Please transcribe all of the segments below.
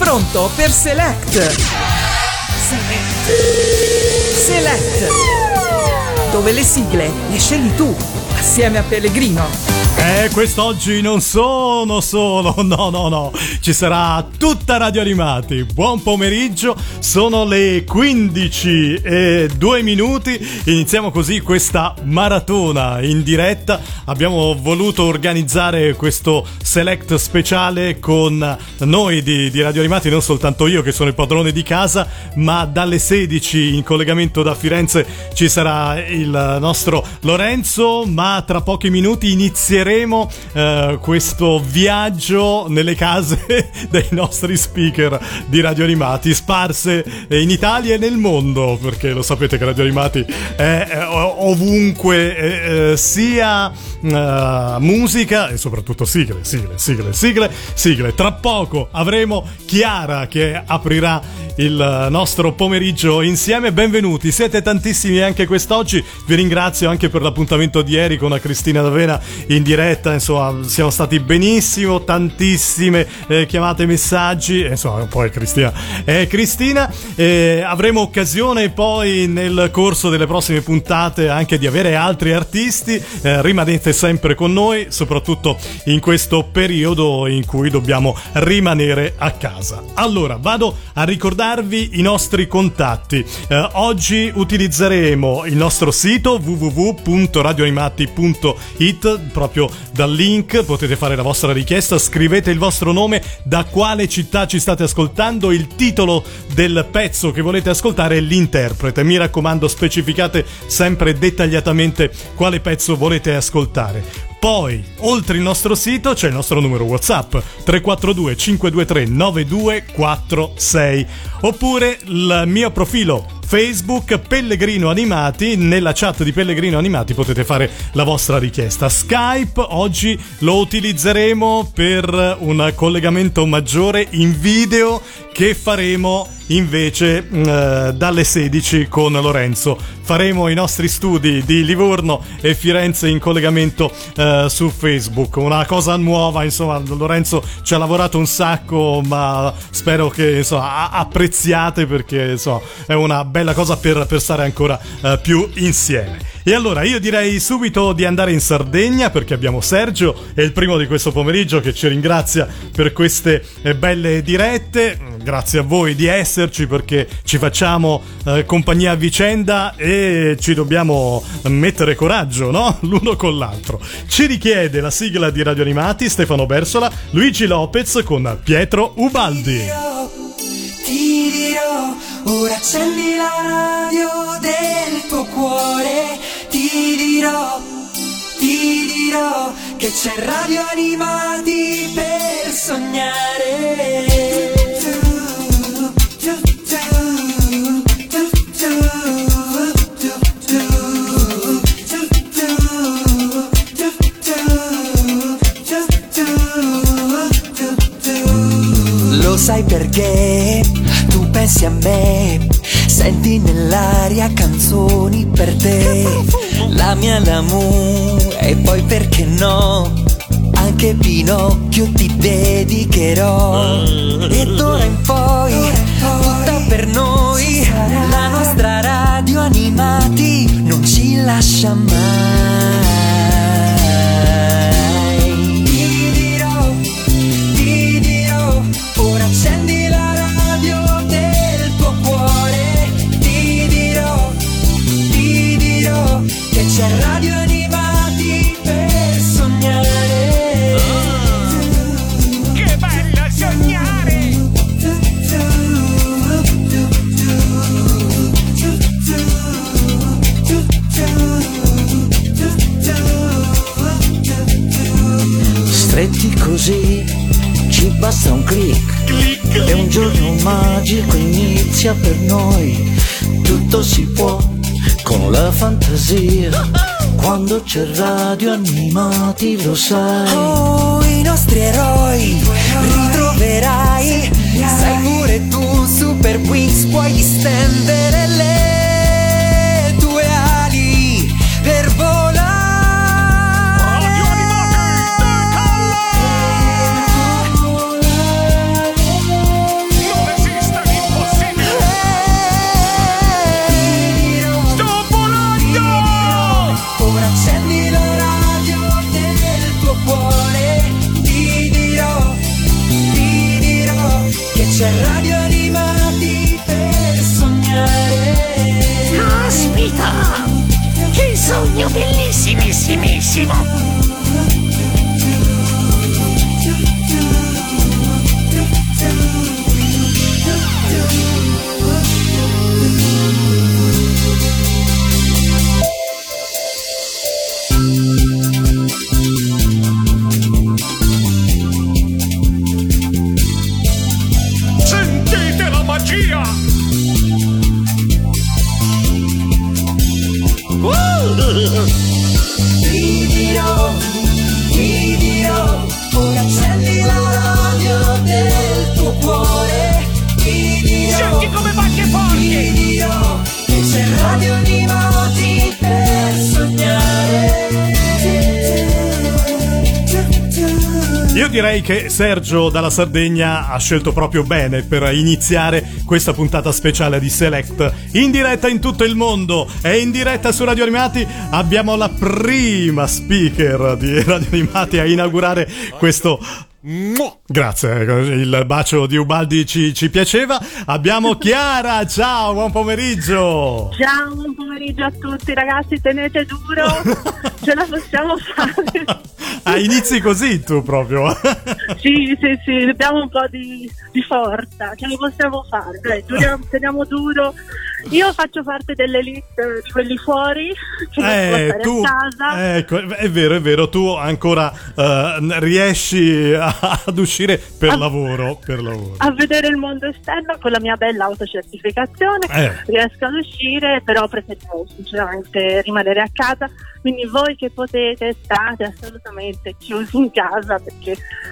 pronto per Select, dove le sigle le scegli tu assieme a Pellegrino. Quest'oggi non sono solo, no, ci sarà tutta Radio Animati. Buon pomeriggio, sono le 15:02. Iniziamo così questa maratona in diretta. Abbiamo voluto organizzare questo select speciale con noi di Radio Animati, non soltanto io che sono il padrone di casa, ma dalle 16 in collegamento da Firenze ci sarà il nostro Lorenzo, ma tra pochi minuti inizieremo questo viaggio nelle case dei nostri speaker di Radio Animati sparse in Italia e nel mondo, perché lo sapete che Radio Animati è ovunque, sia musica e soprattutto sigle. Tra poco avremo Chiara che aprirà il nostro pomeriggio insieme. Benvenuti, siete tantissimi anche quest'oggi, vi ringrazio anche per l'appuntamento di ieri con la Cristina D'Avena in diretta, insomma siamo stati benissimo, tantissime chiamate, messaggi, insomma poi Cristina avremo occasione poi nel corso delle prossime puntate anche di avere altri artisti. Rimanete sempre con noi, soprattutto in questo periodo in cui dobbiamo rimanere a casa. Allora vado a ricordarvi i nostri contatti. Oggi utilizzeremo il nostro sito www.radioanimati.it. proprio dal link potete fare la vostra richiesta, scrivete il vostro nome, da quale città ci state ascoltando, il titolo del pezzo che volete ascoltare e l'interprete. Mi raccomando, specificate sempre dettagliatamente quale pezzo volete ascoltare. Poi, oltre il nostro sito, c'è il nostro numero WhatsApp 342 523 9246, oppure il mio profilo Facebook Pellegrino Animati. Nella chat di Pellegrino Animati potete fare la vostra richiesta. Skype oggi lo utilizzeremo per un collegamento maggiore in video che faremo invece dalle 16 con Lorenzo. Faremo i nostri studi di Livorno e Firenze in collegamento su Facebook, una cosa nuova, insomma. Lorenzo ci ha lavorato un sacco, ma spero che insomma apprezziate, perché insomma è una bella cosa per stare ancora più insieme. E allora io direi subito di andare in Sardegna, perché abbiamo Sergio, è il primo di questo pomeriggio, che ci ringrazia per queste belle dirette. Grazie a voi di esserci, perché ci facciamo compagnia a vicenda e ci dobbiamo mettere coraggio, no? L'uno con l'altro. Ci richiede la sigla di Radio Animati Stefano Bersola, Luigi Lopez con Pietro Ubaldi. Ti dirò, ora accendi la radio del tuo cuore. Ti dirò che c'è Radio Animati per sognare. Lo sai perché tu pensi a me, senti nell'aria canzoni per te, la mia l'amour, e poi perché no, anche Pinocchio ti dedicherò. E d'ora in poi, tutta per noi, la nostra Radio Animati non ci lascia mai. Ora accendi la radio del tuo cuore. Ti dirò che c'è Radio Animati per sognare. Che bello sognare! Stretti così ci basta un click e un giorno magico inizia per noi. Tutto si può con la fantasia, quando c'è Radio Animati, lo sai. Oh, i nostri eroi ritroverai. Sai pure tu, Super Wings, puoi distendere le tue ali per volare. c'è Radio Animati per sognare. Caspita! Che sogno bellissimissimo! Sentite la magia! Video, ora accendi la radio del tuo cuore. Senti come batte forte! Video, che c'è Radio Animati per sognare. Io direi che Sergio dalla Sardegna ha scelto proprio bene per iniziare questa puntata speciale di Select in diretta in tutto il mondo. E in diretta su Radio Animati abbiamo la prima speaker di Radio Animati a inaugurare questo. Grazie, il bacio di Ubaldi ci piaceva. Abbiamo Chiara, ciao, buon pomeriggio. Ciao, buon pomeriggio a tutti ragazzi, tenete duro, ce la possiamo fare. Inizi così tu proprio. Sì, abbiamo un po' di forza, ce la possiamo fare, dai, teniamo duro. Io faccio parte dell'elite di quelli fuori, che non può stare tu, a casa. Ecco, è vero, tu ancora riesci ad uscire per lavoro. A vedere il mondo esterno con la mia bella autocertificazione, riesco ad uscire, però preferisco sinceramente rimanere a casa. Quindi voi che potete state assolutamente chiusi in casa, perché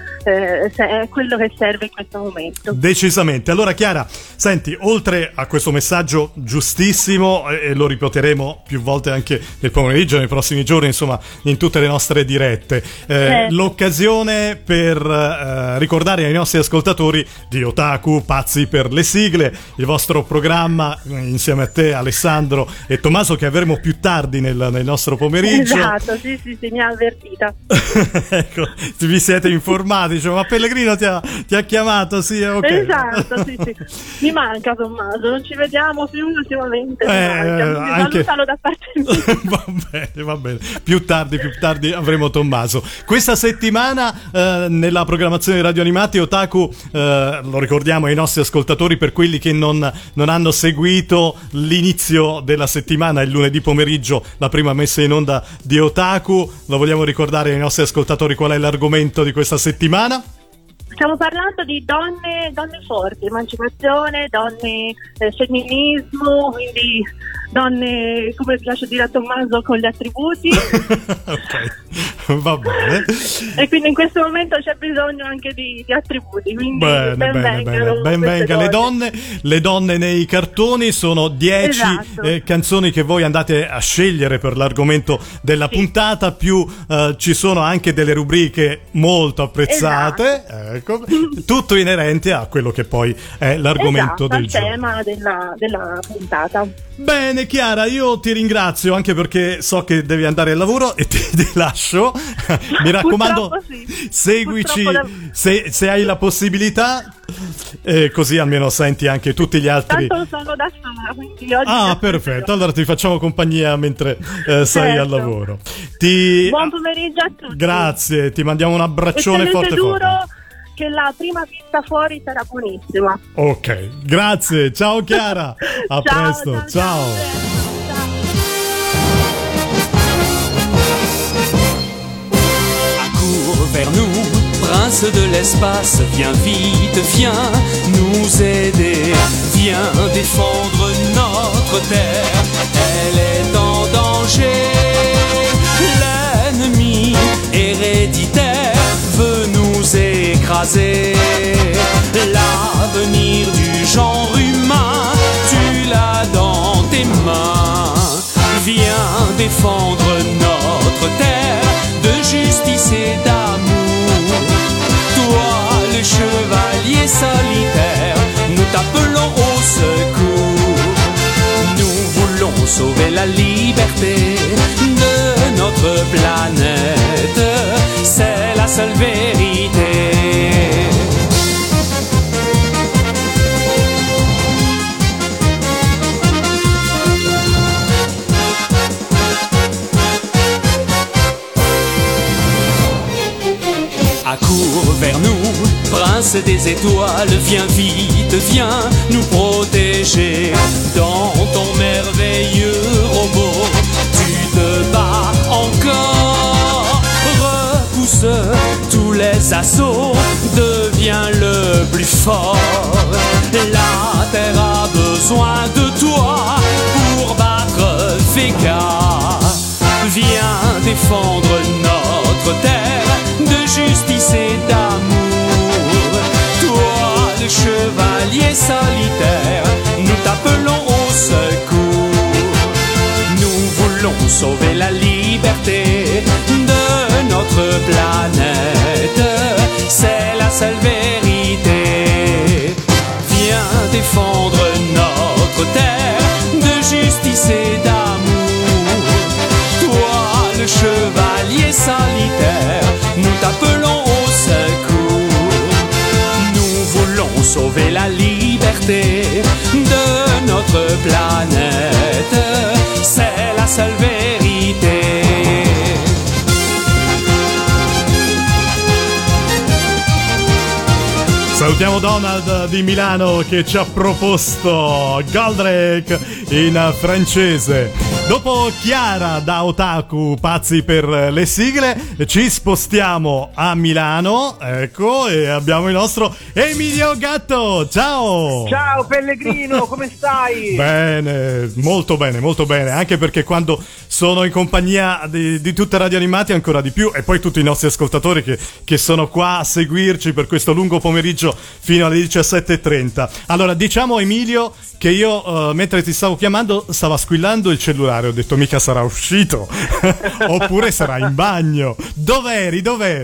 è quello che serve in questo momento. Decisamente. Allora Chiara, senti, oltre a questo messaggio giustissimo, e lo ripeteremo più volte anche nel pomeriggio, nei prossimi giorni, insomma in tutte le nostre dirette, l'occasione per ricordare ai nostri ascoltatori di Otaku Pazzi per le sigle, il vostro programma insieme a te, Alessandro e Tommaso, che avremo più tardi nel nostro pomeriggio. Esatto, sì, mi ha avvertita. Ecco, vi siete informati, dicevo, ma Pellegrino ti ha chiamato, sì, ok. Esatto, sì. Mi manca Tommaso, non ci vediamo più ultimamente, anche... salutalo da parte mia. Va bene, più tardi avremo Tommaso. Questa settimana nella programmazione di Radio Animati Otaku, lo ricordiamo ai nostri ascoltatori, per quelli che non hanno seguito l'inizio della settimana, il lunedì pomeriggio, la prima messa in onda di Otaku, lo vogliamo ricordare ai nostri ascoltatori qual è l'argomento di questa settimana? Stiamo parlando di donne forti, emancipazione, donne, femminismo, quindi donne, come piace dire a Tommaso, con gli attributi. Ok, va bene. E quindi in questo momento c'è bisogno anche di attributi, quindi ben vengano le donne nei cartoni. Sono 10 canzoni che voi andate a scegliere per l'argomento della puntata, più ci sono anche delle rubriche molto apprezzate, ecco, tutto inerente a quello che poi è l'argomento del giorno, il tema della puntata. Bene Chiara, io ti ringrazio anche perché so che devi andare al lavoro e ti lascio. Mi raccomando, seguici se hai la possibilità, così almeno senti anche tutti gli altri. Tanto sono da sola, quindi oggi perfetto, allora ti facciamo compagnia mentre sei al lavoro. Buon pomeriggio a tutti. Grazie, ti mandiamo un abbraccione forte. Che la prima vista fuori sarà buonissima. Ok, grazie, ciao Chiara. A presto, ciao. Accours vers nous, prince de l'espace, viens vite, viens nous aider, viens défendre notre terre, elle est en danger, l'ennemi héréditaire veut nous écraser, l'avenir du genre humain, tu l'as dans tes mains, viens défendre notre terre de justice et d'amour. Toi, le chevalier solitaire, nous t'appelons au secours. Nous voulons sauver la liberté de notre planète, c'est la seule vérité. prince des étoiles, viens vite, viens nous protéger. Dans ton merveilleux robot, tu te bats encore. Repousse tous les assauts, deviens le plus fort. La terre a besoin de toi pour battre Vega. Viens défendre notre terre de justice et d'amour. Toi, le chevalier solitaire, nous t'appelons au secours. Nous voulons sauver la liberté de notre planète. C'est la seule vérité. Viens défendre notre terre de justice et d'amour. Toi, le chevalier solitaire, nous t'appelons au secours. Nous voulons sauver la liberté de notre planète. C'est la seule vérité. Salutiamo Donald di Milano che ci ha proposto Goldrake in francese. Dopo Chiara da Otaku, pazzi per le sigle, ci spostiamo a Milano, ecco, e abbiamo il nostro Emilio Gatto. Ciao! Ciao Pellegrino, come stai? Bene, molto bene, anche perché quando sono in compagnia di tutte Radio Animati ancora di più, e poi tutti i nostri ascoltatori che sono qua a seguirci per questo lungo pomeriggio fino alle 17:30. Allora, diciamo Emilio che io mentre ti stavo chiamando stava squillando il cellulare, ho detto mica sarà uscito oppure sarà in bagno. Dov'eri?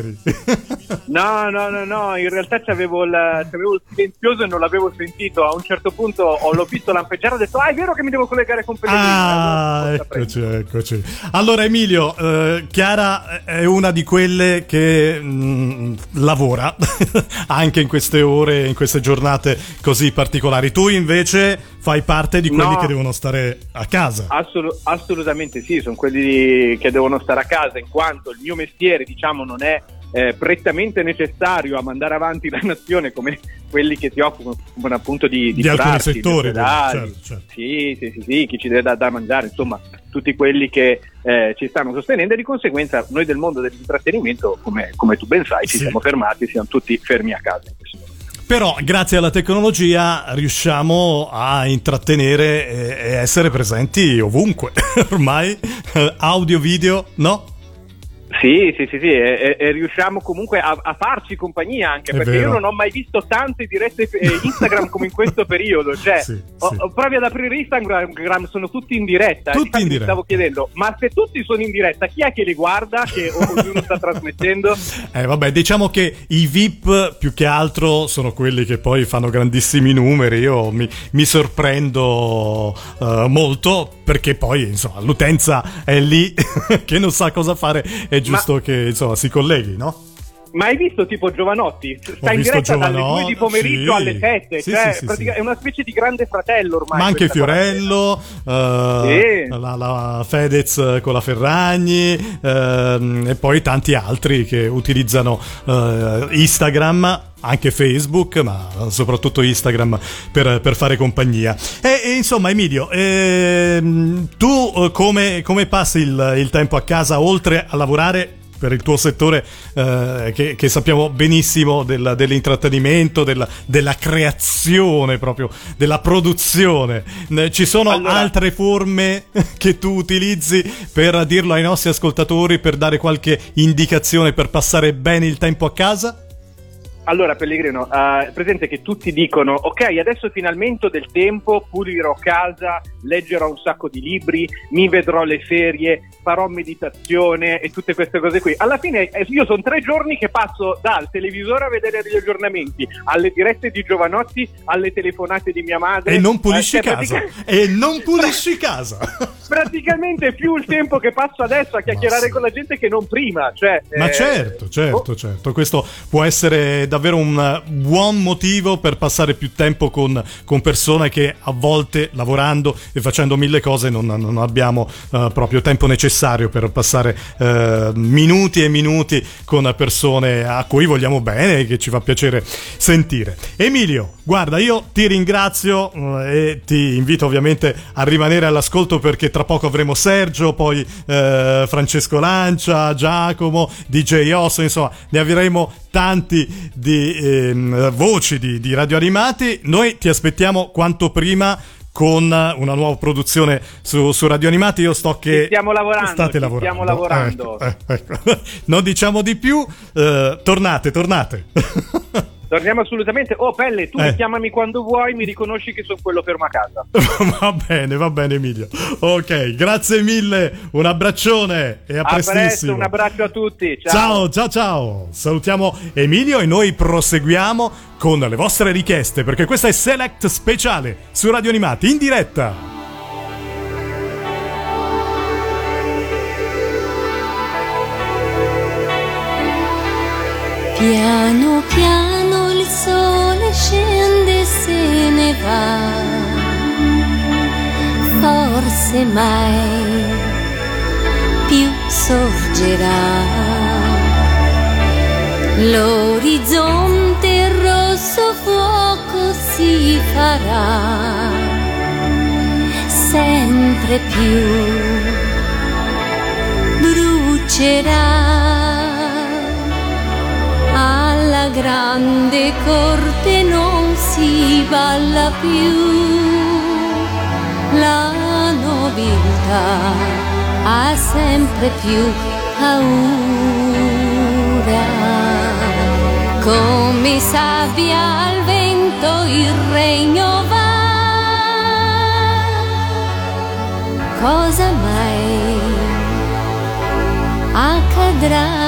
No, in realtà c'avevo il silenzioso e non l'avevo sentito. A un certo punto l'ho visto lampeggiare, ho detto è vero che mi devo collegare con Pellegrino. Eccoci. Allora Emilio, Chiara è una di quelle che lavora anche in queste ore, in queste giornate così particolari. Tu invece fai parte di quelli che devono stare a casa. Assolutamente sì, sono quelli che devono stare a casa, in quanto il mio mestiere, diciamo, non è prettamente necessario a mandare avanti la nazione come quelli che si occupano appunto di alcuni settori, certo. Sì, chi ci deve da mangiare, insomma tutti quelli che ci stanno sostenendo, e di conseguenza noi del mondo dell'intrattenimento, come tu ben sai, ci siamo fermati, siamo tutti fermi a casa in questo momento. Però grazie alla tecnologia riusciamo a intrattenere e essere presenti ovunque ormai, audio, video, no? Sì, e riusciamo comunque a farci compagnia, anche perché io non ho mai visto tante dirette Instagram come in questo periodo, cioè provi ad aprire Instagram, sono tutti in diretta. Mi stavo chiedendo, ma se tutti sono in diretta, chi è che li guarda, che ognuno sta trasmettendo? Vabbè, diciamo che i VIP più che altro sono quelli che poi fanno grandissimi numeri. Io mi sorprendo molto, perché poi insomma l'utenza è lì che non sa cosa fare, è giusto che insomma si colleghi, no? Ma hai visto tipo Giovanotti? Sta in diretta dalle 2 di pomeriggio alle 7, è una specie di Grande Fratello ormai. Ma anche Fiorello, la Fedez con la Ferragni, e poi tanti altri che utilizzano Instagram, anche Facebook, ma soprattutto Instagram per fare compagnia. E insomma Emilio, tu come passi il tempo a casa, oltre a lavorare per il tuo settore che sappiamo benissimo dell'intrattenimento, della creazione, proprio della produzione? Ci sono altre forme che tu utilizzi per dirlo ai nostri ascoltatori, per dare qualche indicazione per passare bene il tempo a casa? Allora Pellegrino, presente che tutti dicono ok, adesso finalmente ho del tempo, pulirò casa, leggerò un sacco di libri, mi vedrò le serie, farò meditazione e tutte queste cose qui. Alla fine io sono 3 giorni che passo dal televisore a vedere gli aggiornamenti, alle dirette di Giovanotti, alle telefonate di mia madre. E non pulisci casa. E non pulisci casa. Praticamente è più il tempo che passo adesso a chiacchierare con la gente che non prima. Cioè, ma certo. Questo può essere davvero un buon motivo per passare più tempo con persone che a volte, lavorando e facendo mille cose, non abbiamo proprio tempo necessario per passare minuti e minuti con persone a cui vogliamo bene e che ci fa piacere sentire. Emilio, guarda, io ti ringrazio e ti invito ovviamente a rimanere all'ascolto, perché tra poco avremo Sergio, poi Francesco Lancia, Giacomo, DJ Osso, insomma ne avremo tanti di voci di Radio Animati. Noi ti aspettiamo quanto prima con una nuova produzione su Radio Animati. Io sto che stiamo lavorando, state lavorando. Stiamo lavorando. Ecco. Non diciamo di più, tornate. Torniamo assolutamente. Oh Pelle, tu chiamami quando vuoi, mi riconosci che sono quello fermo a casa. Va bene Emilio. Ok, grazie mille, un abbraccione e a prestissimo. Presto, un abbraccio a tutti. Ciao. Salutiamo Emilio e noi proseguiamo con le vostre richieste, perché questa è Select Speciale su Radio Animati in diretta. Piano piano il sole scende e se ne va, forse mai più sorgerà. L'orizzonte rosso fuoco si farà, sempre più brucerà. Alla grande corte non si balla più, la nobiltà ha sempre più paura. Come sabbia al vento il regno va, cosa mai accadrà?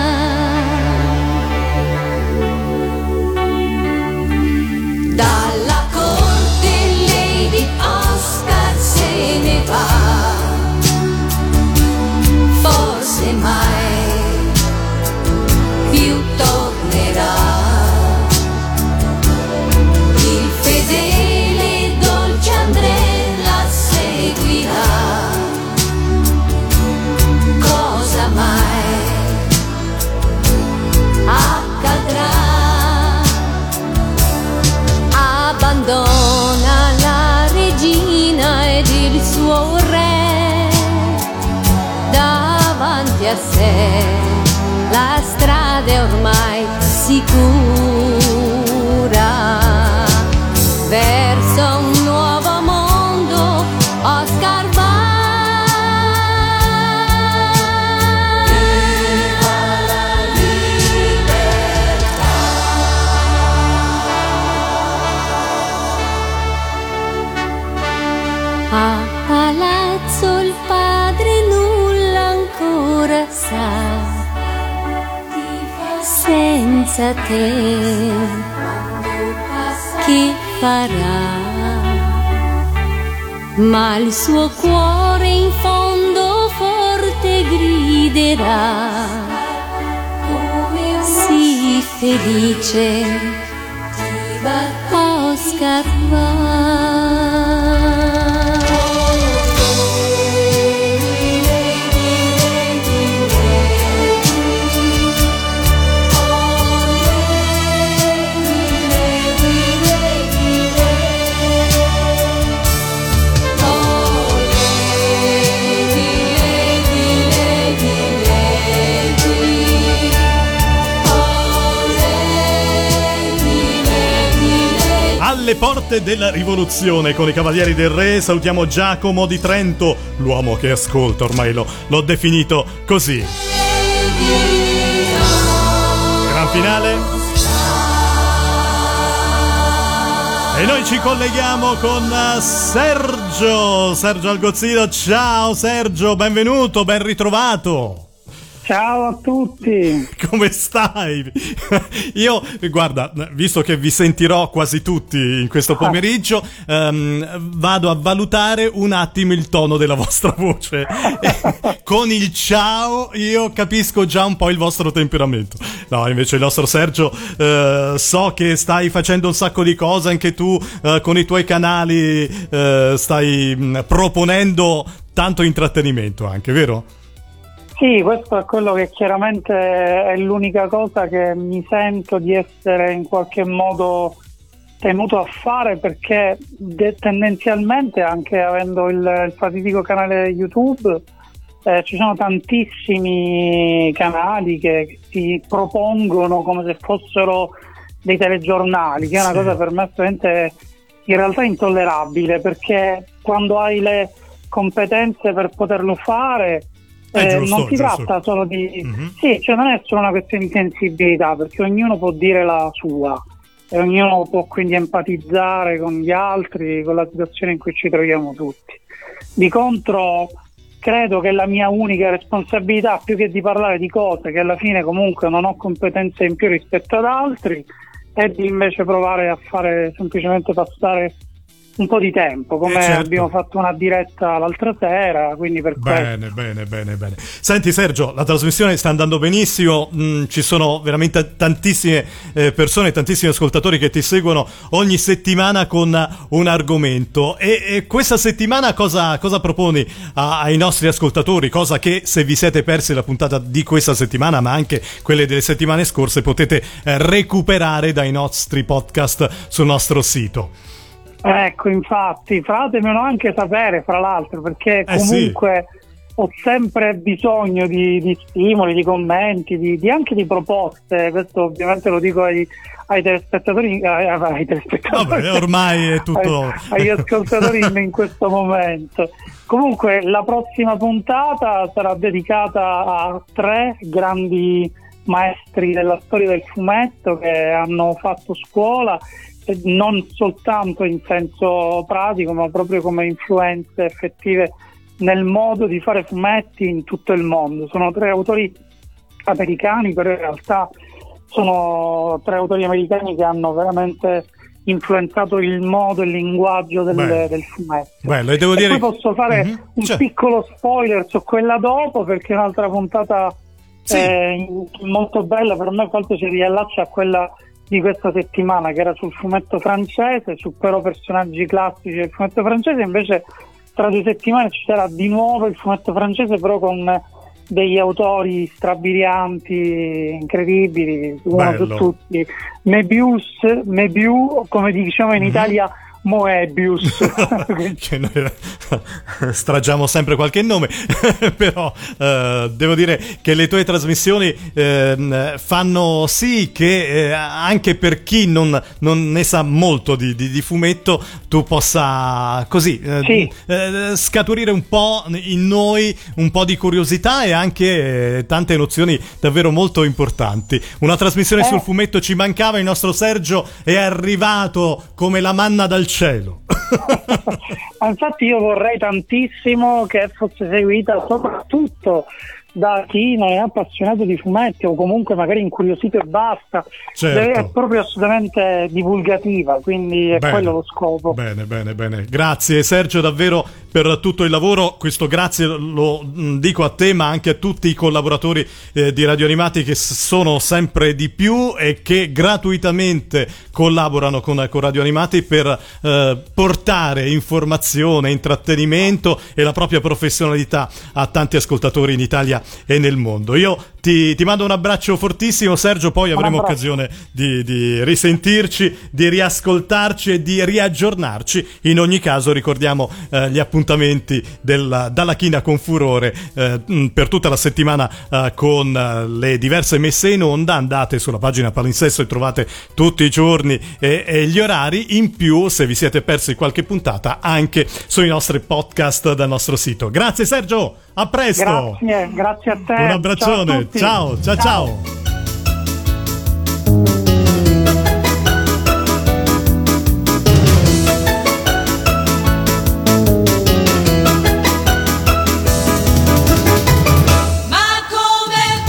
Dalla corte Lady Oscar se ne va, forse mai più tornerà. Il fedele dolce Andrea la seguirà, cosa mai accadrà? Abbandona la regina ed il suo re, davanti a sé la strada è ormai sicura, verso un nuovo mondo Oscar va. A palazzo il padre nulla ancora sa, senza te che farà? Ma il suo cuore in fondo forte griderà, sii felice, Oscar va. Alle porte della rivoluzione con i Cavalieri del Re salutiamo Giacomo di Trento, l'uomo che ascolta, ormai l'ho definito così. Gran finale. E noi ci colleghiamo con Sergio Algozzino. Ciao Sergio, benvenuto, ben ritrovato. Ciao a tutti. Come stai? Io, guarda, visto che vi sentirò quasi tutti in questo pomeriggio, vado a valutare un attimo il tono della vostra voce. Con il ciao io capisco già un po' il vostro temperamento. No, invece il nostro Sergio, so che stai facendo un sacco di cose anche tu, con i tuoi canali, stai proponendo tanto intrattenimento anche, vero? Sì, questo è quello che chiaramente è l'unica cosa che mi sento di essere in qualche modo tenuto a fare, perché tendenzialmente, anche avendo il fatidico canale YouTube, ci sono tantissimi canali che si propongono come se fossero dei telegiornali, che è una cosa per me assolutamente in realtà intollerabile, perché quando hai le competenze per poterlo fare, non si tratta solo di sì, cioè non è solo una questione di sensibilità, perché ognuno può dire la sua e ognuno può quindi empatizzare con gli altri, con la situazione in cui ci troviamo tutti. Di contro credo che la mia unica responsabilità, più che di parlare di cose che alla fine comunque non ho competenze in più rispetto ad altri, è di invece provare a fare semplicemente passare un po' di tempo, come abbiamo fatto una diretta l'altra sera, quindi per questo. Bene. Senti Sergio, la trasmissione sta andando benissimo, ci sono veramente tantissime persone, tantissimi ascoltatori che ti seguono ogni settimana con un argomento, e questa settimana cosa proponi ai nostri ascoltatori, cosa che, se vi siete persi la puntata di questa settimana ma anche quelle delle settimane scorse, potete recuperare dai nostri podcast sul nostro sito. Ecco, infatti, fatemelo anche sapere, fra l'altro, perché comunque ho sempre bisogno di stimoli, di commenti, anche di proposte. Questo ovviamente lo dico ai telespettatori, Vabbè, ormai è tutto agli ascoltatori in questo momento. Comunque la prossima puntata sarà dedicata a 3 grandi maestri della storia del fumetto che hanno fatto scuola, non soltanto in senso pratico, ma proprio come influenze effettive nel modo di fare fumetti in tutto il mondo. Sono 3 autori americani, però in realtà sono 3 autori americani che hanno veramente influenzato il modo e il linguaggio del fumetto. Bello, e devo dire... poi posso fare un piccolo spoiler su quella dopo, perché è un'altra puntata molto bella per me, quanto si riallaccia a quella di questa settimana, che era sul fumetto francese, su però personaggi classici del fumetto francese. Invece tra 2 settimane ci sarà di nuovo il fumetto francese, però con degli autori strabilianti, incredibili, uno su tutti, Möbius, come diciamo in Italia, Moebius. Che noi stragiamo sempre qualche nome, però devo dire che le tue trasmissioni fanno sì che anche per chi non ne sa molto di fumetto, tu possa così scaturire un po' in noi un po' di curiosità e anche tante nozioni davvero molto importanti. Una trasmissione sul fumetto ci mancava, il nostro Sergio è arrivato come la manna dal cielo. Infatti io vorrei tantissimo che fosse seguita soprattutto da chi non è appassionato di fumetti o comunque magari incuriosito e basta. È proprio assolutamente divulgativa, quindi è quello lo scopo. Bene. Grazie Sergio davvero per tutto il lavoro. Questo grazie lo dico a te, ma anche a tutti i collaboratori di Radio Animati, che sono sempre di più e che gratuitamente collaborano con Radio Animati per portare informazione, intrattenimento e la propria professionalità a tanti ascoltatori in Italia e nel mondo. Io ti mando un abbraccio fortissimo Sergio, poi avremo occasione di risentirci, di riascoltarci e di riaggiornarci. In ogni caso ricordiamo gli appuntamenti dalla China con Furore per tutta la settimana con le diverse messe in onda. Andate sulla pagina Palinsesto e trovate tutti i giorni e gli orari. In più, se vi siete persi qualche puntata, anche sui nostri podcast dal nostro sito. Grazie Sergio, a presto. Grazie a te. Un abbraccione. Ciao. Ma come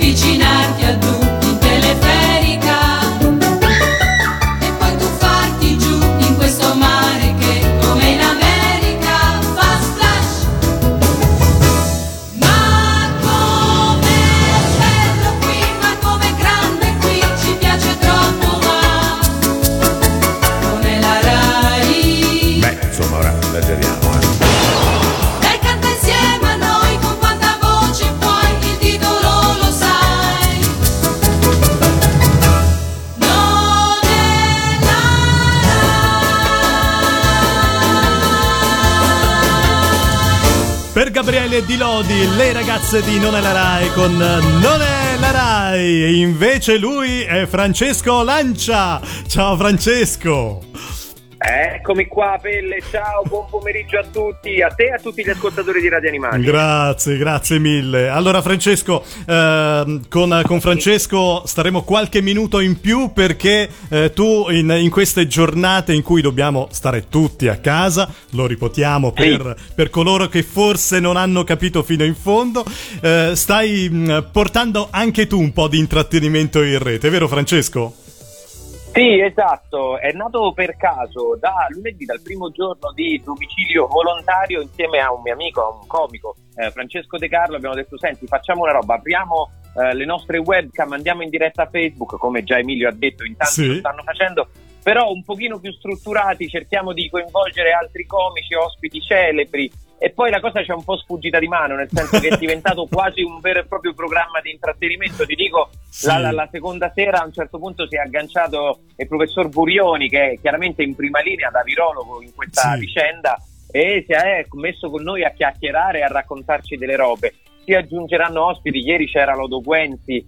avvicinarti al blu in teleferica e poi tuffarti giù in questo mare che come in America fa splash. Ma come bello qui, ma come grande qui, ci piace troppo ma non è la Rai. Beh, insomma, ora esageriamo. Dai, canta insieme a noi con quanta voce puoi, il titolo lo sai. Non è la Per Gabriele Di Lodi, le ragazze di Non è la Rai con Non è la Rai. E invece lui è Francesco Lancia. Ciao Francesco. Eccomi qua, Pelle, ciao, buon pomeriggio a tutti, a te e a tutti gli ascoltatori di Radio Animati. Grazie mille. Allora Francesco, con Francesco staremo qualche minuto in più perché tu in queste giornate in cui dobbiamo stare tutti a casa, lo ripetiamo per coloro che forse non hanno capito fino in fondo, stai portando anche tu un po' di intrattenimento in rete, vero Francesco? Sì, esatto, è nato per caso da lunedì, dal primo giorno di domicilio volontario insieme a un mio amico, a un comico, Francesco De Carlo. Abbiamo detto: senti, facciamo una roba, apriamo le nostre webcam, andiamo in diretta a Facebook, come già Emilio ha detto, in tanti lo stanno facendo, però un pochino più strutturati, cerchiamo di coinvolgere altri comici, ospiti celebri. E poi la cosa ci è un po' sfuggita di mano, nel senso che è diventato quasi un vero e proprio programma di intrattenimento. Ti dico, la seconda sera a un certo punto si è agganciato il professor Burioni, che è chiaramente in prima linea da virologo in questa vicenda, e si è messo con noi a chiacchierare e a raccontarci delle robe. Si aggiungeranno ospiti, ieri c'era Lodo Guenzi,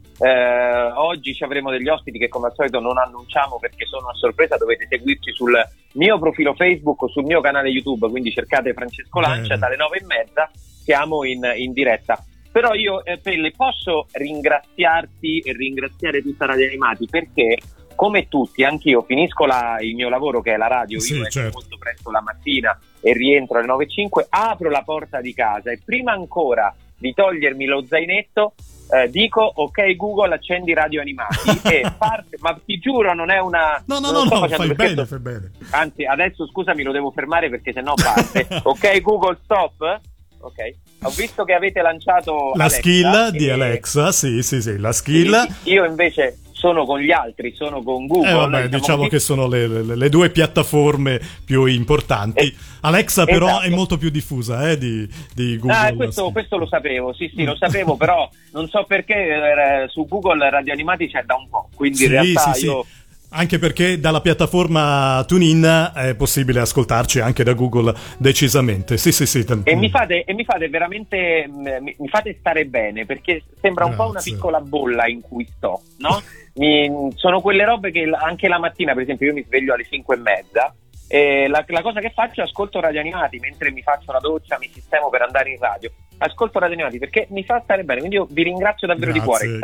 oggi ci avremo degli ospiti che come al solito non annunciamo perché sono a sorpresa, dovete seguirci sul mio profilo Facebook o sul mio canale YouTube, quindi cercate Francesco Lancia, dalle 9:30 siamo in diretta. Però io, Pelle, posso ringraziarti e ringraziare tutta Radio Animati perché, come tutti, anch'io finisco il mio lavoro che è la radio, io esco molto presto la mattina e rientro alle 9:05, apro la porta di casa e prima ancora di togliermi lo zainetto dico: ok Google, accendi Radio Animati e parte, ma ti giuro non è una no, fai bene. Anzi, adesso scusami, lo devo fermare perché sennò parte. Ok Google, stop. Ok, ho visto che avete lanciato la Alexa, skill di Alexa, sì, la skill. Io invece sono con gli altri, sono con Google. Diciamo che sono le due piattaforme più importanti. Alexa però esatto. È molto più diffusa di Google. Questo lo sapevo, sì, lo sapevo, però non so perché su Google Radio Animati c'è da un po', quindi in realtà io... Anche perché dalla piattaforma TuneIn è possibile ascoltarci anche da Google, decisamente. Sì. E mi fate veramente, mi fate stare bene, perché sembra un po' una piccola bolla in cui sto, no? Sono quelle robe che anche la mattina, per esempio, io mi sveglio alle 5:30 e la cosa che faccio è ascolto Radio Animati mentre mi faccio la doccia, mi sistemo per andare in radio. Ascolto Radio Animati perché mi fa stare bene, quindi io vi ringrazio davvero di cuore.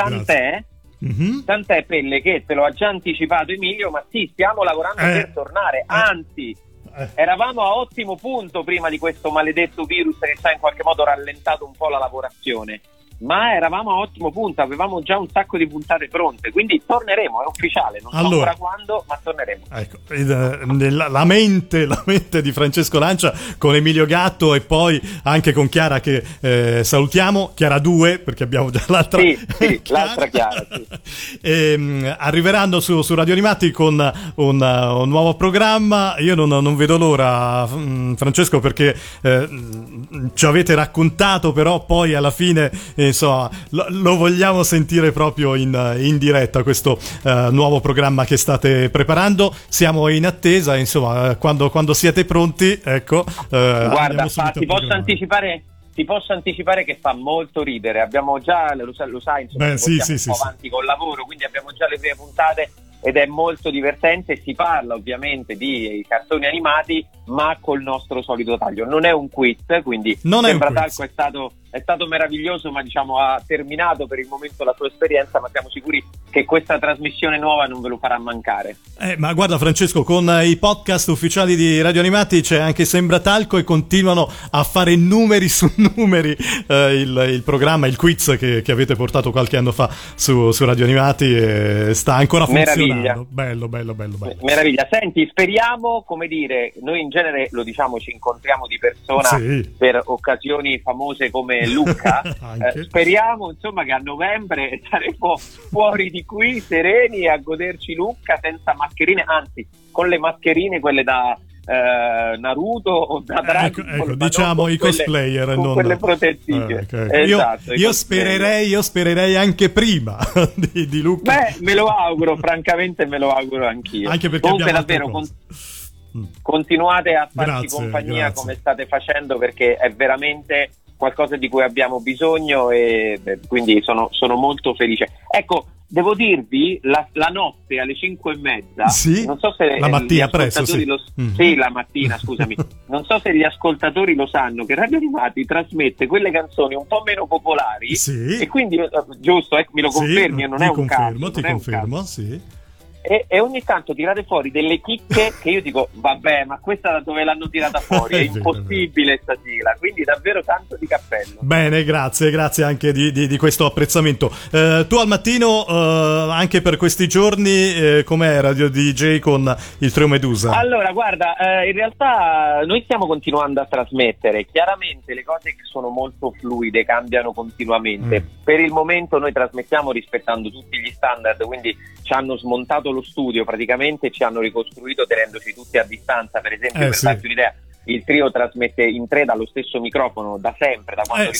Tant'è, Pelle, che te lo ha già anticipato Emilio, ma sì, stiamo lavorando per tornare, anzi eravamo a ottimo punto prima di questo maledetto virus che ci ha in qualche modo rallentato un po' la lavorazione, ma eravamo a ottimo punto, avevamo già un sacco di puntate pronte, quindi torneremo, è ufficiale, non so ancora quando, ma torneremo. Ecco, la mente di Francesco Lancia con Emilio Gatto e poi anche con Chiara che salutiamo, Chiara 2 perché abbiamo già l'altra l'altra Chiara, sì. Arriveranno su Radio Animati con un nuovo programma. Io non vedo l'ora, Francesco, perché ci avete raccontato, però poi alla fine insomma lo vogliamo sentire proprio in diretta, questo nuovo programma che state preparando. Siamo in attesa, insomma, quando siete pronti, ecco. Guarda, ti posso anticipare che fa molto ridere. Abbiamo già, lo sai, insomma, siamo avanti col lavoro, quindi abbiamo già le prime puntate ed è molto divertente. Si parla ovviamente di cartoni animati, ma col nostro solito taglio. Non è un quiz, quindi Sembra Talco è stato è stato meraviglioso, ma diciamo ha terminato per il momento la sua esperienza, ma siamo sicuri che questa trasmissione nuova non ve lo farà mancare. Ma guarda Francesco, con i podcast ufficiali di Radio Animati c'è anche Sembra Talco e continuano a fare numeri su numeri il programma, il quiz che avete portato qualche anno fa su Radio Animati, e sta ancora funzionando. Bello. Meraviglia. Senti, speriamo, come dire, noi in genere lo diciamo, ci incontriamo di persona per occasioni famose come Lucca, speriamo insomma che a novembre saremo fuori di qui sereni a goderci Lucca senza mascherine, anzi con le mascherine quelle da Naruto o da Dragon Ball, diciamo i cosplayer, con quelle protettive. Esatto, io spererei anche prima di Lucca. Beh, me lo auguro, francamente me lo auguro anch'io. Anche perché comunque davvero continuate a farci compagnia come state facendo, perché è veramente qualcosa di cui abbiamo bisogno, e quindi sono molto felice. Ecco, devo dirvi, la notte alle 5:30, non so se la mattina gli ascoltatori presto, la mattina, scusami, non so se gli ascoltatori lo sanno, che Radio Animati trasmette quelle canzoni un po' meno popolari, e quindi giusto, mi lo confermi, non è un caso. Ti confermo, sì. E ogni tanto tirate fuori delle chicche che io dico, vabbè, ma questa da dove l'hanno tirata fuori? È impossibile sta sigla, quindi davvero tanto di cappello. Bene, grazie anche di questo apprezzamento. Tu al mattino, anche per questi giorni, com'è Radio DJ con il Trio Medusa? Allora, guarda, in realtà noi stiamo continuando a trasmettere, chiaramente le cose sono molto fluide, cambiano continuamente. Per il momento noi trasmettiamo rispettando tutti gli standard, quindi ci hanno smontato lo studio praticamente, ci hanno ricostruito tenendoci tutti a distanza. Per esempio, per darti un'idea, il trio trasmette in 3 dallo stesso microfono da sempre, da quando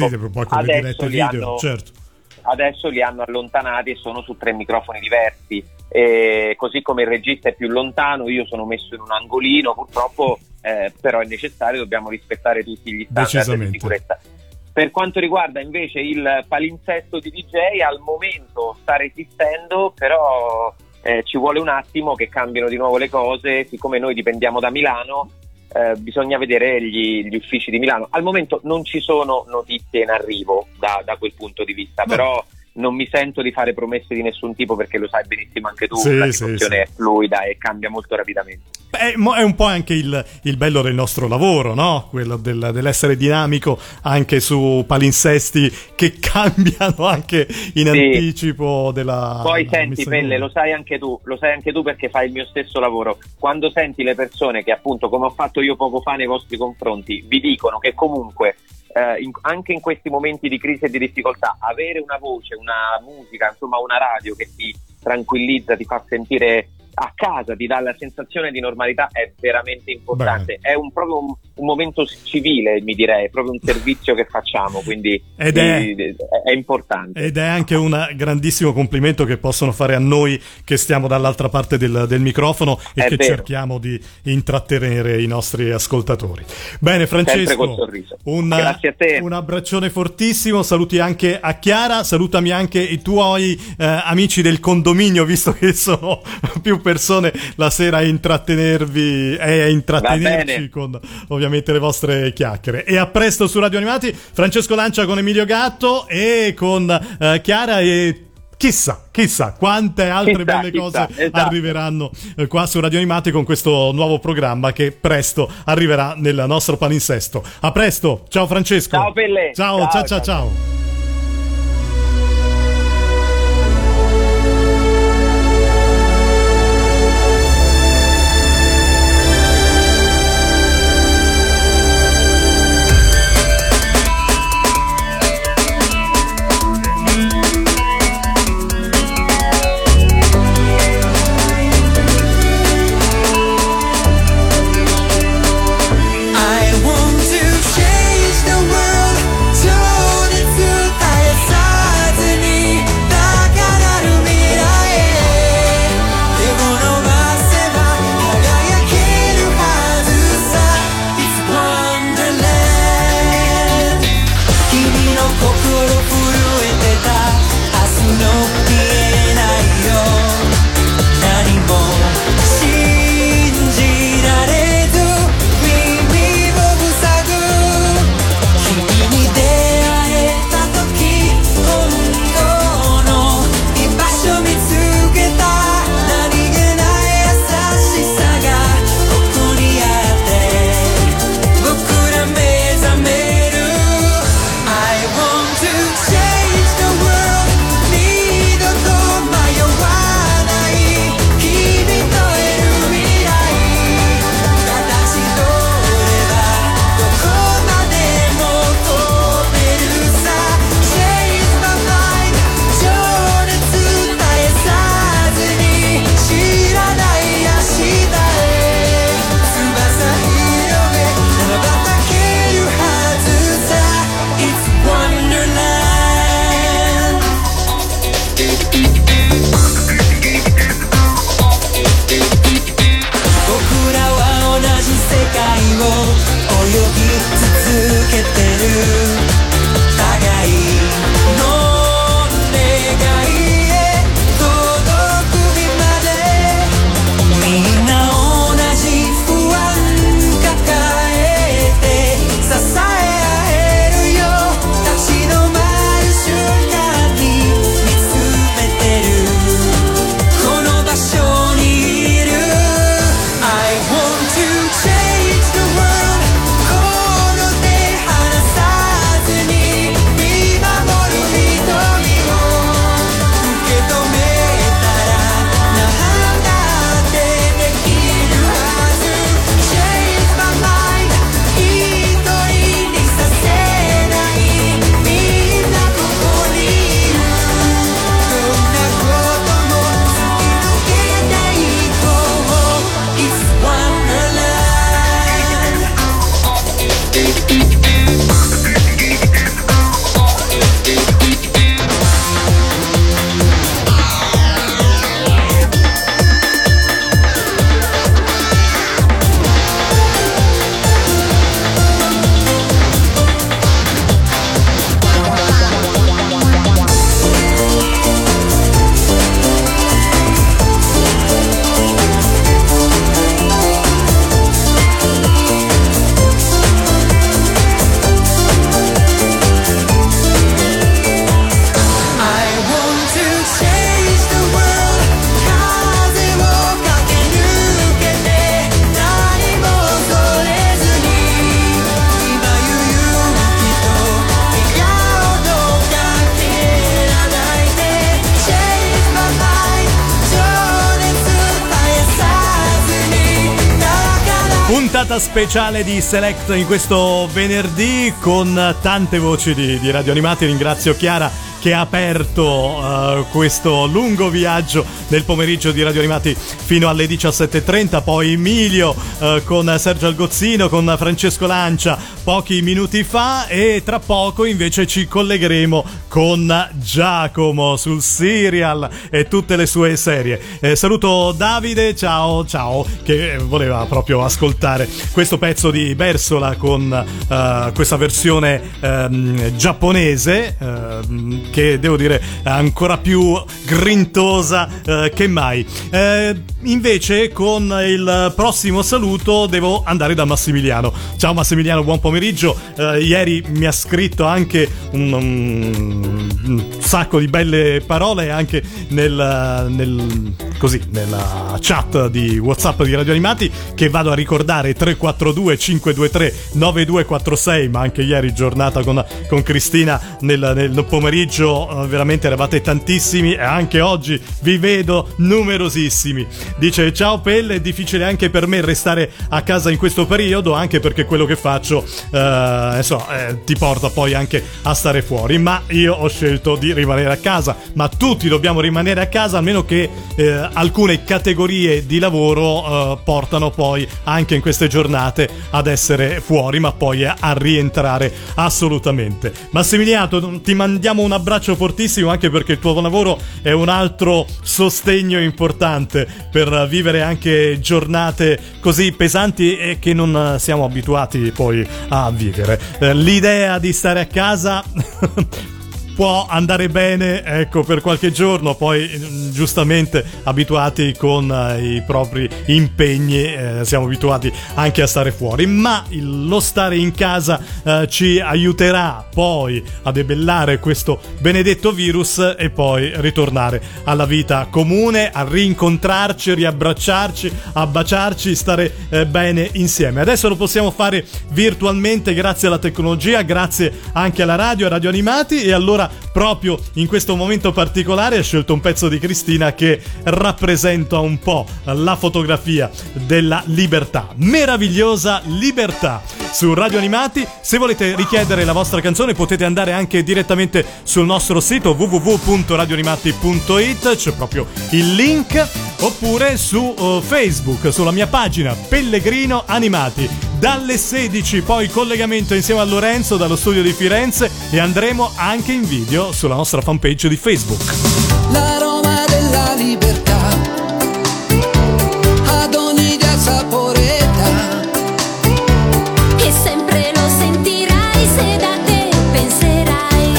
adesso li hanno allontanati e sono su 3 microfoni diversi, così come il regista è più lontano, io sono messo in un angolino purtroppo, però è necessario, dobbiamo rispettare tutti gli standard di sicurezza. Per quanto riguarda invece il palinsesto di DJ, al momento sta resistendo, però ci vuole un attimo che cambino di nuovo le cose, siccome noi dipendiamo da Milano, bisogna vedere gli uffici di Milano. Al momento non ci sono notizie in arrivo da quel punto di vista, però non mi sento di fare promesse di nessun tipo, perché lo sai benissimo anche tu, la situazione è fluida e cambia molto rapidamente. È un po' anche il bello del nostro lavoro, no? Quello dell'essere dinamico anche su palinsesti che cambiano anche in anticipo della... Poi senti Pelle, lo sai anche tu perché fai il mio stesso lavoro. Quando senti le persone che appunto, come ho fatto io poco fa nei vostri confronti, vi dicono che comunque anche in questi momenti di crisi e di difficoltà avere una voce, una musica, insomma una radio che ti tranquillizza, ti fa sentire a casa, ti dà la sensazione di normalità, è veramente importante. È proprio un momento civile, mi direi, è proprio un servizio che facciamo, quindi è importante. Ed è anche un grandissimo complimento che possono fare a noi che stiamo dall'altra parte del microfono e che cerchiamo di intrattenere i nostri ascoltatori. Bene Francesco, grazie a te. Un abbraccione fortissimo, saluti anche a Chiara, salutami anche i tuoi amici del condominio, visto che sono più persone la sera a intrattenervi e a intrattenerci con ovviamente le vostre chiacchiere. E a presto su Radio Animati, Francesco Lancia con Emilio Gatto e con Chiara, e chissà quante altre belle cose arriveranno qua su Radio Animati con questo nuovo programma che presto arriverà nel nostro palinsesto. A presto, ciao Francesco. Ciao Pelle. Ciao. I want to change the world, turn it to puntata speciale di Select in questo venerdì con tante voci di Radio Animati. Ringrazio Chiara che ha aperto questo lungo viaggio nel pomeriggio di Radio Animati fino alle 17.30, poi Emilio con Sergio Algozzino, con Francesco Lancia pochi minuti fa, e tra poco invece ci collegheremo con Giacomo sul Serial e tutte le sue serie. Saluto Davide, ciao, che voleva proprio ascoltare questo pezzo di Bersola con questa versione giapponese, che devo dire ancora più grintosa che mai. Invece con il prossimo saluto devo andare da Massimiliano. Ciao Massimiliano, buon pomeriggio. Ieri mi ha scritto anche un sacco di belle parole anche nella chat di WhatsApp di Radio Animati, che vado a ricordare: 342 523 9246. Ma anche ieri giornata con Cristina nel pomeriggio veramente eravate tantissimi, e anche oggi vi vedo numerosissimi. Dice: ciao Pelle, è difficile anche per me restare a casa in questo periodo, anche perché quello che faccio ti porta poi anche a stare fuori, ma io ho scelto di rimanere a casa. Ma tutti dobbiamo rimanere a casa, almeno che alcune categorie di lavoro portano poi anche in queste giornate ad essere fuori, ma poi a rientrare assolutamente. Massimiliano, ti mandiamo un abbraccio fortissimo, anche perché il tuo lavoro è un altro sostegno importante per vivere anche giornate così pesanti e che non siamo abituati poi a vivere. L'idea di stare a casa può andare bene, ecco, per qualche giorno, poi giustamente abituati con i propri impegni siamo abituati anche a stare fuori, ma lo stare in casa ci aiuterà poi a debellare questo benedetto virus e poi ritornare alla vita comune, a rincontrarci, riabbracciarci, a baciarci, stare bene insieme. Adesso lo possiamo fare virtualmente grazie alla tecnologia, grazie anche alla radio, a Radio Animati, e allora proprio in questo momento particolare ho scelto un pezzo di Cristina che rappresenta un po' la fotografia della libertà. Meravigliosa libertà su Radio Animati. Se volete richiedere la vostra canzone potete andare anche direttamente sul nostro sito www.radioanimati.it, c'è proprio il link, oppure su Facebook, sulla mia pagina Pellegrino Animati. Dalle 16 poi collegamento insieme a Lorenzo dallo studio di Firenze, e andremo anche in video sulla nostra fanpage di Facebook. L'aroma della libertà ad ogni dia saporeta, e sempre lo sentirai se da te penserai.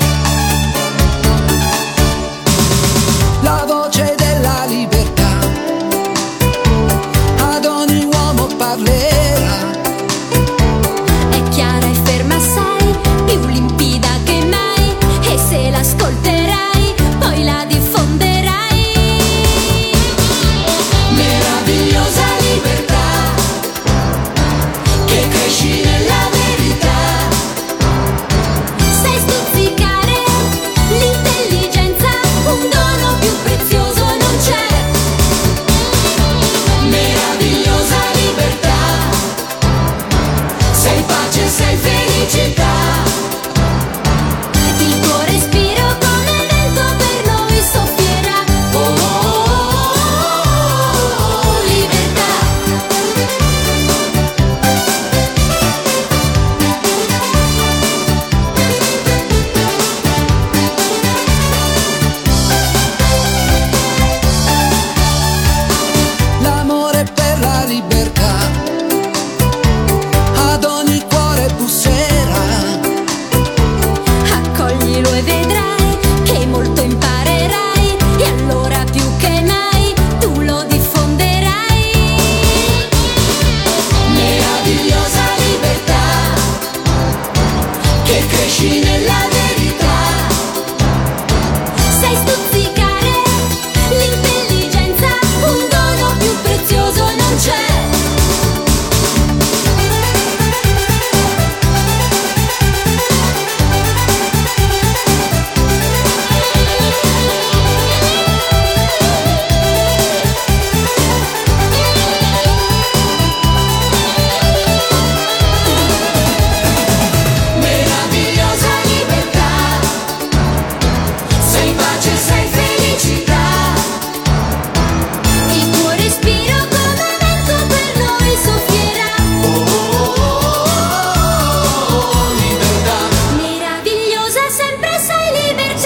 La voce della libertà ad ogni uomo parlerà, è chiara e ferma, sai, più limpida che mai, e se l'ascolterai poi la diffonderai. meravigliosa libertà.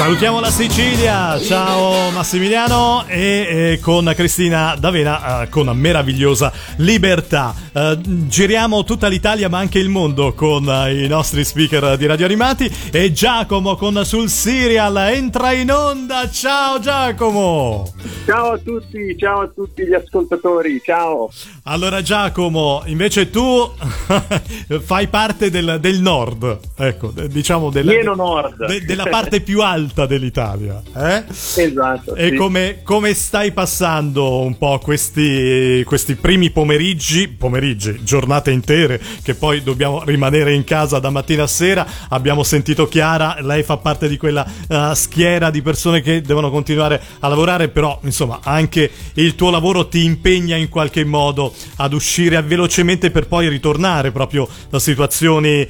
Salutiamo la Sicilia, ciao Massimiliano, e con Cristina D'Avena con meravigliosa Libertà. Giriamo tutta l'Italia ma anche il mondo con i nostri speaker di Radio Animati, e Giacomo con Sul Serial entra in onda. Ciao Giacomo! Ciao a tutti gli ascoltatori, ciao! Allora Giacomo, invece tu fai parte del nord, ecco, diciamo pieno nord, della parte più alta dell'Italia, eh? Esatto. E sì. come stai passando un po' questi primi pomeriggi, giornate intere, che poi dobbiamo rimanere in casa da mattina a sera? Abbiamo sentito Chiara, lei fa parte di quella schiera di persone che devono continuare a lavorare, però insomma anche il tuo lavoro ti impegna in qualche modo ad uscire velocemente per poi ritornare proprio da situazioni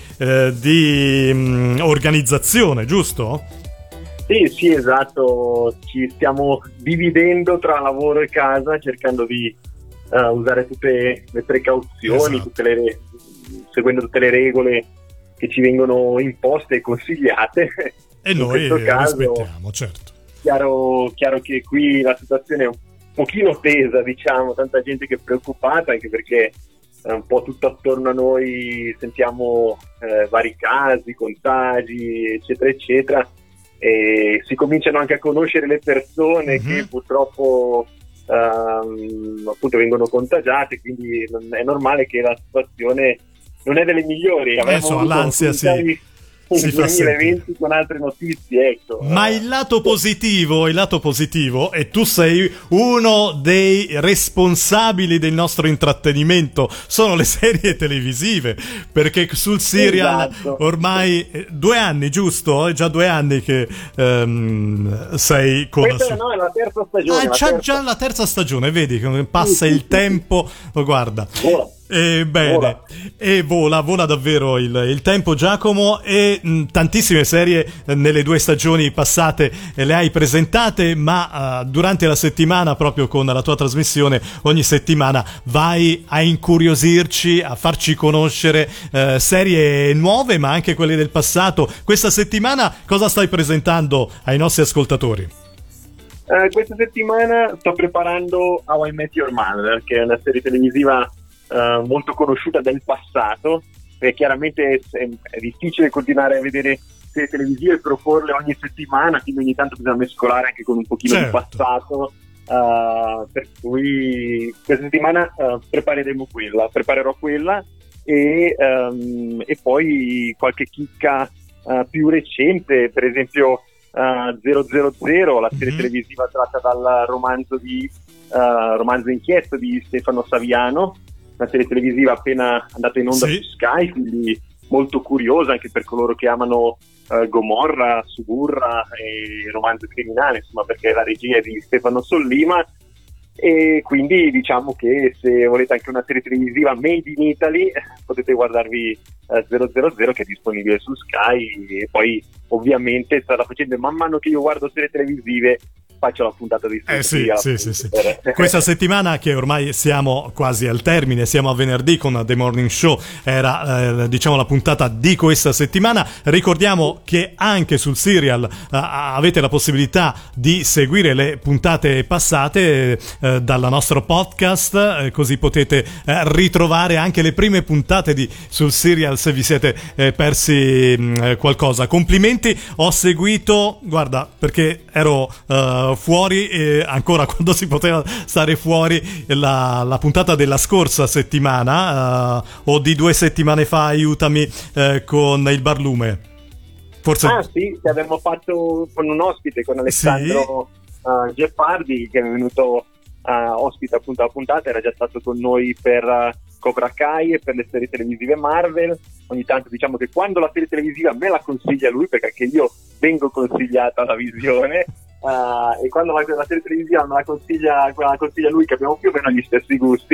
di organizzazione, giusto? Sì, esatto, ci stiamo dividendo tra lavoro e casa, cercando di usare tutte le precauzioni, esatto. Seguendo tutte le regole che ci vengono imposte e consigliate. E noi rispettiamo, certo. Chiaro che qui la situazione è un pochino tesa, diciamo, tanta gente che è preoccupata, anche perché un po' tutto attorno a noi sentiamo vari casi, contagi, eccetera, eccetera, e si cominciano anche a conoscere le persone che purtroppo appunto vengono contagiate, quindi è normale che la situazione non è delle migliori. Adesso l'ansia si fa 2020 con altre notizie, ecco. Ma il lato positivo, e tu sei uno dei responsabili del nostro intrattenimento, sono le serie televisive, perché sul Serial ormai 2 anni, giusto? È già 2 anni che sei con questa è la terza stagione. Già la terza stagione, vedi come passa il tempo, guarda. Bene, e vola davvero il tempo, Giacomo, e tantissime serie nelle 2 stagioni passate le hai presentate, ma durante la settimana, proprio con la tua trasmissione, ogni settimana vai a incuriosirci, a farci conoscere serie nuove, ma anche quelle del passato. Questa settimana cosa stai presentando ai nostri ascoltatori? Questa settimana sto preparando How I Met Your Mother, che è una serie televisiva molto conosciuta del passato, perché chiaramente è difficile continuare a vedere serie televisive e proporle ogni settimana, quindi ogni tanto bisogna mescolare anche con un pochino di passato, per cui questa settimana preparerò quella e poi qualche chicca più recente, per esempio 000, la serie televisiva tratta dal romanzo inchiesta di Stefano Saviano, una serie televisiva appena andata in onda su Sky, quindi molto curiosa anche per coloro che amano Gomorra, Suburra e romanzo criminale, insomma, perché la regia è di Stefano Sollima, e quindi diciamo che se volete anche una serie televisiva made in Italy potete guardarvi 000, che è disponibile su Sky, e poi ovviamente strada facendo, man mano che io guardo serie televisive faccio la puntata di sì. Questa settimana, che ormai siamo quasi al termine, siamo a venerdì con The Morning Show, era diciamo la puntata di questa settimana. Ricordiamo che anche sul Serial avete la possibilità di seguire le puntate passate dal nostro podcast, così potete ritrovare anche le prime puntate sul Serial se vi siete persi qualcosa. Complimenti, ho seguito, guarda, perché ero fuori, ancora quando si poteva stare fuori, la puntata della scorsa settimana o di 2 settimane fa, aiutami, con il Barlume. Forse... sì, che abbiamo fatto con un ospite, con Alessandro Geppardi, che è venuto ospite appunto alla puntata, era già stato con noi per Cobra Kai e per le serie televisive Marvel. Ogni tanto diciamo che quando la serie televisiva me la consiglia lui, perché anche io vengo consigliata la visione, e quando la serie televisiva me la consiglia lui, che abbiamo più o meno gli stessi gusti,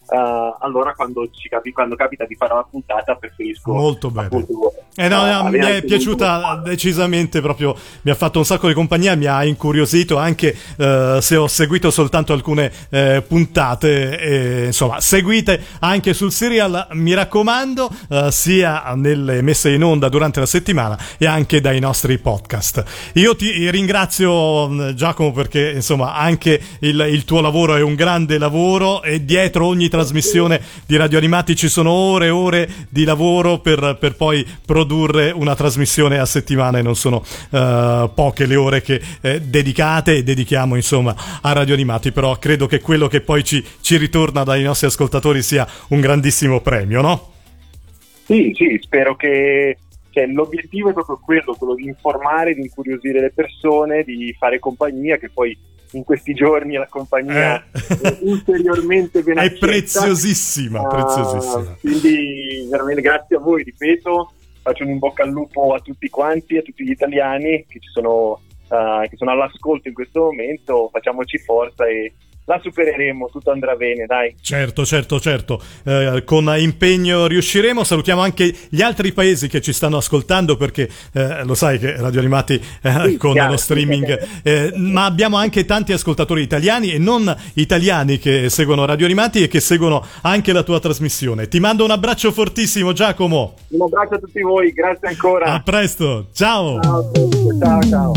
allora quando capita di fare una puntata preferisco molto bene. Appunto, mi è piaciuta decisamente, proprio mi ha fatto un sacco di compagnia, mi ha incuriosito anche se ho seguito soltanto alcune puntate, insomma seguite anche sul serial, mi raccomando, sia nelle messe in onda durante la settimana e anche dai nostri podcast. Io ti ringrazio, Giacomo, perché insomma anche il tuo lavoro è un grande lavoro e dietro ogni trasmissione di Radio Animati ci sono ore e ore di lavoro per poi produrre una trasmissione a settimana, e non sono poche le ore che dedicate e dedichiamo insomma a Radio Animati, però credo che quello che poi ci ritorna dai nostri ascoltatori sia un grandissimo premio, no? Sì, spero che l'obiettivo è proprio quello di informare, di incuriosire le persone, di fare compagnia, che poi in questi giorni la compagnia è ulteriormente ben accetta. È preziosissima. Quindi veramente grazie a voi, ripeto, faccio un in bocca al lupo a tutti quanti, a tutti gli italiani che sono all'ascolto in questo momento, facciamoci forza e la supereremo, tutto andrà bene, dai. Certo, con impegno riusciremo. Salutiamo anche gli altri paesi che ci stanno ascoltando, perché lo sai che Radio Animati con lo streaming, ma abbiamo anche tanti ascoltatori italiani e non italiani che seguono Radio Animati e che seguono anche la tua trasmissione. Ti mando un abbraccio fortissimo, Giacomo. Un abbraccio a tutti voi, grazie ancora. A presto, ciao. Ciao.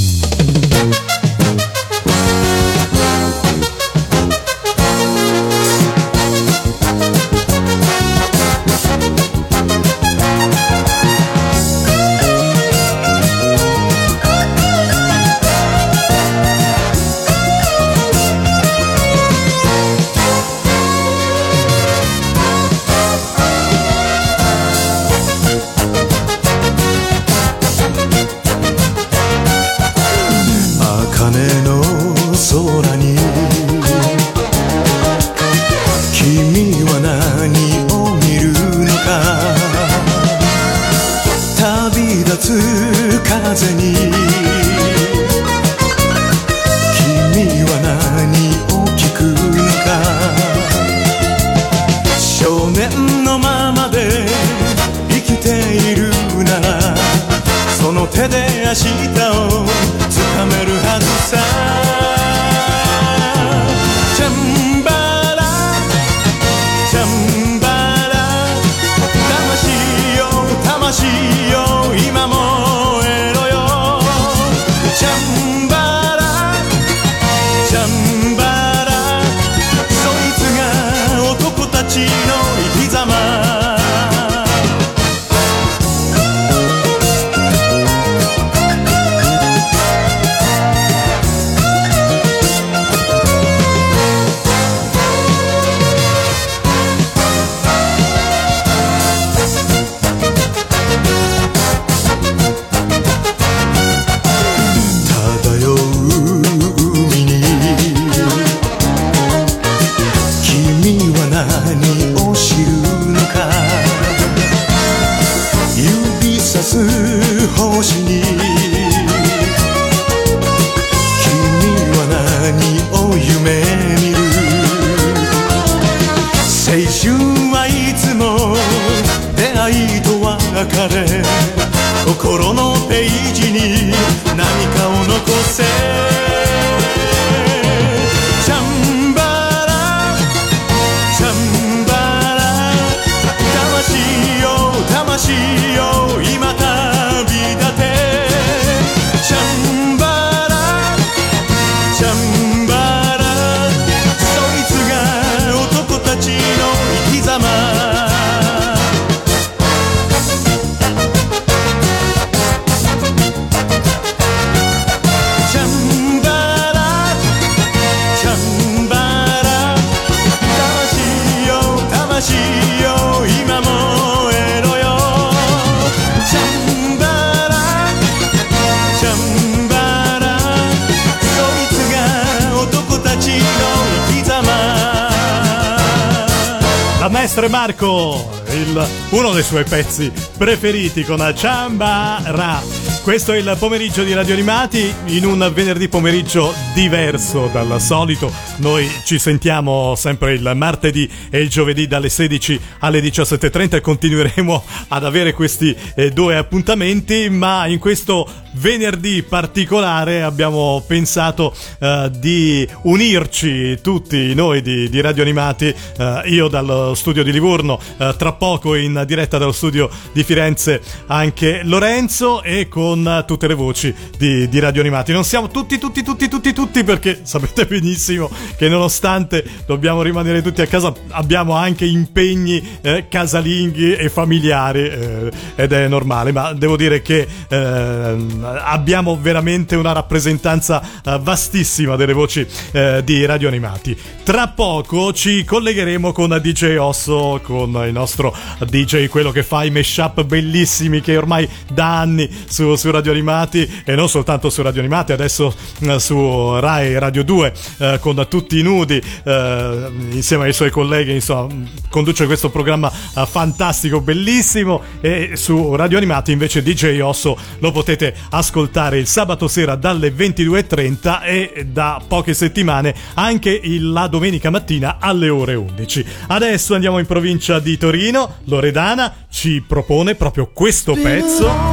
Maestre Marco, uno dei suoi pezzi preferiti con Ciambara. Questo è il pomeriggio di Radio Animati, in un venerdì pomeriggio diverso dal solito. Noi ci sentiamo sempre il martedì e il giovedì dalle 16 alle 17:30 e continueremo ad avere questi due appuntamenti, ma in questo venerdì particolare abbiamo pensato di unirci tutti noi di Radio Animati, io dallo studio di Livorno, tra poco in diretta dallo studio di Firenze anche Lorenzo, e con tutte le voci di Radio Animati. Non siamo tutti perché sapete benissimo che nonostante dobbiamo rimanere tutti a casa abbiamo anche impegni casalinghi e familiari, ed è normale, ma devo dire che abbiamo veramente una rappresentanza vastissima delle voci di Radio Animati. Tra poco ci collegheremo con DJ Osso, con il nostro DJ, quello che fa i mashup bellissimi che ormai da anni su Radio Animati, e non soltanto su Radio Animati, adesso su Rai Radio 2 con Tutti i Nudi, insieme ai suoi colleghi, insomma, conduce questo programma fantastico, bellissimo. E su Radio Animati invece DJ Osso lo potete ascoltare il sabato sera dalle 22:30 e da poche settimane anche la domenica mattina alle ore 11. Adesso andiamo in provincia di Torino. Loredana ci propone proprio questo pezzo.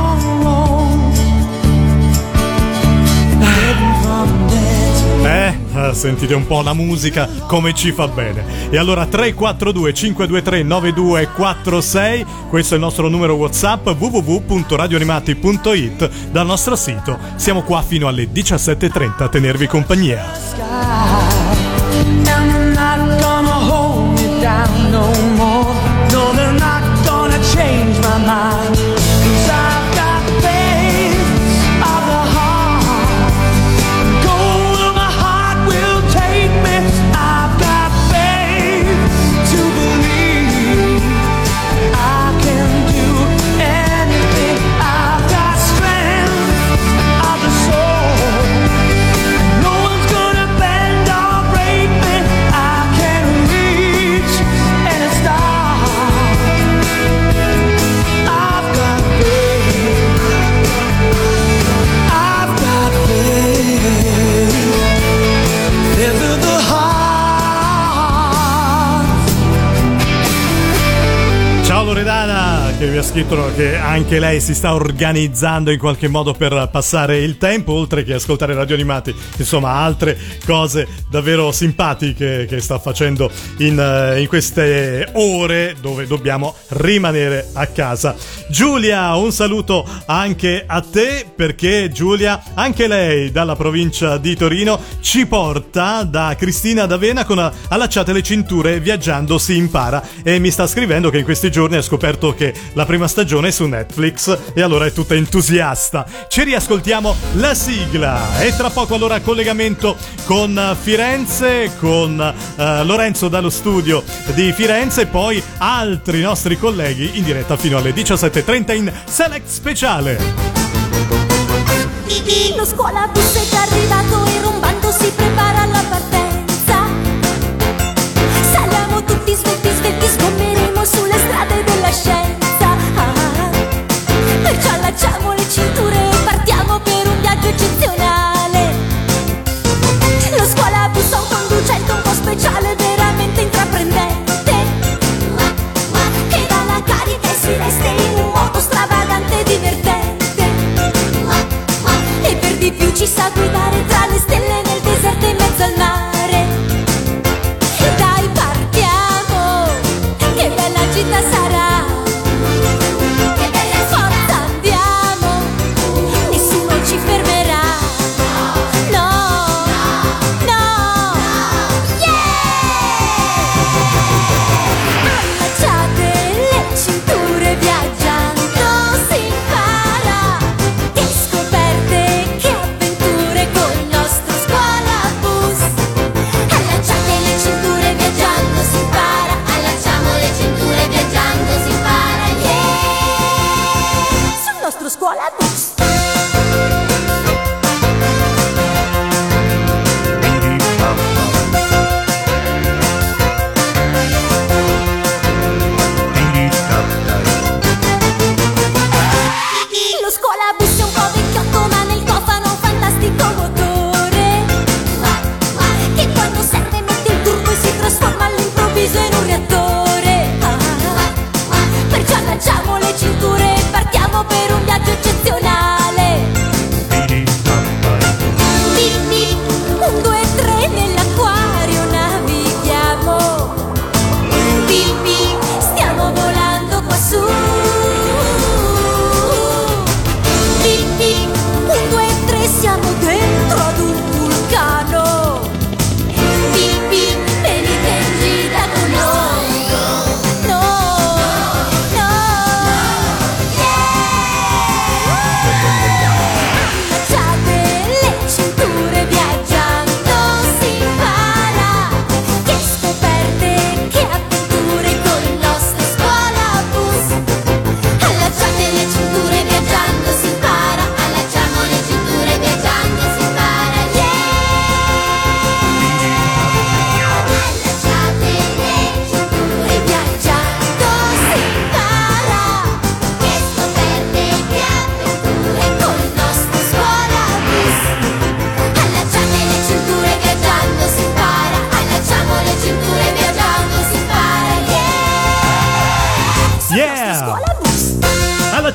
Sentite un po' la musica come ci fa bene. E allora 342 523 9246, questo è il nostro numero WhatsApp, www.radioanimati.it. dal nostro sito siamo qua fino alle 17:30 a tenervi compagnia. Loredana, che vi ha scritto che anche lei si sta organizzando in qualche modo per passare il tempo, oltre che ascoltare Radio Animati, insomma altre cose davvero simpatiche che sta facendo in queste ore dove dobbiamo rimanere a casa. Giulia, un saluto anche a te, perché Giulia, anche lei dalla provincia di Torino, ci porta da Cristina D'Avena con Allacciate le cinture, viaggiando si impara, e mi sta scrivendo che in questi giorni ha scoperto che la prima stagione è su Netflix e allora è tutta entusiasta. Ci riascoltiamo la sigla e tra poco allora collegamento con Firenze, con Lorenzo dallo studio di Firenze, e poi altri nostri colleghi in diretta fino alle 17:30 in Select Speciale. Lo scuolabus è già arrivato e rombando si prepara alla partenza. Saliamo tutti svetti, sgomberemo sulle strade della scienza. Perciò allacciamo le cinture e partiamo per un viaggio eccezionale. Lo scuolabus ha un conducente un po' speciale, veramente intraprendente, che dà la carica e si resta in un modo stravagante e divertente. E per di più ci sa guidare tra le stelle nel deserto in mezzo al mare. Dai, partiamo, che bella città sarà. Forza, andiamo, nessuno ci fermerà. No, no, yeah! Allacciate le cinture, viaggiando si impara. Che scoperte, che avventure con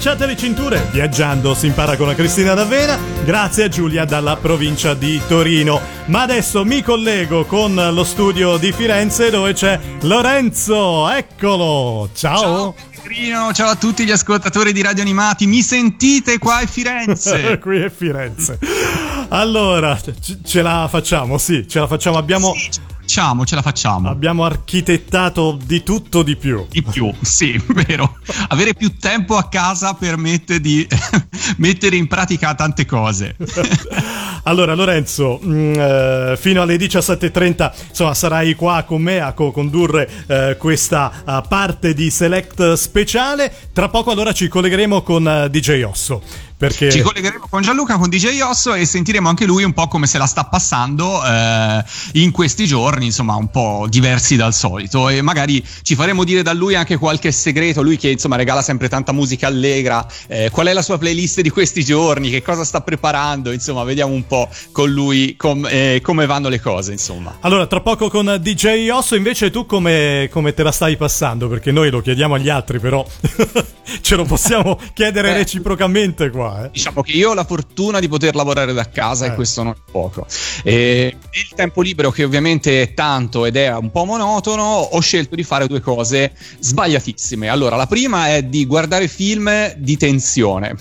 Allacciate le cinture, viaggiando si impara con la Cristina D'Avena, grazie a Giulia dalla provincia di Torino. Ma adesso mi collego con lo studio di Firenze dove c'è Lorenzo, eccolo, ciao. Ciao a tutti gli ascoltatori di Radio Animati, mi sentite? Qua è Firenze. Qui è Firenze. Allora, ce la facciamo, sì, ce la facciamo, abbiamo... Ce la facciamo. Abbiamo architettato di tutto di più. Di più, sì, vero. Avere più tempo a casa permette di mettere in pratica tante cose. Allora Lorenzo, fino alle 17.30 insomma sarai qua con me a condurre questa parte di Select speciale. Tra poco allora ci collegheremo con DJ Osso. Perché... Ci collegheremo con Gianluca, con DJ Osso, e sentiremo anche lui un po' come se la sta passando in questi giorni, insomma un po' diversi dal solito, e magari ci faremo dire da lui anche qualche segreto, lui che insomma regala sempre tanta musica allegra, qual è la sua playlist di questi giorni, che cosa sta preparando, insomma vediamo un po' con lui come vanno le cose, insomma. Allora tra poco con DJ Osso, invece tu come te la stai passando? Perché noi lo chiediamo agli altri, però ce lo possiamo chiedere reciprocamente qua. Diciamo che io ho la fortuna di poter lavorare da casa e questo non è poco. Nel tempo libero, che ovviamente è tanto ed è un po' monotono, ho scelto di fare due cose sbagliatissime. Allora, la prima è di guardare film di tensione.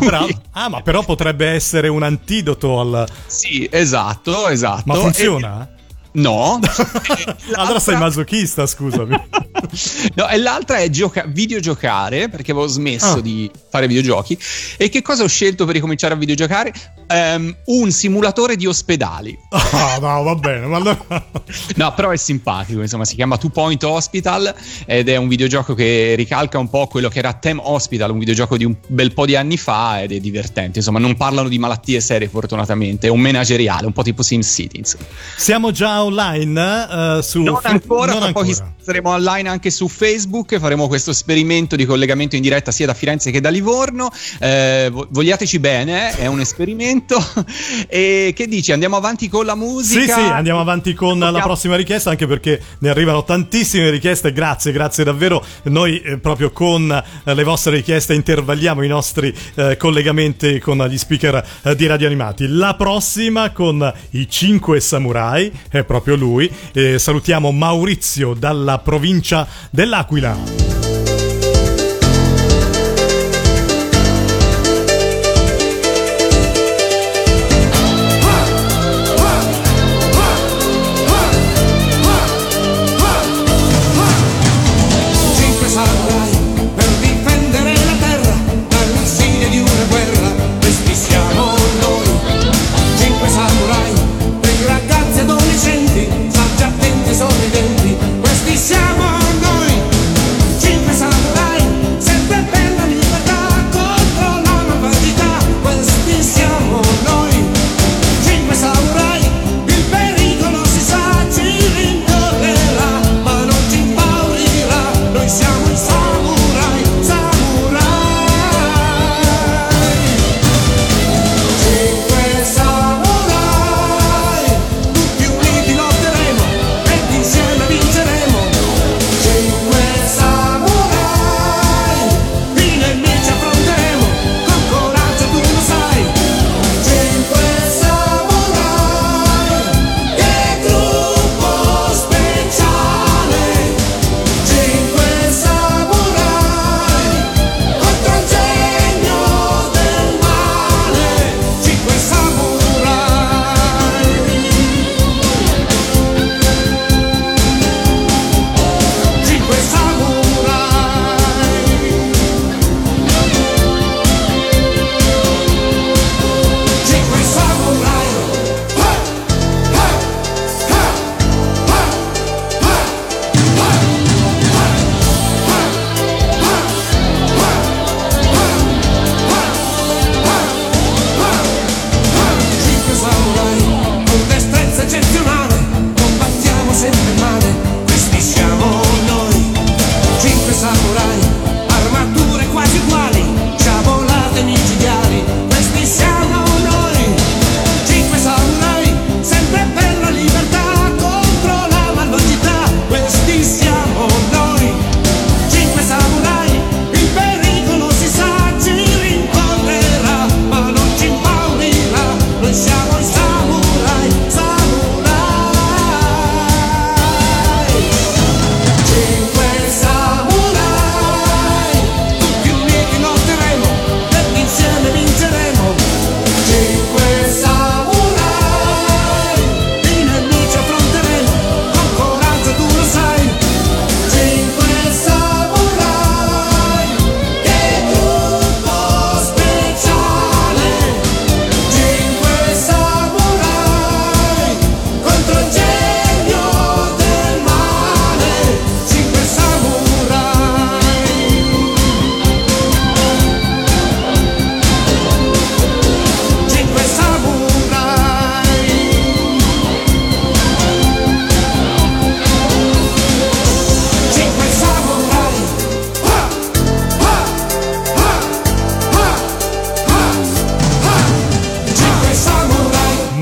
Ma però potrebbe essere un antidoto al... Sì, esatto. Ma funziona? No. Allora sei masochista, scusami. No, e l'altra è videogiocare, perché avevo smesso di fare videogiochi. E che cosa ho scelto per ricominciare a videogiocare? Un simulatore di ospedali. No, va bene, ma allora... No, però è simpatico, insomma, si chiama 2 Point Hospital ed è un videogioco che ricalca un po' quello che era Them Hospital, un videogioco di un bel po' di anni fa, ed è divertente. Insomma, non parlano di malattie serie, fortunatamente, è un manageriale, un po' tipo SimCity, insomma. Siamo già online su... Non ancora. Poi saremo online anche su Facebook, faremo questo esperimento di collegamento in diretta sia da Firenze che da Livorno. Vogliateci bene, è un esperimento. E che dici, andiamo avanti con la musica? Sì, andiamo avanti con la prossima richiesta, anche perché ne arrivano tantissime richieste. Grazie davvero. Noi proprio con le vostre richieste intervalliamo i nostri collegamenti con gli speaker di Radio Animati. La prossima con i 5 Samurai, è proprio lui. Salutiamo Maurizio dalla provincia dell'Aquila. Siamo noi,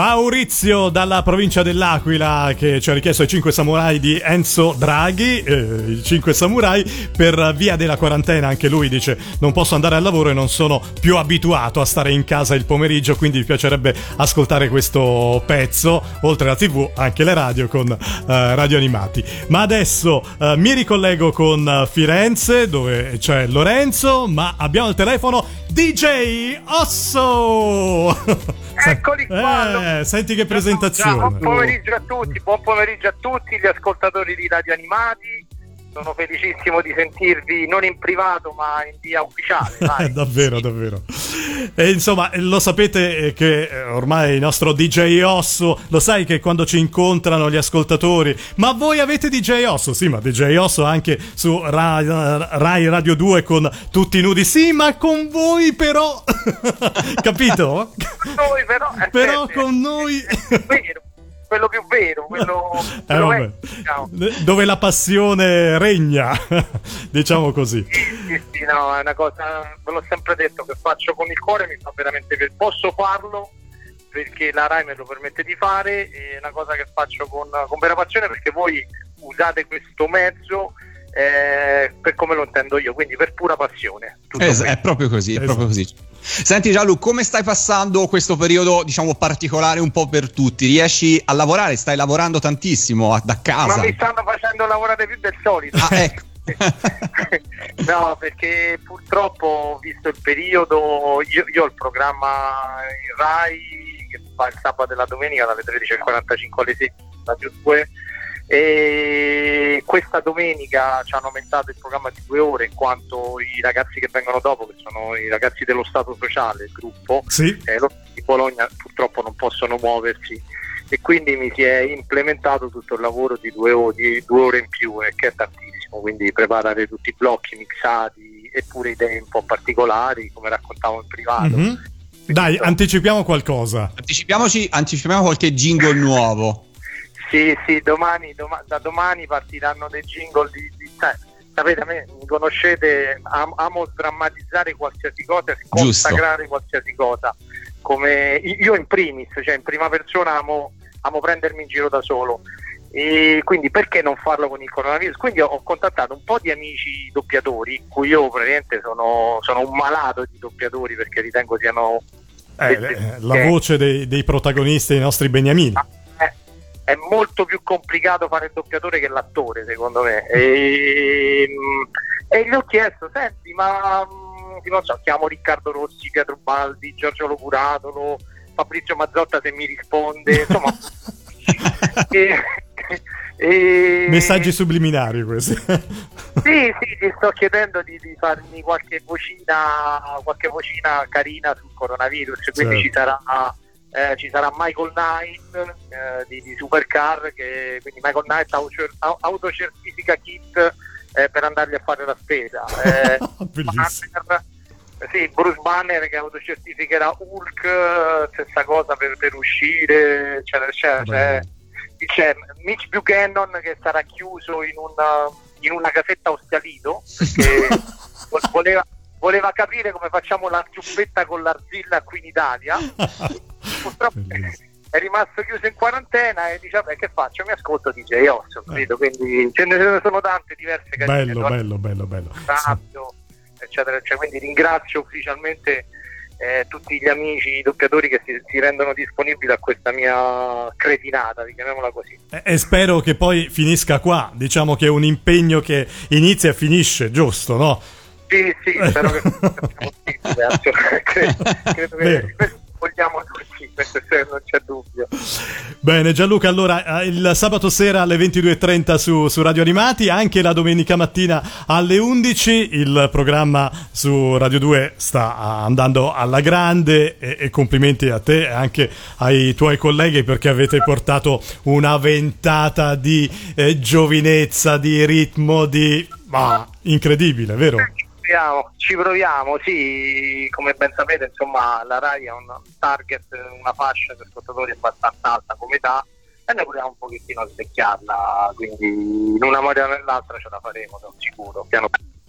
Maurizio dalla provincia dell'Aquila che ci ha richiesto i 5 samurai di Enzo Draghi, i 5 samurai per via della quarantena. Anche lui dice: non posso andare al lavoro e non sono più abituato a stare in casa il pomeriggio, quindi mi piacerebbe ascoltare questo pezzo, oltre alla TV anche le radio con Radio Animati. Ma adesso mi ricollego con Firenze dove c'è Lorenzo, ma abbiamo al telefono DJ Osso. Eccoli qua. Senti che presentazione. Buon pomeriggio a tutti gli ascoltatori di Radio Animati. Sono felicissimo di sentirvi non in privato ma in via ufficiale. Davvero. E insomma, lo sapete che ormai il nostro DJ Osso, lo sai che quando ci incontrano gli ascoltatori: ma voi avete DJ Osso? Sì, ma DJ Osso anche su Rai Radio 2 con Tutti Nudi. Sì, ma con voi però capito? Noi però con noi quello più vero, quello dove la passione regna, diciamo così. Sì, no, è una cosa, ve l'ho sempre detto, che faccio con il cuore, mi fa veramente piacere. Posso farlo perché la Rai me lo permette di fare, è una cosa che faccio con vera passione, perché voi usate questo mezzo per come lo intendo io, quindi per pura passione. È proprio così, è proprio così. Senti Gianlu, come stai passando questo periodo, diciamo, particolare un po' per tutti? Riesci a lavorare? Stai lavorando tantissimo da casa? Ma mi stanno facendo lavorare più del solito. Ecco. No, perché purtroppo, ho visto il periodo, io ho il programma in Rai che fa il sabato e la domenica dalle 13:45 alle 16 Radio 2, e questa domenica ci hanno aumentato il programma di 2 ore, in quanto i ragazzi che vengono dopo, che sono i ragazzi dello Stato Sociale, il gruppo, loro di Bologna purtroppo non possono muoversi, e quindi mi si è implementato tutto il lavoro di 2 ore in più, che è tantissimo, quindi preparare tutti i blocchi mixati e pure idee un po' particolari, come raccontavo in privato. Mm-hmm. Dai, anticipiamo qualcosa. Anticipiamo qualche jingle nuovo. Sì, da domani partiranno dei jingle sapete, a me mi conoscete, amo drammatizzare qualsiasi cosa e consacrare qualsiasi cosa, come io in primis, cioè in prima persona amo prendermi in giro da solo, e quindi perché non farlo con il coronavirus? Quindi ho contattato un po' di amici doppiatori, cui io praticamente sono un malato di doppiatori, perché ritengo siano la voce dei protagonisti, dei nostri beniamini. È molto più complicato fare il doppiatore che l'attore, secondo me, e gli ho chiesto: senti, ma non so, chiamo Riccardo Rossi, Pietro Baldi, Giorgio Locuratolo, Fabrizio Mazzotta se mi risponde, insomma. Messaggi subliminari questi. Sì, ti sto chiedendo di farmi qualche vocina carina sul coronavirus, quindi ci sarà Michael Knight di Supercar, quindi Michael Knight autocertifica kit per andargli a fare la spesa. Bruce Banner che autocertificherà Hulk, stessa cosa per uscire, eccetera. C'è Mitch Buchanan che sarà chiuso in una casetta a Ostia-Lido, perché voleva capire come facciamo la ciuffetta con l'arzilla qui in Italia. Purtroppo è rimasto chiuso in quarantena e dice: vabbè, che faccio? Mi ascolto DJ Osso, capito? Quindi ce ne sono tante diverse carine. Bello. Radio, eccetera. Quindi ringrazio ufficialmente tutti gli amici doppiatori che si rendono disponibili a questa mia cretinata, chiamiamola così. E spero che poi finisca qua. Diciamo che è un impegno che inizia e finisce, giusto, no? Sì, spero che credo che vogliamo tutti, questo non c'è dubbio. Bene Gianluca, allora il sabato sera alle 22:30 su Radio Animati, anche la domenica mattina alle 11 il programma su Radio 2 sta andando alla grande, e complimenti a te e anche ai tuoi colleghi, perché avete portato una ventata di giovinezza, di ritmo, incredibile, vero? Ci proviamo, sì, come ben sapete, insomma, la Rai ha un target, una fascia di ascoltatori abbastanza alta come età, e noi proviamo un pochettino a svecchiarla, quindi in una maniera o nell'altra ce la faremo, sono sicuro, piano piano.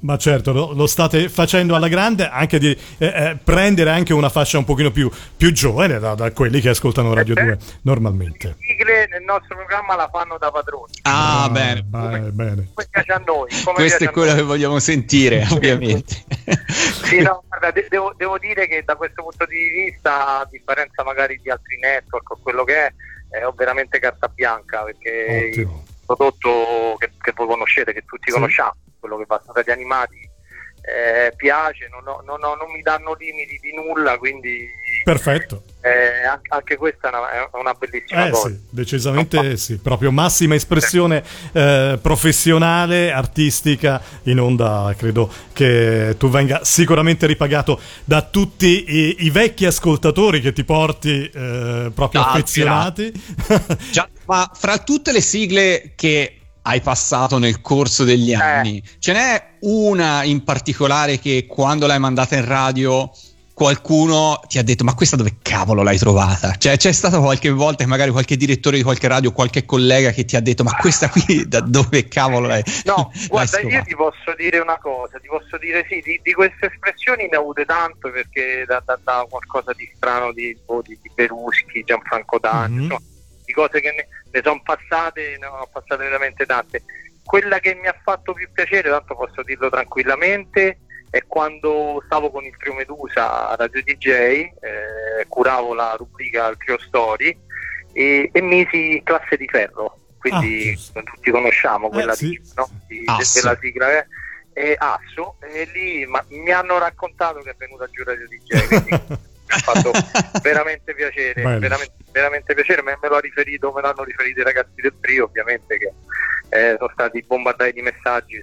Ma certo, lo state facendo alla grande, anche di prendere anche una fascia un pochino più giovane da quelli che ascoltano Radio 2 normalmente. Le sigle nel nostro programma la fanno da padroni. Bene. Bene. Come piace a noi. Questo è quello che vogliamo sentire, ovviamente. Sì, no, guarda, devo dire che da questo punto di vista, a differenza magari di altri network o quello che è ho veramente carta bianca, perché il prodotto che voi conoscete, che tutti conosciamo, quello che va su Radio Animati, piace, non mi danno limiti di nulla, quindi perfetto. Anche questa è una bellissima cosa. Sì, decisamente sì, proprio massima espressione professionale, artistica in onda. Credo che tu venga sicuramente ripagato da tutti i vecchi ascoltatori che ti porti proprio affezionati. Già, ma fra tutte le sigle che hai passato nel corso degli anni, ce n'è una in particolare che quando l'hai mandata in radio qualcuno ti ha detto: ma questa dove cavolo l'hai trovata? Cioè, c'è stata qualche volta che magari qualche direttore di qualche radio, qualche collega che ti ha detto: ma questa qui da dove cavolo l'hai? No, guarda, l'hai io ti posso dire una cosa, sì, di queste espressioni ne ho avute tanto, perché da qualcosa di strano di Beruschi, Gianfranco D'Angelo, insomma, di cose che ne sono passate, ne ho passate veramente tante. Quella che mi ha fatto più piacere, tanto posso dirlo tranquillamente, è quando stavo con il Trio Medusa a Radio DJ, curavo la rubrica al Trio Story e misi Classe di Ferro, quindi tutti conosciamo quella della sigla Asso, e lì mi hanno raccontato che è venuta giù Radio DJ, quindi mi ha fatto veramente piacere, veramente piacere. Me l'hanno riferito i ragazzi del Trio, ovviamente, che sono stati bombardati di messaggi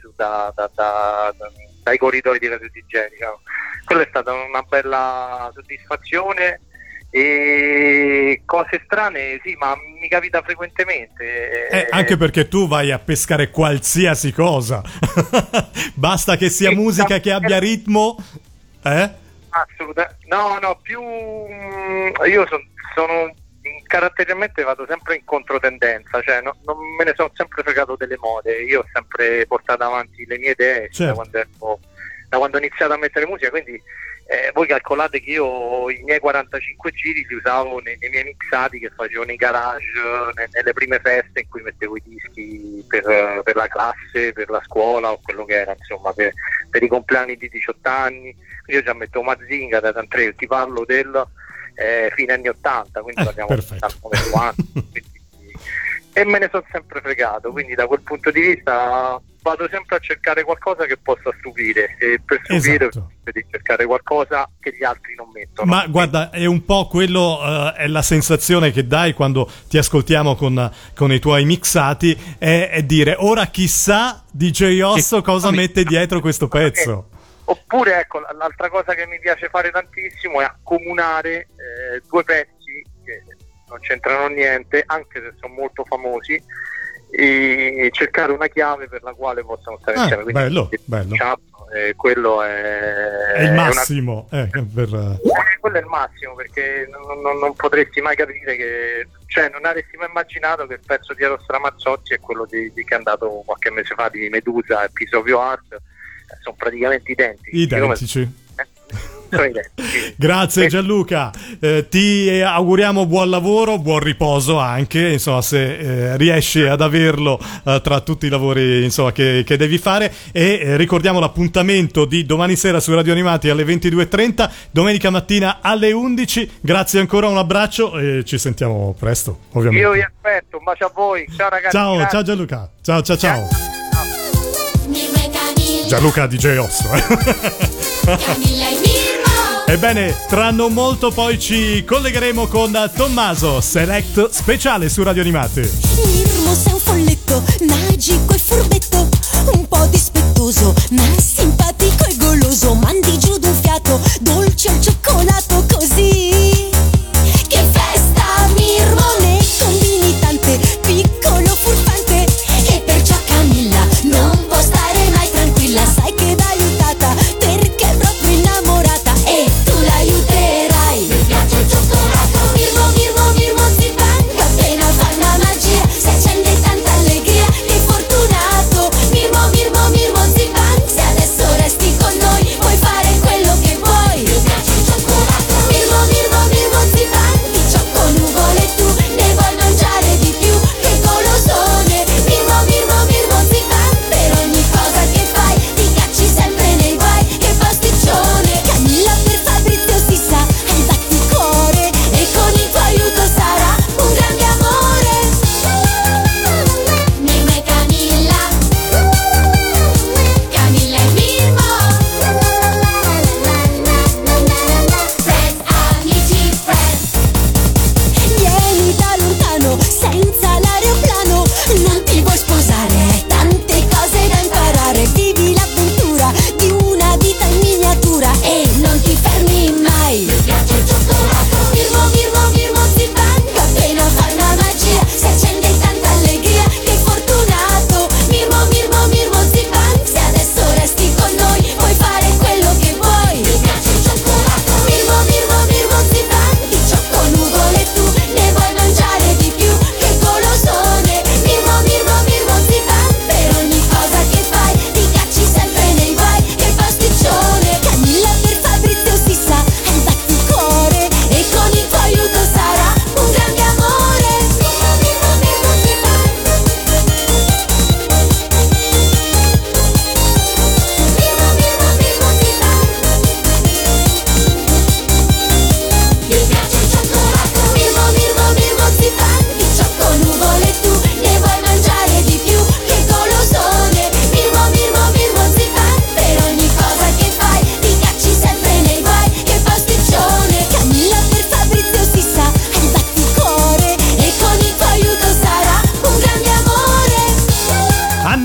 dai corridoi di Radio DJ, diciamo. Quella è stata una bella soddisfazione. E cose strane, sì, ma mi capita frequentemente. Anche perché tu vai a pescare qualsiasi cosa. Basta che sia musica che abbia ritmo. Assolutamente. No, più io sono caratterialmente vado sempre in controtendenza, cioè non me ne sono sempre fregato delle mode. Io ho sempre portato avanti le mie idee, certo, da quando ho iniziato a mettere musica, quindi voi calcolate che io i miei 45 giri li usavo nei miei mixati che facevo nei garage, nelle prime feste in cui mettevo i dischi per la classe, per la scuola o quello che era, insomma, per i compleanni di 18 anni. Io già mettevo Mazinga da Tantreo, ti parlo del fine anni 80, quindi parliamo di 89 anni, e me ne sono sempre fregato, quindi da quel punto di vista vado sempre a cercare qualcosa che possa stupire, e per stupire devi cercare qualcosa che gli altri non mettono. Ma guarda, è un po' quello, è la sensazione che dai quando ti ascoltiamo con i tuoi mixati, è dire: ora chissà DJ Osso cosa mette dietro questo pezzo. Oppure, ecco, l'altra cosa che mi piace fare tantissimo è accomunare due pezzi che non c'entrano niente, anche se sono molto famosi, e cercare una chiave per la quale possano stare insieme. Quindi, bello. Quello è il massimo. Quello è il massimo, perché non potresti mai capire non avresti mai immaginato che il pezzo di Eros Ramazzotti è quello che è andato qualche mese fa di Medusa e Piece of Your Heart. Sono praticamente identici. Sono identici. Grazie Gianluca, ti auguriamo buon lavoro, buon riposo anche, insomma, se riesci ad averlo tra tutti i lavori, insomma, che devi fare, e ricordiamo l'appuntamento di domani sera su Radio Animati alle 22:30, domenica mattina alle 11. Grazie ancora, un abbraccio e ci sentiamo presto, ovviamente. Io vi aspetto, un bacio a voi, ciao ragazzi. Ciao Gianluca, ciao. Gianluca DJ Osso. Ebbene, tra non molto poi ci collegheremo con Tommaso, Select speciale su Radio Animati. Mirmo sei un folletto, magico e furbetto, un po' dispettoso, ma simpatico e goloso. Mandi giù d'un fiato, dolce al cioccolato così. Che festa, Mirmo, ne combini tante, piccolo furfante, e perciò Camilla non può stare mai tranquilla. Sai che va aiutata, perché è proprio innamorata, e tu l'aiuterai. Mi piace il cioccolato, Mirmo si fanno appena fa una magia, si accende tanta allegria, che fortunato. Mirmo si fanno, se adesso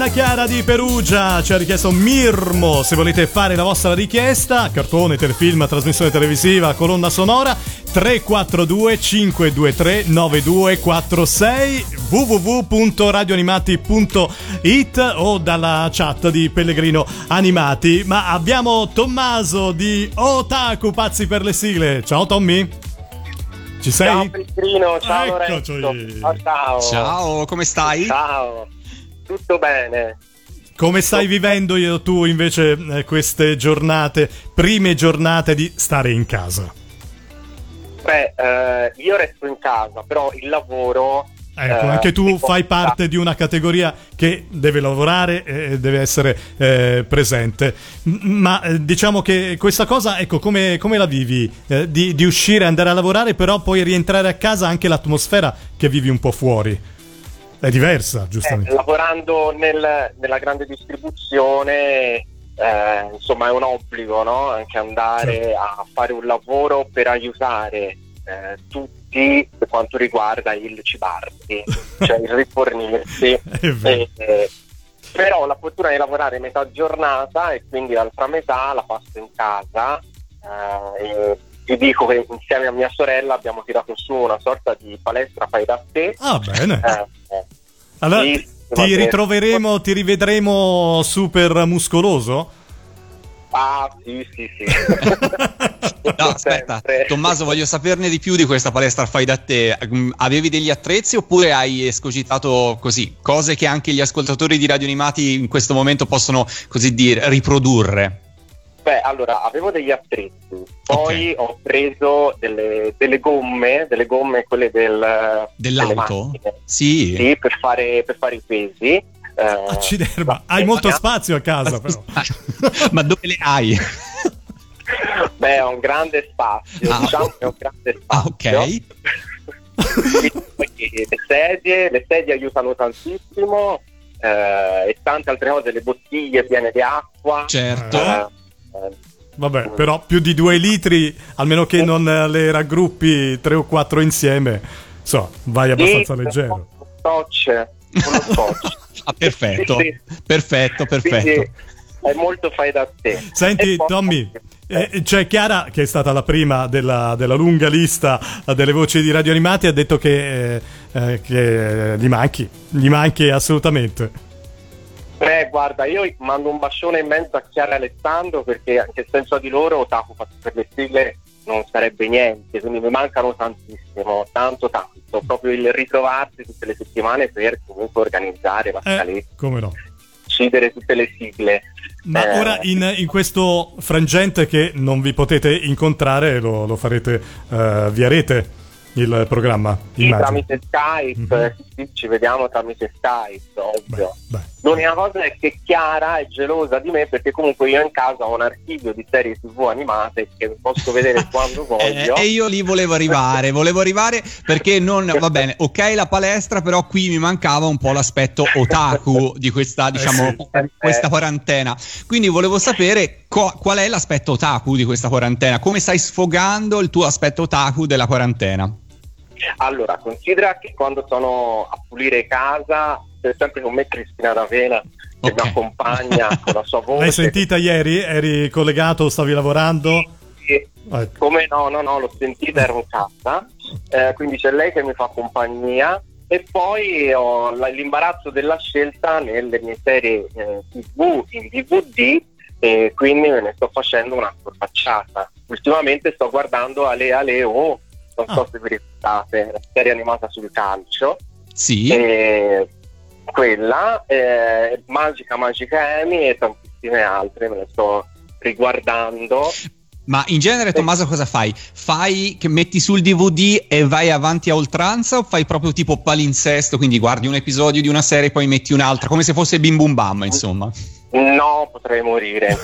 Anna Chiara di Perugia ci ha richiesto Mirmo. Se volete fare la vostra richiesta, cartone, telefilm, trasmissione televisiva, colonna sonora, 342 523 9246 www.radioanimati.it o dalla chat di Pellegrino Animati. Ma abbiamo Tommaso di Otaku Pazzi per le sigle. Ciao Tommy. Ci sei? Ciao Pellegrino, ciao Eccoci. Lorenzo. Ciao, come stai? Ciao, tutto bene. Come stai vivendo tu invece queste giornate, prime giornate di stare in casa? Beh, io resto in casa, però il lavoro... Ecco, anche tu fai parte di una categoria che deve lavorare e deve essere presente. Ma diciamo che questa cosa, ecco, come la vivi? Di uscire, andare a lavorare, però poi rientrare a casa, anche l'atmosfera che vivi un po' fuori è diversa, giustamente. Lavorando nella grande distribuzione, insomma, è un obbligo, no? Anche andare a fare un lavoro per aiutare tutti per quanto riguarda il cibarsi, cioè il rifornirsi. Però la fortuna di lavorare metà giornata e quindi l'altra metà la passo in casa. E ti dico che insieme a mia sorella abbiamo tirato su una sorta di palestra fai da te. Ah, bene. Allora ti rivedremo super muscoloso? Ah, sì. No, aspetta, Tommaso, voglio saperne di più di questa palestra fai da te. Avevi degli attrezzi oppure hai escogitato così cose che anche gli ascoltatori di Radio Animati in questo momento possono, così dire, riprodurre? Beh, allora, avevo degli attrezzi, poi ho preso delle gomme, quelle dell'auto? Sì, per fare i pesi. Acciderba, hai molto spazio a casa però. Ma dove le hai? Beh, ho un grande spazio, diciamo che è un grande spazio. Ok. Le sedie aiutano tantissimo, e tante altre cose, le bottiglie piene di acqua. Certo. Vabbè, però più di 2 litri, almeno che non le raggruppi 3 o 4 insieme, vai abbastanza leggero. Uno scotch. Ah, perfetto. Sì. Perfetto. Quindi è molto fai da te. Senti, Tommy, c'è Chiara che è stata la prima della lunga lista delle voci di Radio Animati, ha detto che gli manchi assolutamente. Guarda, io mando un bacione immenso a Chiara e Alessandro, perché anche senza di loro Otaku Pazzi per le sigle non sarebbe niente, quindi mi mancano tantissimo, tanto, proprio il ritrovarsi tutte le settimane per comunque organizzare la scaletta, come no, decidere tutte le sigle. Ma ora in questo frangente che non vi potete incontrare, lo farete via rete il programma? Sì, tramite Skype, sì, ci vediamo tramite Skype, ovvio. L'unica cosa è che Chiara è gelosa di me, perché comunque io in casa ho un archivio di serie TV animate che posso vedere quando voglio. E io lì volevo arrivare perché va bene, ok la palestra, però qui mi mancava un po' l'aspetto otaku di questa, diciamo, questa quarantena. Quindi volevo sapere qual è l'aspetto otaku di questa quarantena, come stai sfogando il tuo aspetto otaku della quarantena? Allora, considera che quando sono a pulire casa c'è sempre con me Cristina D'Avena che mi accompagna con la sua voce. L'hai sentita ieri? Eri collegato? Stavi lavorando? Sì. Come no, l'ho sentita, ero in casa, quindi c'è lei che mi fa compagnia, e poi ho l'imbarazzo della scelta nelle mie serie TV in DVD, e quindi me ne sto facendo una scorpacciata. Ultimamente sto guardando Ale O, non so se vi ricordate, la serie animata sul calcio. Sì. Quella, Magica Amy e tantissime altre, me le sto riguardando. Ma in genere, Tommaso, cosa fai? Fai che metti sul DVD e vai avanti a oltranza, o fai proprio tipo palinsesto, quindi guardi un episodio di una serie e poi metti un'altra, come se fosse Bim Bum Bam, insomma? No, potrei morire.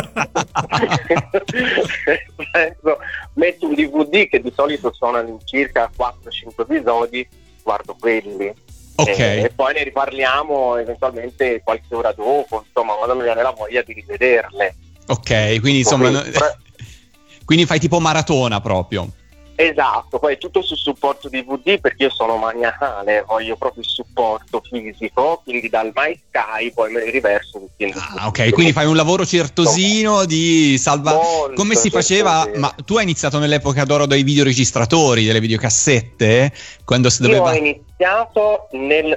Metto un DVD che di solito sono all'incirca 4-5 episodi, guardo quelli. E poi ne riparliamo eventualmente qualche ora dopo, insomma, quando mi viene la voglia di rivederle. Ok, quindi insomma quindi fai tipo maratona proprio. Esatto, poi tutto sul supporto DVD, perché io sono maniacale, voglio proprio il supporto fisico, quindi dal My Sky poi me li riverso tutti in DVD. Ok, quindi fai un lavoro certosino di salva. Molto Come si faceva? certosino. Ma tu hai iniziato nell'epoca d'oro dei videoregistratori, delle videocassette? Quando si Io doveva. ho iniziato nel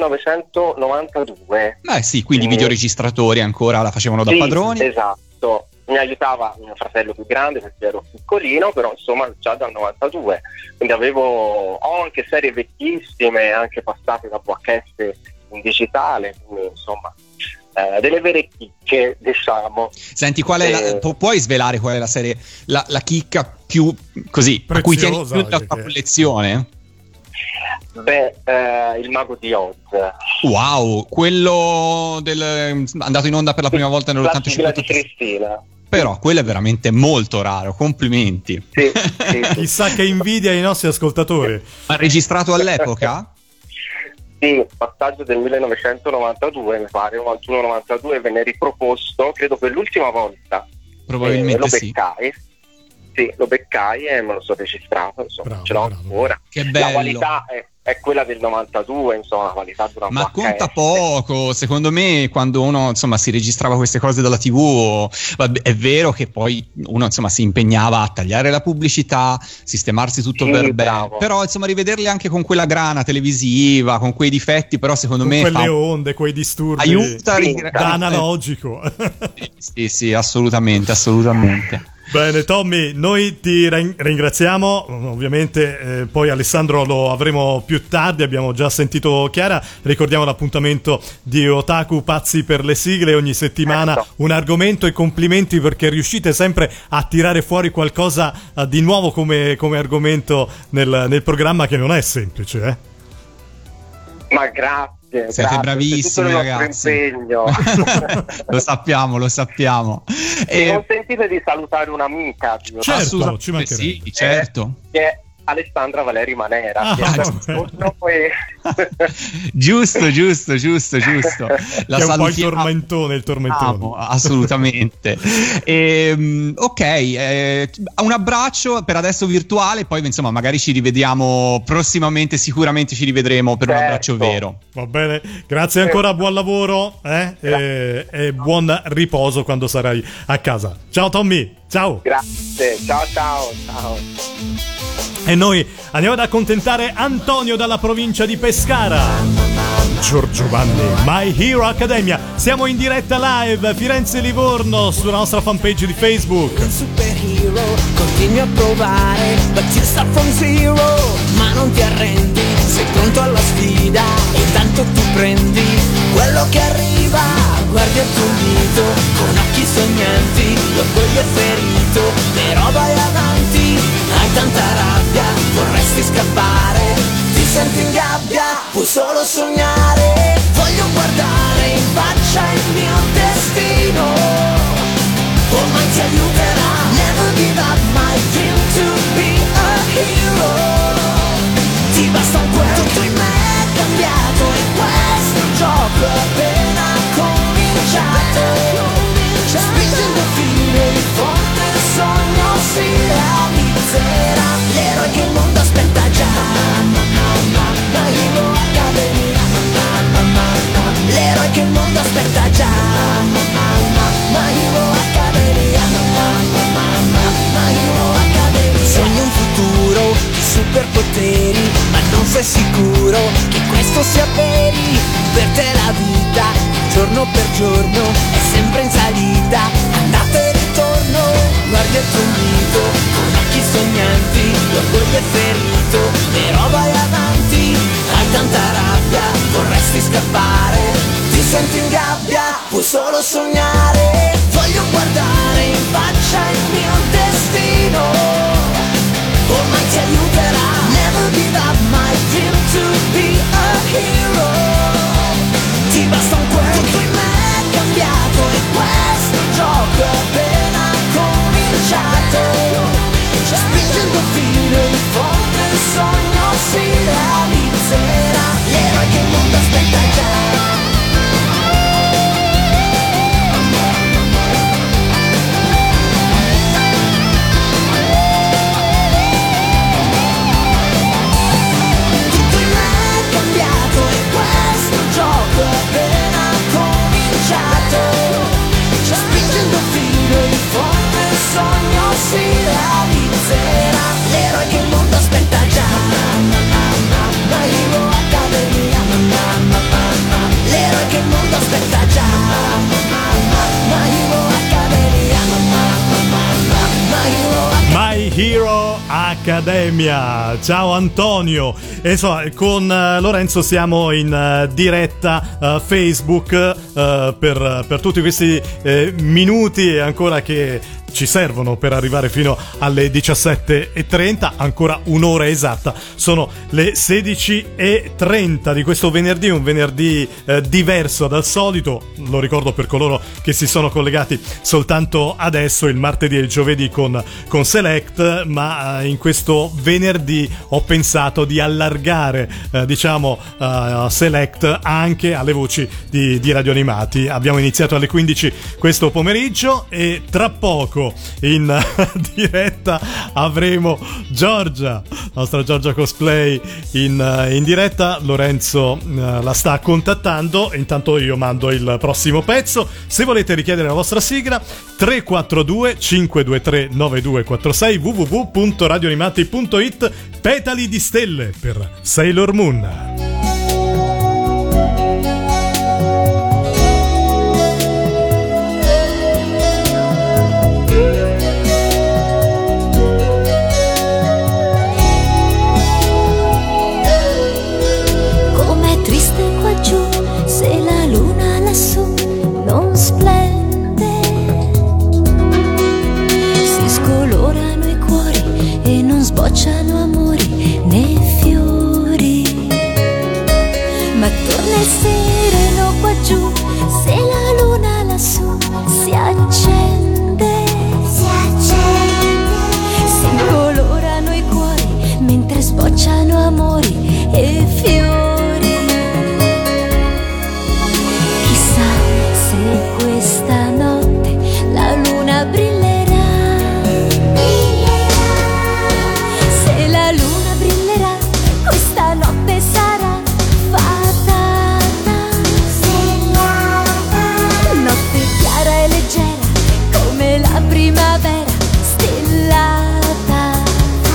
1992. Beh sì, quindi videoregistratori ancora la facevano da Sì, padroni. Esatto, mi aiutava mio fratello più grande perché ero piccolino, però insomma già dal 92, quindi ho anche serie vecchissime, anche passate da VHS in digitale, quindi insomma delle vere chicche, diciamo. Senti, qual è puoi svelare qual è la serie, la chicca più così, a cui tieni più la tua collezione? Beh, il Mago di Oz. Wow, quello andato in onda per la prima volta La sigla di nell'85. Cristina. Però quello è veramente molto raro, complimenti. Sì. Chissà che invidia ai nostri ascoltatori. Ma registrato all'epoca? Sì, passaggio del 1992, mi pare, 91-92, venne riproposto, credo per l'ultima volta. Probabilmente lo sì. beccai. Sì, lo beccai e me lo sono registrato, insomma, ce l'ho ancora. Che bello. La qualità è quella del 92, insomma, la qualità di una Ma VHS. conta poco, secondo me, quando uno insomma si registrava queste cose dalla TV, è vero che poi uno insomma si impegnava a tagliare la pubblicità, sistemarsi tutto Sì, per bene, bravo. però insomma rivederli anche con quella grana televisiva, con quei difetti, però secondo Con me quelle onde, quei disturbi aiuta da analogico. Sì, assolutamente. Bene Tommy, noi ti ringraziamo, ovviamente poi Alessandro lo avremo più tardi, abbiamo già sentito Chiara, ricordiamo l'appuntamento di Otaku Pazzi per le sigle, ogni settimana un argomento, e complimenti perché riuscite sempre a tirare fuori qualcosa di nuovo come argomento nel programma, che non è semplice. Ma grazie. Siete bravissimi, ragazzi. Impegno. Lo sappiamo. Mi consentite di salutare un'amica? Certo, ci mancherebbe. Sì, certo. Che è Alessandra Valeri Manera. Giusto. La che è un po' il tormentone. Assolutamente. Ok, un abbraccio per adesso virtuale, poi insomma magari ci rivediamo prossimamente, sicuramente ci rivedremo per un abbraccio vero. Va bene, grazie ancora, buon lavoro e buon riposo quando sarai a casa. Ciao Tommy, ciao. Grazie, ciao. E noi andiamo ad accontentare Antonio dalla provincia di Pescara. Giorgio Vanni, My Hero Academia. Siamo in diretta live Firenze-Livorno sulla nostra fanpage di Facebook. Superhero, continui a provare, but you start from zero. Ma non ti arrendi, sei pronto alla sfida e intanto tu prendi quello che arriva. Guardi il tuo mito con occhi sognanti, l'orgoglio è ferito, però vai avanti. Hai tanta rabbia, vorresti scappare, ti senti in gabbia, puoi solo sognare. Voglio guardare in faccia il mio destino, ormai ti aiuterà. Never give up my dream to be a hero. Ti basta un quel, tutto in me è cambiato e questo gioco è appena cominciato. Spingendo fino in fondo il sogno si realizzerà. L'eroe che il mondo aspetta già. My Hero Academia. L'eroe che il mondo aspetta già. My Hero Academia. My Hero Academia. Sogni un futuro di superpoteri, ma non sei sicuro che questo sia veri. Per te la vita, giorno per giorno, è sempre in salita, andata e ritorno. Guardi il tuo mito con occhi sognanti, l'orgoglio è ferito, però vai avanti. Hai tanta rabbia, vorresti scappare, ti senti in gabbia, puoi solo sognare. Voglio guardare in faccia il mio destino, ormai ti aiuterà. Never give up my dream to be a hero. Ti basta un quel, tutto in me è cambiato e questo gioco è appena cominciato. Spingendo fino in fondo il sogno si realizzerà. L'eroe che il mondo aspetta già. Accademia. Ciao Antonio. E insomma, con Lorenzo siamo in diretta Facebook per tutti questi minuti ancora che ci servono per arrivare fino alle 17:30, ancora un'ora esatta, sono le 16:30 di questo venerdì, un venerdì diverso dal solito, lo ricordo per coloro che si sono collegati soltanto adesso, il martedì e il giovedì con Select, ma in questo venerdì ho pensato di allargare Select anche alle voci di Radio Animati. Abbiamo iniziato alle 15 questo pomeriggio e tra poco in diretta avremo Giorgia, nostra Giorgia Cosplay in diretta. Lorenzo la sta contattando, intanto io mando il prossimo pezzo. Se volete richiedere la vostra sigla, 342 523 9246 www.radioanimati.it. Petali di stelle per Sailor Moon. Se la luna lassù non splende, si scolorano i cuori e non sbocciano amori né fiori, ma torna il sereno qua giù, se la luna lassù si accende, si colorano i cuori mentre sbocciano amori e fiori. Questa notte la luna brillerà, se la luna brillerà, questa notte sarà fatata, notte chiara e leggera come la primavera stellata,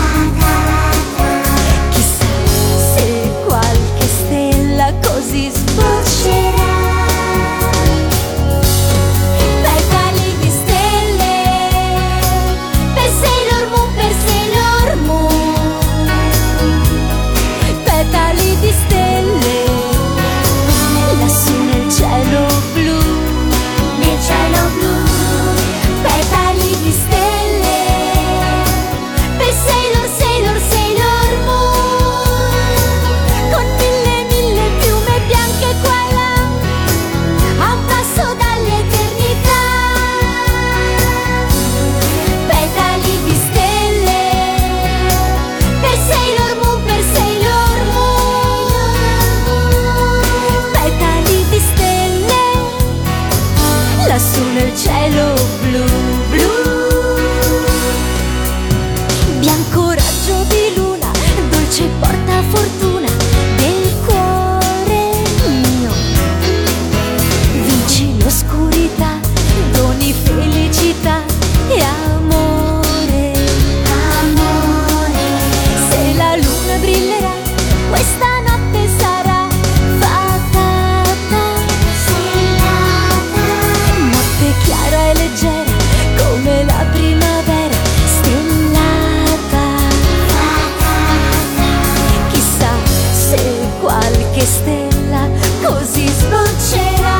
chissà se qualche stella così sboccerà. Nel cielo blu, blu, bianco raggio di luna, dolce porta fortuna del cuore mio, vinci l'oscurità, doni felicità e amore, amore, se la luna brillerà, questa notte sarà chiara e leggera come la primavera stellata, chissà se qualche stella così sboccerà.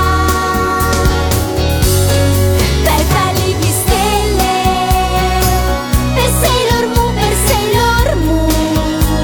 Petali di stelle per Sailor Moon, per Sailor Moon,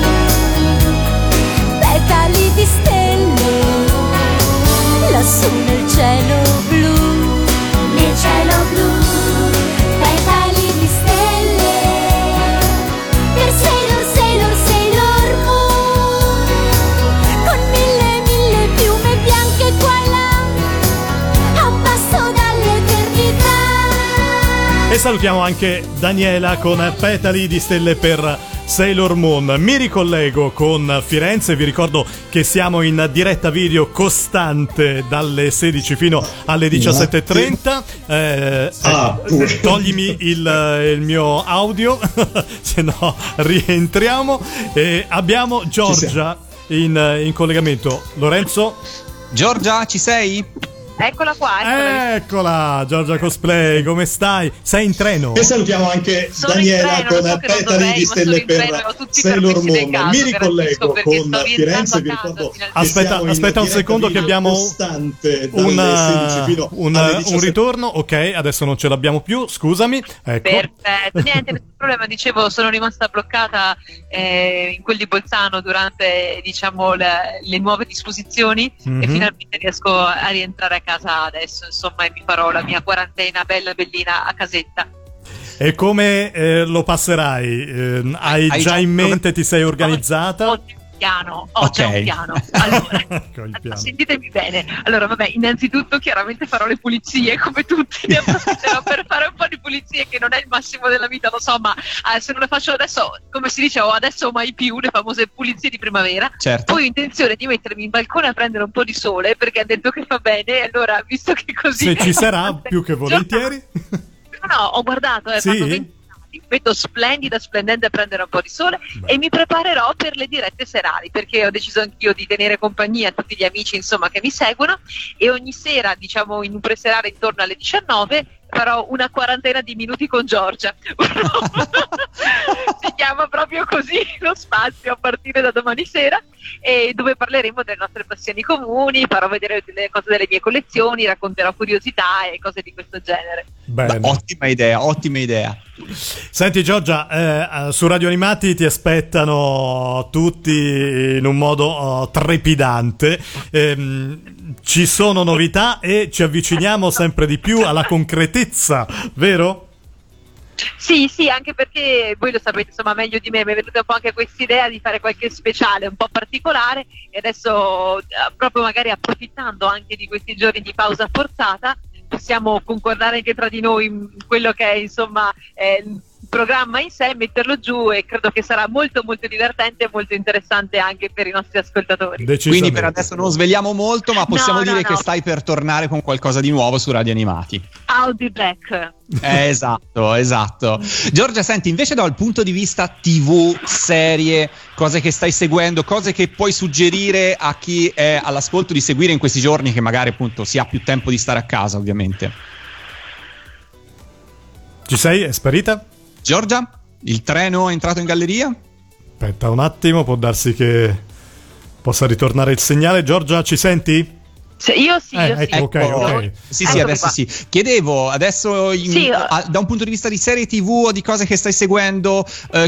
petali di stelle lassù nel cielo blu, nel cielo blu, petali di stelle per Sailor, Sailor, Sailor Moon, con mille, mille piume bianche qua e là, a un passo dall'eternità. E salutiamo anche Daniela con Petali di stelle per Sailor Moon. Mi ricollego con Firenze, vi ricordo che siamo in diretta video costante dalle 16 fino alle 17:30. Toglimi il mio audio, se no rientriamo. Abbiamo Giorgia in collegamento. Lorenzo? Giorgia, ci sei? Eccola qua. Eccola, Giorgia Cosplay, come stai? Sei in treno? E salutiamo anche Daniela con Petali di Stelle per Sailor Moon. Mi ricollego con Firenze, vi ricordo. Aspetta un secondo che abbiamo un ritorno. Ok, adesso non ce l'abbiamo più, scusami. Ecco. Perfetto, niente, nessun problema. Dicevo, sono rimasta bloccata in quel di Bolzano durante, diciamo, le nuove disposizioni e finalmente riesco a rientrare a casa adesso, insomma, e mi farò la mia quarantena bellina a casetta. E come lo passerai? Hai già in mente, ti sei organizzata? Ho già un piano. Allora, sentitemi bene. Allora, vabbè, innanzitutto chiaramente farò le pulizie come tutti, ne approfitterò per fare un po' di pulizie, che non è il massimo della vita, lo so, ma se non le faccio adesso, come si dice, adesso o mai più, le famose pulizie di primavera. Certo. Poi ho intenzione di mettermi in balcone a prendere un po' di sole, perché ha detto che fa bene, allora, visto che così... Se ci sarà, più che volentieri. No, ho guardato, sì? fatto 20 metto splendente a prendere un po' di sole. Beh. E mi preparerò per le dirette serali, perché ho deciso anch'io di tenere compagnia a tutti gli amici, insomma, che mi seguono, e ogni sera, diciamo, in un preserale intorno alle 19 farò una quarantena di minuti con Giorgia. Si chiama proprio così lo spazio, a partire da domani sera, e dove parleremo delle nostre passioni comuni, farò vedere delle cose delle mie collezioni, racconterò curiosità e cose di questo genere. Bene. Ottima idea. Senti Giorgia, su Radio Animati ti aspettano tutti in un modo trepidante. Ci sono novità e ci avviciniamo sempre di più alla concretezza, vero? Sì, anche perché voi lo sapete, insomma, meglio di me, mi è venuta un po' anche questa idea di fare qualche speciale un po' particolare, e adesso, proprio magari approfittando anche di questi giorni di pausa forzata, possiamo concordare anche tra di noi quello che è, insomma, il programma in sé, metterlo giù, e credo che sarà molto molto divertente e molto interessante anche per i nostri ascoltatori. Quindi per adesso non sveliamo molto, ma possiamo dire che stai per tornare con qualcosa di nuovo su Radio Animati. I'll be back. Esatto. Giorgia, senti, invece dal punto di vista TV, serie, cose che stai seguendo, cose che puoi suggerire a chi è all'ascolto di seguire in questi giorni, che magari appunto si ha più tempo di stare a casa, ovviamente. Ci sei? È sparita? Giorgia, il treno è entrato in galleria? Aspetta un attimo, può darsi che possa ritornare il segnale. Giorgia, ci senti? Io sì. Ok. Sì, adesso qua. Sì. Chiedevo, adesso da un punto di vista di serie TV o di cose che stai seguendo,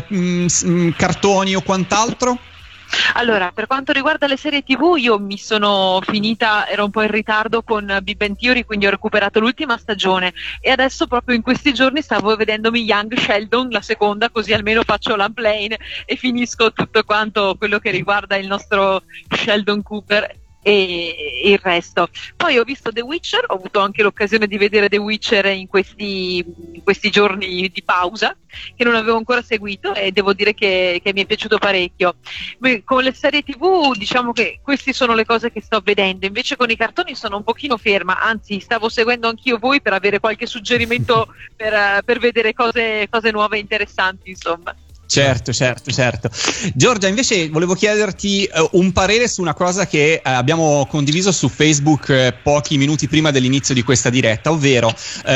cartoni o quant'altro? Allora, per quanto riguarda le serie TV, io mi sono finita, ero un po' in ritardo con Big Bang Theory, quindi ho recuperato l'ultima stagione, e adesso proprio in questi giorni stavo vedendomi Young Sheldon, la seconda, così almeno faccio l'unplane e finisco tutto quanto quello che riguarda il nostro Sheldon Cooper e il resto. Poi ho visto The Witcher, ho avuto anche l'occasione di vedere The Witcher in questi giorni di pausa, che non avevo ancora seguito, e devo dire che mi è piaciuto parecchio. Con le serie TV diciamo che queste sono le cose che sto vedendo, invece con i cartoni sono un pochino ferma, anzi stavo seguendo anch'io voi per avere qualche suggerimento per vedere cose nuove e interessanti, insomma. Certo. Giorgia, invece volevo chiederti un parere su una cosa che abbiamo condiviso su Facebook pochi minuti prima dell'inizio di questa diretta, ovvero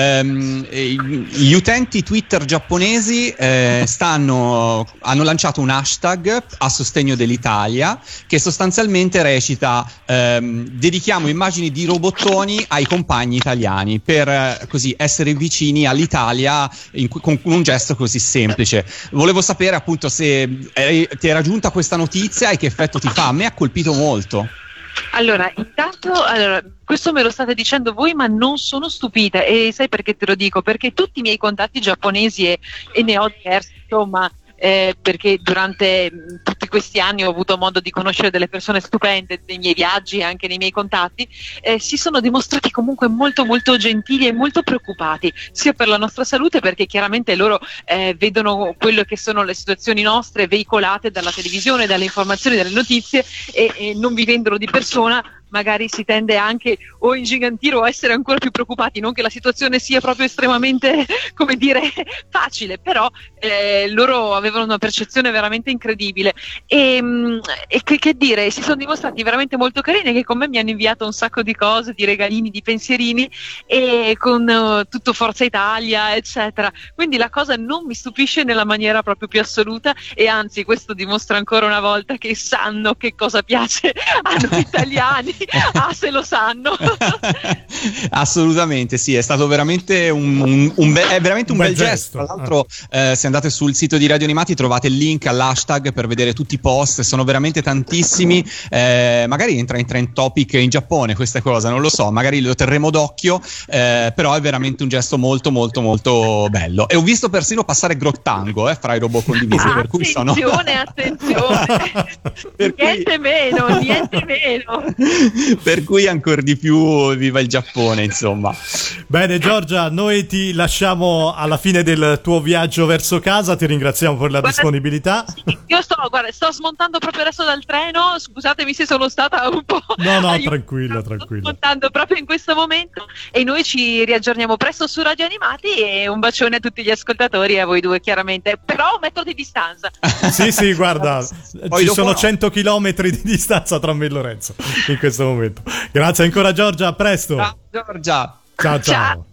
gli utenti Twitter giapponesi hanno lanciato un hashtag a sostegno dell'Italia che sostanzialmente recita dedichiamo immagini di robottoni ai compagni italiani, per così essere vicini all'Italia con un gesto così semplice. Volevo sapere appunto se ti era giunta questa notizia e che effetto ti fa. A me ha colpito molto. Allora, intanto, questo me lo state dicendo voi, ma non sono stupita, e sai perché te lo dico? Perché tutti i miei contatti giapponesi, e ne ho diversi, insomma, perché durante tutti questi anni ho avuto modo di conoscere delle persone stupende nei miei viaggi e anche nei miei contatti, si sono dimostrati comunque molto molto gentili e molto preoccupati, sia per la nostra salute, perché chiaramente loro vedono quello che sono le situazioni nostre veicolate dalla televisione, dalle informazioni, dalle notizie, e non vivendono di persona, magari si tende anche o a ingigantire o a essere ancora più preoccupati, non che la situazione sia proprio estremamente, come dire, facile, però loro avevano una percezione veramente incredibile e che dire, si sono dimostrati veramente molto carini, che con me mi hanno inviato un sacco di cose, di regalini, di pensierini, e con tutto Forza Italia eccetera, quindi la cosa non mi stupisce nella maniera proprio più assoluta, e anzi questo dimostra ancora una volta che sanno che cosa piace a noi italiani. Se lo sanno. Assolutamente sì, è stato veramente è veramente un bel gesto. Tra l'altro se andate sul sito di Radio Animati trovate il link all'hashtag per vedere tutti i post, sono veramente tantissimi, magari entra in trend topic in Giappone questa cosa, non lo so, magari lo terremo d'occhio, però è veramente un gesto molto molto molto bello. E ho visto persino passare Grottango fra i robot condivisi, per cui sono niente meno per cui ancora di più viva il Giappone, insomma. Bene Giorgia, noi ti lasciamo alla fine del tuo viaggio verso casa, ti ringraziamo per la disponibilità. Io sto smontando proprio adesso dal treno, scusatemi se sono stata un po'... No, tranquilla. Sto smontando proprio in questo momento, e noi ci riaggiorniamo presto su Radio Animati, e un bacione a tutti gli ascoltatori e a voi due chiaramente, però 1 metro di distanza. Sì, guarda, ci sono 100 chilometri di distanza tra me e Lorenzo in questo momento. Grazie ancora Giorgia, a presto. Ciao Giorgia. Ciao.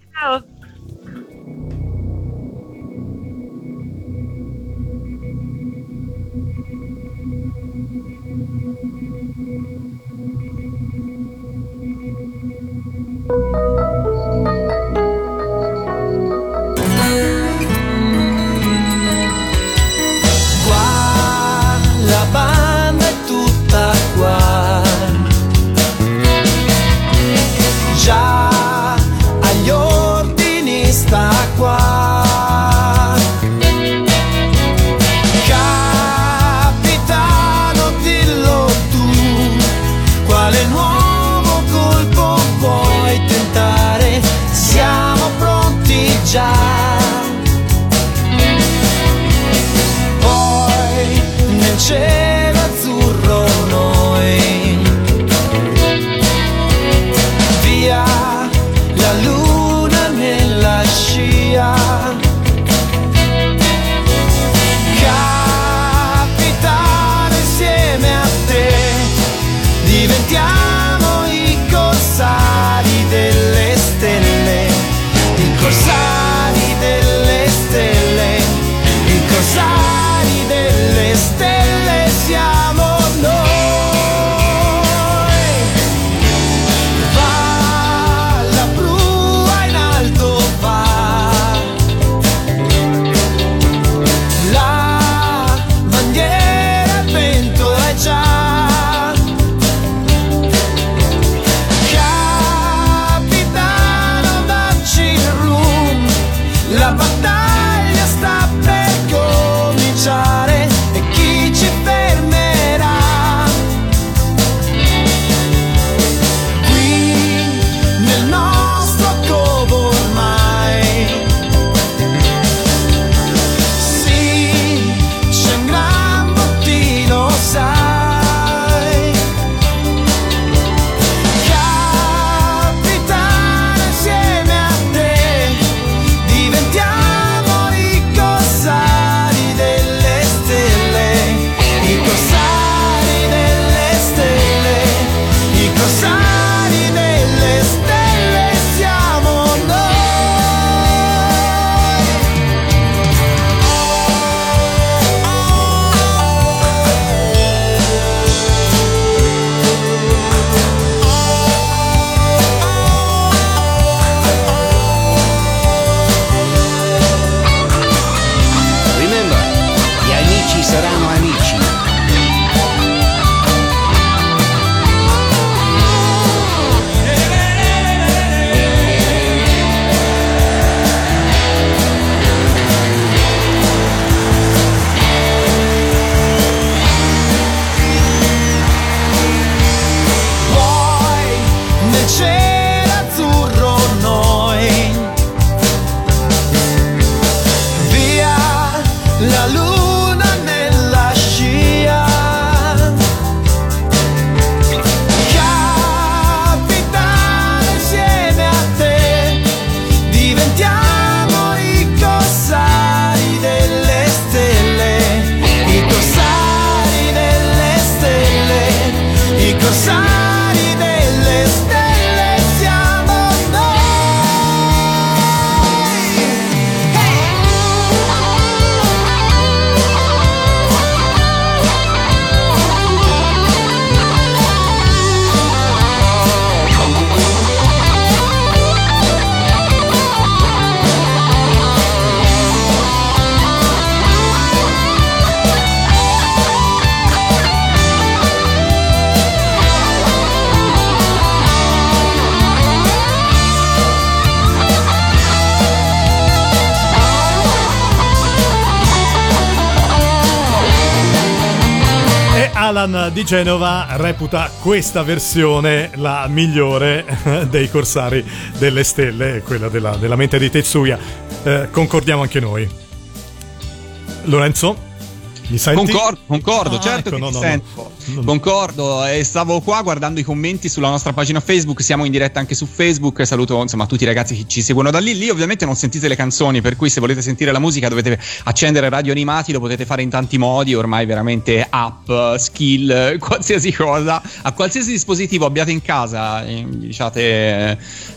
La banda è tutta qua, già agli ordini sta qua. Capitano, dillo tu, quale nuovo colpo vuoi tentare? Siamo pronti già. Cielo azzurro noi, via la luna nella scia. Capitano, insieme a te diventiamo i corsari delle stelle, i corsari delle stelle, i corsari delle stelle. Siamo noi, va la prua in alto, va la bandiera al vento è già. Capitano, dacci il room, la battaglia sta per cominciare. Alan di Genova reputa questa versione la migliore dei Corsari delle Stelle, quella della mente di Tetsuya. Concordiamo anche noi. Lorenzo? Mi senti? Concordo, certo, ecco, che ti sento. Concordo, e stavo qua guardando i commenti sulla nostra pagina Facebook, siamo in diretta anche su Facebook, saluto insomma tutti i ragazzi che ci seguono da lì ovviamente non sentite le canzoni, per cui se volete sentire la musica dovete accendere Radio Animati, lo potete fare in tanti modi, ormai veramente app, skill, qualsiasi cosa, a qualsiasi dispositivo abbiate in casa, diciate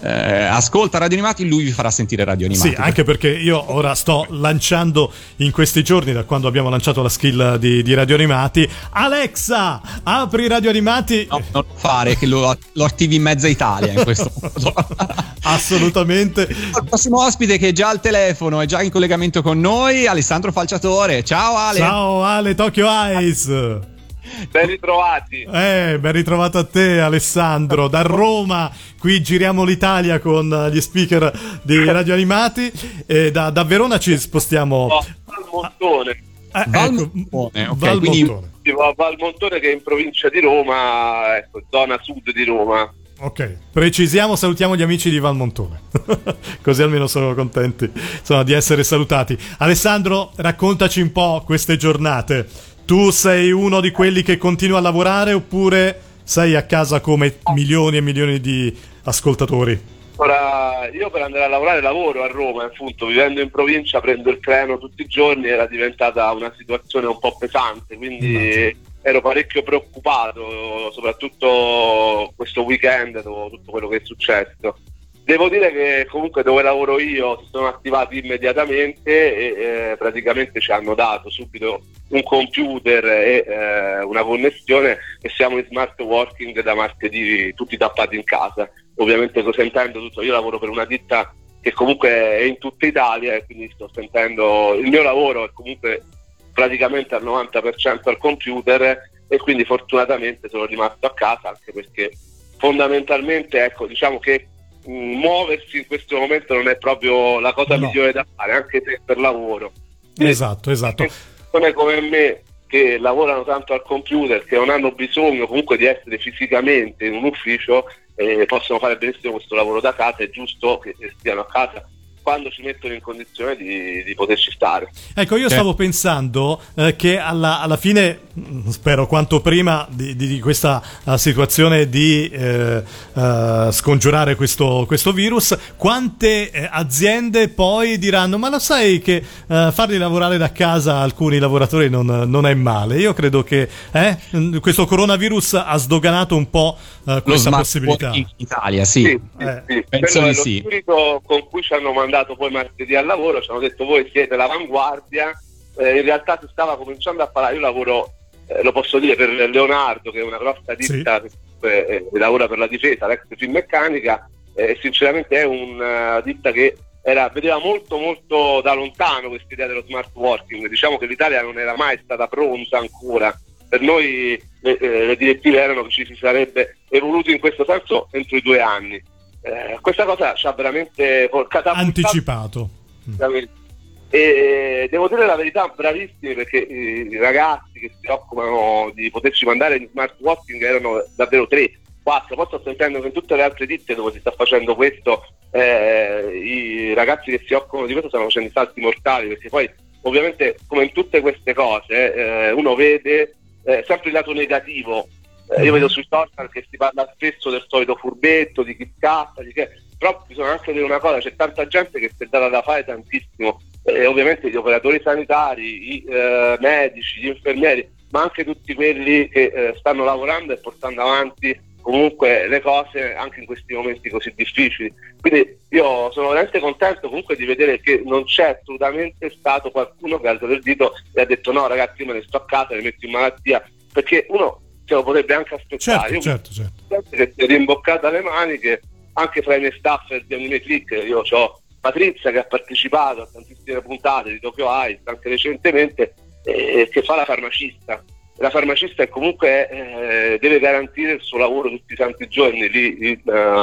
ascolta Radio Animati, lui vi farà sentire Radio Animati. Sì, anche perché io ora sto lanciando in questi giorni, da quando abbiamo lanciato la skill di Radio Animati, Alexa, apri Radio Animati. No, non lo fare, che lo attivi in mezza Italia in questo modo. Assolutamente. Il prossimo ospite che è già al telefono, è già in collegamento con noi, Alessandro Falciatore. Ciao Ale. Ciao Ale, Tokyo Eyes. Ben ritrovati. Ben ritrovato a te Alessandro, da Roma. Qui giriamo l'Italia con gli speaker di Radio Animati e da Verona ci spostiamo Valmontone. Valmontone, ok, Valmontone. quindi Valmontone, che è in provincia di Roma, ecco, zona sud di Roma. Ok, precisiamo, salutiamo gli amici di Valmontone. Così almeno sono contenti, insomma, di essere salutati. Alessandro, raccontaci un po' queste giornate. Tu sei uno di quelli che continua a lavorare oppure sei a casa come milioni e milioni di ascoltatori? Ora, io per andare a lavorare lavoro a Roma, appunto, vivendo in provincia prendo il treno tutti i giorni, era diventata una situazione un po' pesante, quindi ero parecchio preoccupato, soprattutto questo weekend, dopo tutto quello che è successo. Devo dire che comunque dove lavoro io si sono attivati immediatamente e praticamente ci hanno dato subito un computer e una connessione, e siamo in smart working da martedì tutti tappati in casa, ovviamente sentendo tutto. Io lavoro per una ditta che comunque è in tutta Italia e quindi sto sentendo il mio lavoro, è comunque praticamente al 90% al computer, e quindi fortunatamente sono rimasto a casa, anche perché fondamentalmente, ecco, diciamo che muoversi in questo momento non è proprio la cosa migliore da fare, anche se per lavoro. Esatto. Persone come me che lavorano tanto al computer, che non hanno bisogno comunque di essere fisicamente in un ufficio, possono fare benissimo questo lavoro da casa. È giusto che stiano a casa quando ci mettono in condizione di poterci stare. Ecco, io stavo pensando che alla fine, spero quanto prima di questa situazione di scongiurare questo virus, quante aziende poi diranno: ma lo sai che farli lavorare da casa alcuni lavoratori non è male. Io credo che questo coronavirus ha sdoganato un po' questa possibilità in Italia. Sì. Penso di sì. Lo spirito con cui ci hanno mandato poi martedì al lavoro, ci hanno detto: voi siete l'avanguardia. In realtà si stava cominciando a parlare. Io lavoro, lo posso dire, per Leonardo, che è una grossa ditta che lavora per la difesa, l'ex Finmeccanica, e sinceramente è una ditta che vedeva molto molto da lontano questa idea dello smart working. Diciamo che l'Italia non era mai stata pronta ancora. Per noi le direttive erano che ci si sarebbe evoluti in questo senso entro i 2 anni. Questa cosa ci ha veramente anticipato. E devo dire la verità, bravissimi, perché i ragazzi che si occupano di poterci mandare in smart working erano davvero 3-4. Poi sto sentendo che in tutte le altre ditte dove si sta facendo questo, i ragazzi che si occupano di questo stanno facendo i salti mortali, perché poi ovviamente, come in tutte queste cose, uno vede sempre il lato negativo. Io vedo sui social che si parla spesso del solito furbetto, di chi scatta, però bisogna anche dire una cosa: c'è tanta gente che si è data da fare tantissimo, ovviamente gli operatori sanitari, i medici, gli infermieri, ma anche tutti quelli che stanno lavorando e portando avanti comunque le cose anche in questi momenti così difficili. Quindi io sono veramente contento comunque di vedere che non c'è assolutamente stato qualcuno che ha alzato il dito e ha detto: no ragazzi, io me ne sto a casa, mi metto in malattia, perché uno se lo potrebbe anche aspettare. Certo. Che si è rimboccata le maniche anche fra i miei staff di Anime Click. Io ho Patrizia che ha partecipato a tantissime puntate di Tokyo Eyes anche recentemente, che fa la farmacista. La farmacista comunque deve garantire il suo lavoro tutti i santi giorni lì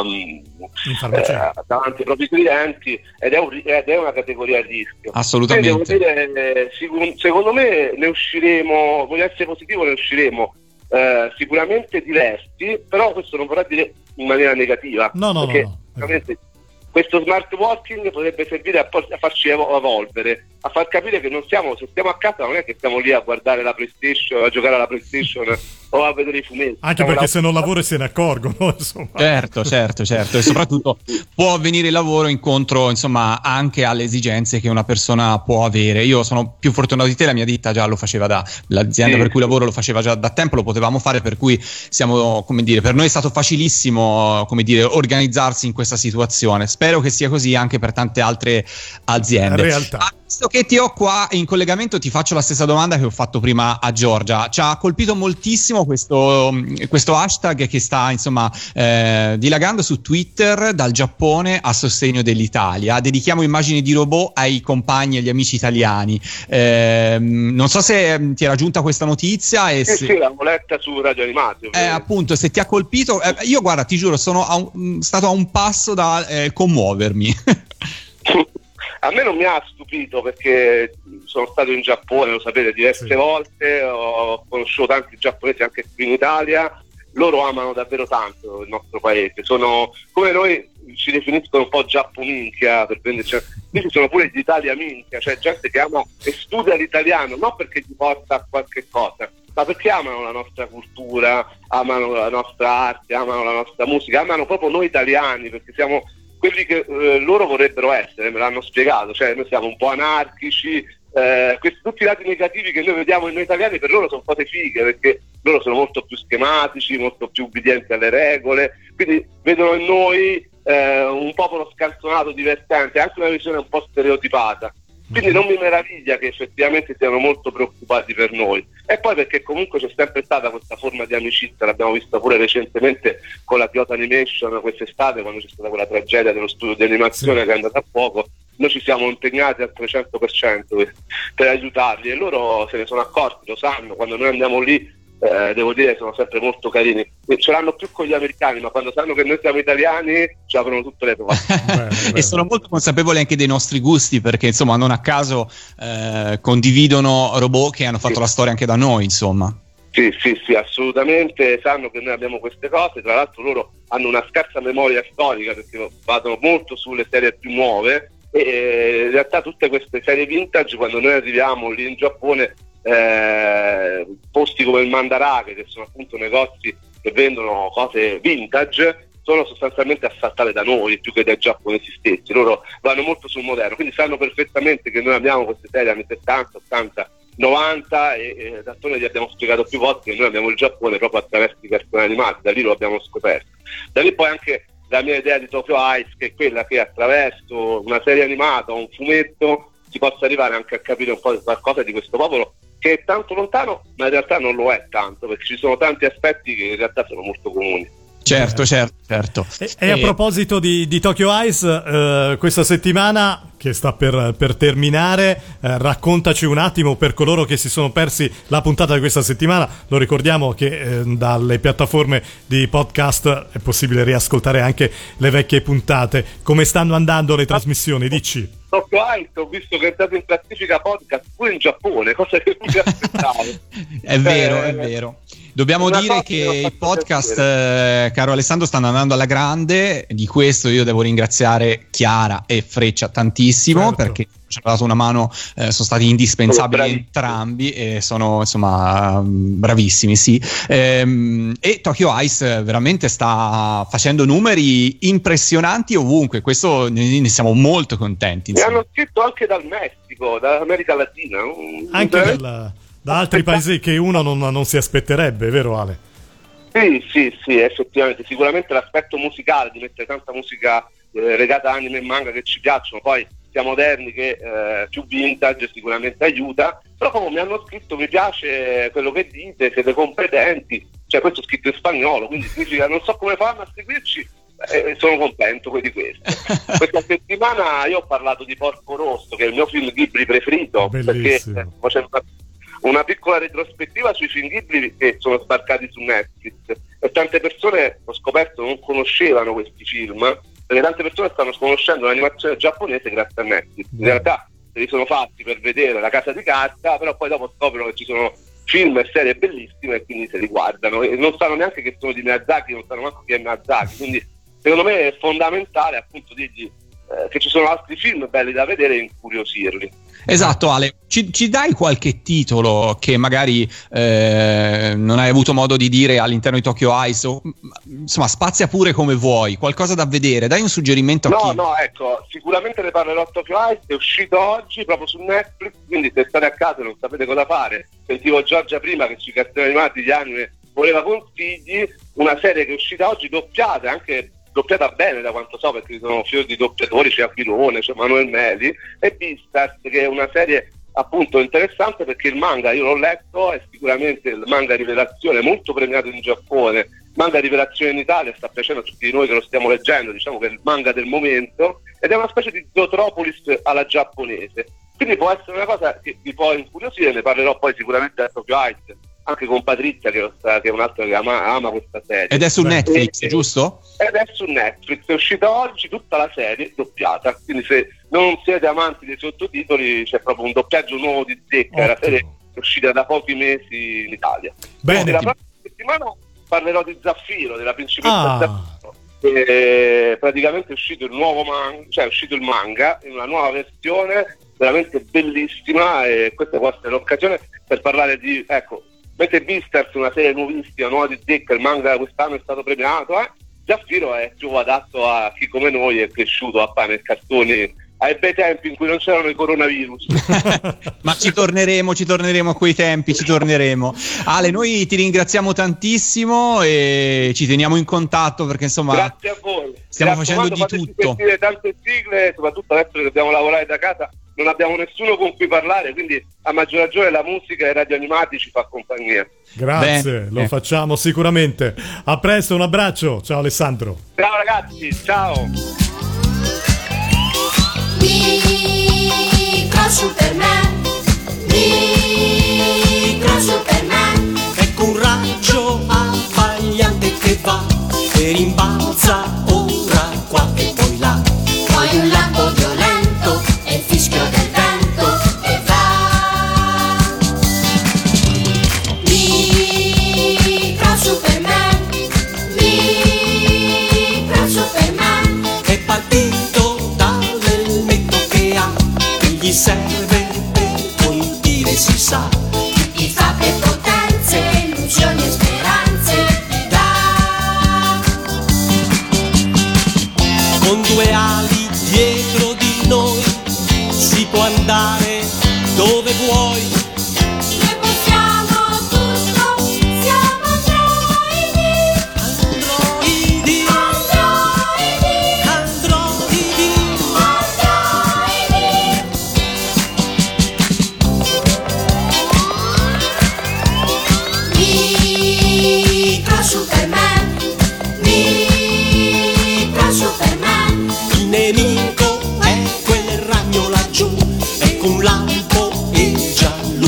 davanti ai propri clienti, ed è una categoria a rischio. Assolutamente. Devo dire, secondo me ne usciremo, voglio essere positivo, ne usciremo sicuramente diversi, però questo non vorrà dire in maniera negativa. No. Veramente questo smart working potrebbe servire a farci evolvere, a far capire che non siamo, se stiamo a casa non è che stiamo lì a guardare la PlayStation, a giocare alla PlayStation o a vedere i fumetti. Anche perché se non lavoro se ne accorgono, insomma. Certo, e soprattutto può venire il lavoro incontro, insomma, anche alle esigenze che una persona può avere. Io sono più fortunato di te, la mia ditta già lo faceva l'azienda per cui lavoro lo faceva già da tempo, lo potevamo fare, per cui siamo, come dire, per noi è stato facilissimo, come dire, organizzarsi in questa situazione. Spero che sia così anche per tante altre aziende. Realtà. Visto che ti ho qua in collegamento, ti faccio la stessa domanda che ho fatto prima a Giorgia. Ci ha colpito moltissimo questo hashtag che sta, insomma, dilagando su Twitter dal Giappone a sostegno dell'Italia. Dedichiamo immagini di robot ai compagni e agli amici italiani. Non so se ti era giunta questa notizia. Sì, l'avevo letta su Radio Animati. Appunto, se ti ha colpito, io guarda, ti giuro, sono stato a un passo da commuovermi. A me non mi ha stupito perché sono stato in Giappone, lo sapete, diverse volte, ho conosciuto tanti giapponesi anche qui in Italia, loro amano davvero tanto il nostro paese, sono come noi ci definiscono un po' giappominchia, per prenderci, quindi sono pure gli Italia minchia, cioè gente che ama e studia l'italiano, non perché gli porta a qualche cosa, ma perché amano la nostra cultura, amano la nostra arte, amano la nostra musica, amano proprio noi italiani, perché siamo quelli che loro vorrebbero essere, me l'hanno spiegato, cioè noi siamo un po' anarchici, tutti i lati negativi che noi vediamo in noi italiani per loro sono cose fighe, perché loro sono molto più schematici, molto più ubbidienti alle regole, quindi vedono in noi un popolo scanzonato, divertente, anche una visione un po' stereotipata. Quindi non mi meraviglia che effettivamente siano molto preoccupati per noi. E poi perché comunque c'è sempre stata questa forma di amicizia, l'abbiamo vista pure recentemente con la Kyoto Animation quest'estate, quando c'è stata quella tragedia dello studio di animazione che è andata a fuoco. Noi ci siamo impegnati al 300% per aiutarli e loro se ne sono accorti, lo sanno, quando noi andiamo lì devo dire sono sempre molto carini, ce l'hanno più con gli americani, ma quando sanno che noi siamo italiani ci aprono tutte le porte. E sono molto consapevoli anche dei nostri gusti, perché insomma non a caso condividono robot che hanno fatto la storia anche da noi, insomma. Sì, assolutamente, sanno che noi abbiamo queste cose, tra l'altro loro hanno una scarsa memoria storica perché vanno molto sulle serie più nuove e in realtà tutte queste serie vintage, quando noi arriviamo lì in Giappone, posti come il Mandarake, che sono appunto negozi che vendono cose vintage, sono sostanzialmente assaltate da noi più che dai giapponesi stessi. Loro vanno molto sul moderno, quindi sanno perfettamente che noi abbiamo queste serie anni 70, 80, 90 e d'altronde gli abbiamo spiegato più volte che noi abbiamo il Giappone proprio attraverso i cartoni animati, da lì lo abbiamo scoperto. Da lì poi anche la mia idea di Tokyo Ice, che è quella che attraverso una serie animata o un fumetto si possa arrivare anche a capire un po' di qualcosa di questo popolo che è tanto lontano, ma in realtà non lo è tanto, perché ci sono tanti aspetti che in realtà sono molto comuni. Certo. E a proposito di Tokyo Ice, questa settimana che sta per terminare, raccontaci un attimo per coloro che si sono persi la puntata di questa settimana. Lo ricordiamo che dalle piattaforme di podcast è possibile riascoltare anche le vecchie puntate. Come stanno andando le trasmissioni? Dici. Tokyo Ice, ho visto che è stato in classifica podcast pure in Giappone, cosa che non mi aspettavo. È vero. Dobbiamo dire che i podcast, caro Alessandro, stanno andando alla grande. Di questo io devo ringraziare Chiara e Freccia tantissimo, perché ci hanno dato una mano, sono stati indispensabili entrambi e sono insomma bravissimi, sì. E Tokyo Ice veramente sta facendo numeri impressionanti ovunque, questo ne siamo molto contenti. Mi hanno scritto anche dal Messico, dall'America Latina, anche da altri paesi che uno non si aspetterebbe, vero Ale? Sì, effettivamente, sicuramente l'aspetto musicale di mettere tanta musica legata a anime e manga che ci piacciono, poi sia moderni che più vintage sicuramente aiuta, però come mi hanno scritto mi piace quello che dite, siete competenti, cioè questo è scritto in spagnolo, quindi significa non so come fanno a seguirci, sono contento di questo. Questa settimana io ho parlato di Porco Rosso, che è il mio film Ghibli preferito. Bellissimo. Perché facendo una piccola retrospettiva sui film Ghibli che sono sbarcati su Netflix e tante persone, ho scoperto, non conoscevano questi film, perché tante persone stanno conoscendo l'animazione giapponese grazie a Netflix. In realtà se li sono fatti per vedere La Casa di Carta, però poi dopo scoprono che ci sono film e serie bellissime e quindi se li guardano e non sanno neanche che sono di Miyazaki, non sanno neanche chi è Miyazaki, quindi secondo me è fondamentale appunto dirgli che ci sono altri film belli da vedere e incuriosirli. Esatto, Ale, ci dai qualche titolo che magari non hai avuto modo di dire all'interno di Tokyo Ice, insomma spazia pure come vuoi, qualcosa da vedere, dai un suggerimento a chi... No, ecco, sicuramente ne parlerò a Tokyo Ice, è uscito oggi proprio su Netflix, quindi se state a casa e non sapete cosa fare, sentivo Giorgia prima che sui cartoni animati di anime voleva consigli, una serie che è uscita oggi doppiata, anche doppiata bene da quanto so, perché sono fiori di doppiatori, c'è Aquilone, c'è Manuel Meli, e Beastars, che è una serie appunto interessante perché il manga, io l'ho letto, è sicuramente il manga rivelazione, molto premiato in Giappone, manga rivelazione in Italia, sta piacendo a tutti noi che lo stiamo leggendo, diciamo che è il manga del momento, ed è una specie di Zootropolis alla giapponese, quindi può essere una cosa che vi può incuriosire, ne parlerò poi sicuramente a Tokyo Ice, anche con Patrizia che è un'altra che ama questa serie. Ed è su Netflix, giusto? Ed è su Netflix, è uscita oggi tutta la serie doppiata, quindi se non siete amanti dei sottotitoli c'è proprio un doppiaggio nuovo di zecca, la serie è uscita da pochi mesi in Italia. Bene. La prossima settimana parlerò di Zaffiro, della principessa Zaffiro, che praticamente è uscito il nuovo manga, cioè è uscito il manga in una nuova versione veramente bellissima, e questa può essere l'occasione per parlare di, ecco, mentre Beastars, una serie nuovissima, nuova di zecca, il manga quest'anno è stato premiato, Zaffiro è più adatto a chi come noi è cresciuto a pane e cartoni ai bei tempi in cui non c'erano i coronavirus. Ma ci torneremo a quei tempi, ci torneremo. Ale, noi ti ringraziamo tantissimo e ci teniamo in contatto perché insomma grazie a voi, stiamo facendo di tutto. Sentire tante sigle, soprattutto adesso che dobbiamo lavorare da casa, non abbiamo nessuno con cui parlare, quindi a maggior ragione la musica e i radio animati ci fa compagnia. Grazie, lo facciamo sicuramente. A presto, un abbraccio, ciao Alessandro. Ciao ragazzi, ciao. Micro Superman, Micro Superman, ecco un raggio abbagliante che va e rimbalza ora qua e poi là, poi un lampo violento e il fischio del vento e va. Micro Superman, Micro Superman, è partito dall'elmetto che ha, che gli serve per colpire si sa, gli fa per potenze, illusioni e speranze gli dà. Con due ali dietro di noi si può andare dove vuoi. Noi possiamo tutto, siamo androidi. Androidi, androidi, Micro Superman, Micro Superman, il nemico è quel ragno laggiù, ecco un lampo e già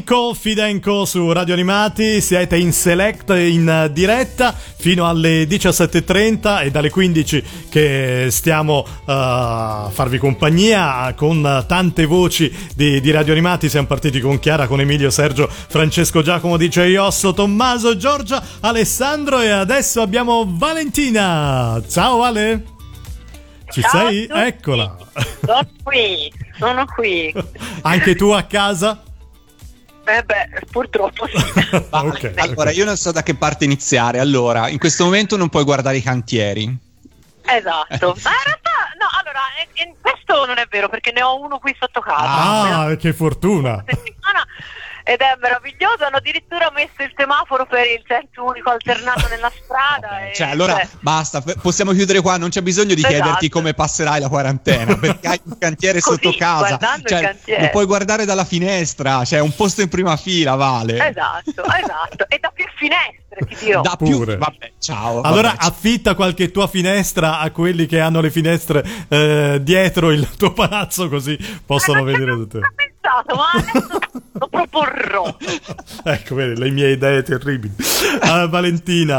Fidenco su Radio Animati, siete in Select in diretta fino alle 17.30 e dalle 15 che stiamo a farvi compagnia con tante voci di Radio Animati. Siamo partiti con Chiara, con Emilio, Sergio, Francesco, Giacomo, DJ Osso, Tommaso, Giorgia, Alessandro e adesso abbiamo Valentina. Ciao Ale, ci Ciao sei? Eccola. Sono qui. Anche tu a casa? Purtroppo sì. Okay. Allora, io non so da che parte iniziare. Allora, in questo momento non puoi guardare i cantieri. Esatto. Ma in realtà, no, allora, questo non è vero perché ne ho uno qui sotto casa. Ah, che fortuna. Ed è meraviglioso, hanno addirittura messo il semaforo per il senso unico alternato nella strada. Cioè, allora basta, possiamo chiudere qua, non c'è bisogno di chiederti come passerai la quarantena, perché hai un cantiere sotto casa. Cioè, il cantiere. Lo puoi guardare dalla finestra, cioè un posto in prima fila, vale. Esatto. E da più finestre, ti dirò. Da più, vabbè, ciao. Allora vabbè. affitta qualche tua finestra a quelli che hanno le finestre dietro il tuo palazzo, così possono vedere tutte. Ma adesso lo proporrò. Ecco, vedi, le mie idee terribili. Valentina,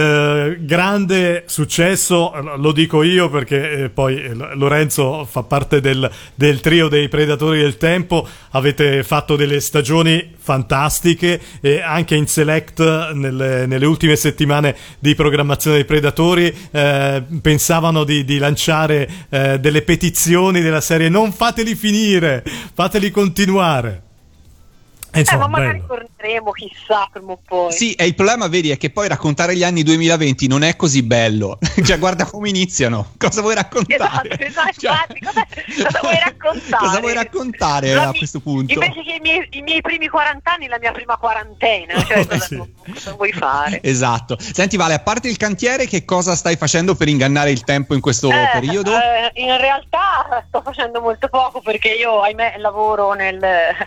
grande successo, lo dico io perché poi Lorenzo fa parte del trio dei Predatori del Tempo. Avete fatto delle stagioni fantastiche e anche in Select nelle ultime settimane di programmazione dei Predatori pensavano di lanciare delle petizioni della serie non fateli finire, fateli continuare. Insomma, ma magari torneremo, chissà, prima o poi. Sì, e il problema, vedi, è che poi raccontare gli anni 2020 non è così bello. Cioè, guarda come iniziano. Cosa vuoi raccontare? Esatto, cosa vuoi raccontare? Cosa vuoi raccontare a questo punto? Invece che i miei primi 40 anni, la mia prima quarantena. Cioè, cosa vuoi fare? Esatto. Senti, Vale, a parte il cantiere, che cosa stai facendo per ingannare il tempo in questo periodo? In realtà sto facendo molto poco perché io, ahimè, lavoro nel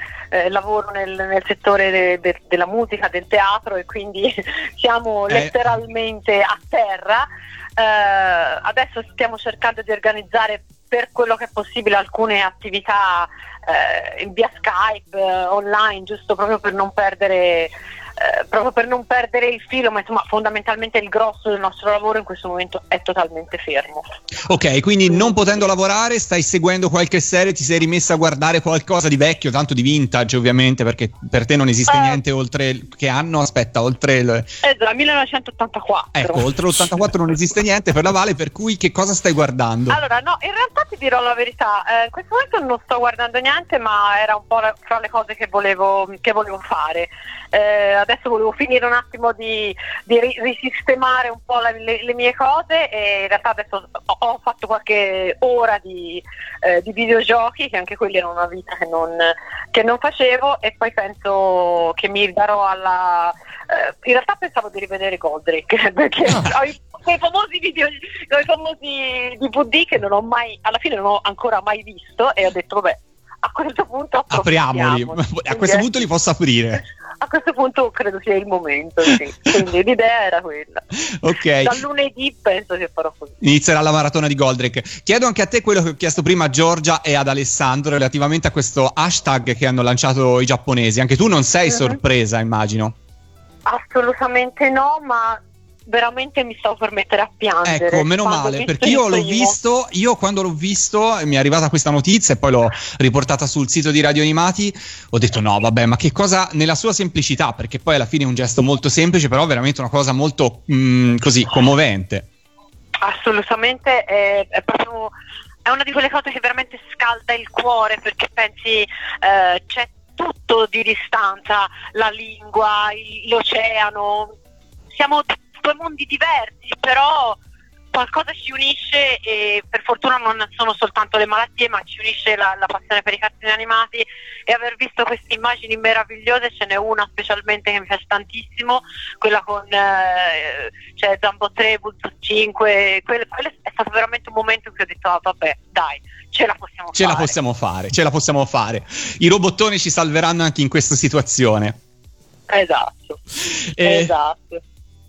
settore della musica, del teatro, e quindi siamo letteralmente a terra. Adesso stiamo cercando di organizzare per quello che è possibile alcune attività via Skype, online, giusto proprio per non perdere il filo, ma insomma fondamentalmente il grosso del nostro lavoro in questo momento è totalmente fermo. Ok, quindi non potendo lavorare stai seguendo qualche serie, ti sei rimessa a guardare qualcosa di vecchio, tanto di vintage ovviamente, perché per te non esiste niente oltre che anno? Aspetta, oltre il... 1984. Ecco, oltre l'84 non esiste niente per la Vale, per cui che cosa stai guardando? Allora, no, in realtà ti dirò la verità, in questo momento non sto guardando niente, ma era un po' fra le cose che volevo fare. Adesso volevo finire un attimo di risistemare un po' le mie cose, e in realtà adesso ho fatto qualche ora di videogiochi, che anche quelli erano una vita che non facevo, e poi penso che mi darò in realtà pensavo di rivedere Goldrake perché ho quei famosi DVD che alla fine non ho ancora mai visto, e ho detto vabbè, a questo punto apriamoli, a questo punto li posso aprire. A questo punto credo sia il momento, sì. Quindi l'idea era quella. Ok. Da lunedì penso che farò così. Inizierà la maratona di Goldrake. Chiedo anche a te quello che ho chiesto prima a Giorgia e ad Alessandro relativamente a questo hashtag che hanno lanciato i giapponesi. Anche tu non sei sorpresa, immagino. Assolutamente no, ma veramente mi stavo per mettere a piangere. Ecco, meno male, perché io quando l'ho visto mi è arrivata questa notizia e poi l'ho riportata sul sito di Radio Animati, ho detto no vabbè, ma che cosa, nella sua semplicità, perché poi alla fine è un gesto molto semplice, però veramente una cosa molto così commovente. Assolutamente, è proprio, è una di quelle cose che veramente scalda il cuore, perché pensi c'è tutto di distanza, la lingua, l'oceano, siamo due mondi diversi, però qualcosa ci unisce, e per fortuna non sono soltanto le malattie, ma ci unisce la passione per i cartoni animati, e aver visto queste immagini meravigliose. Ce n'è una specialmente che mi piace tantissimo, quella con Zambo 3, Bulzo 5, quello è stato veramente un momento in cui ho detto vabbè, dai, ce la possiamo fare. I robottoni ci salveranno anche in questa situazione. Esatto.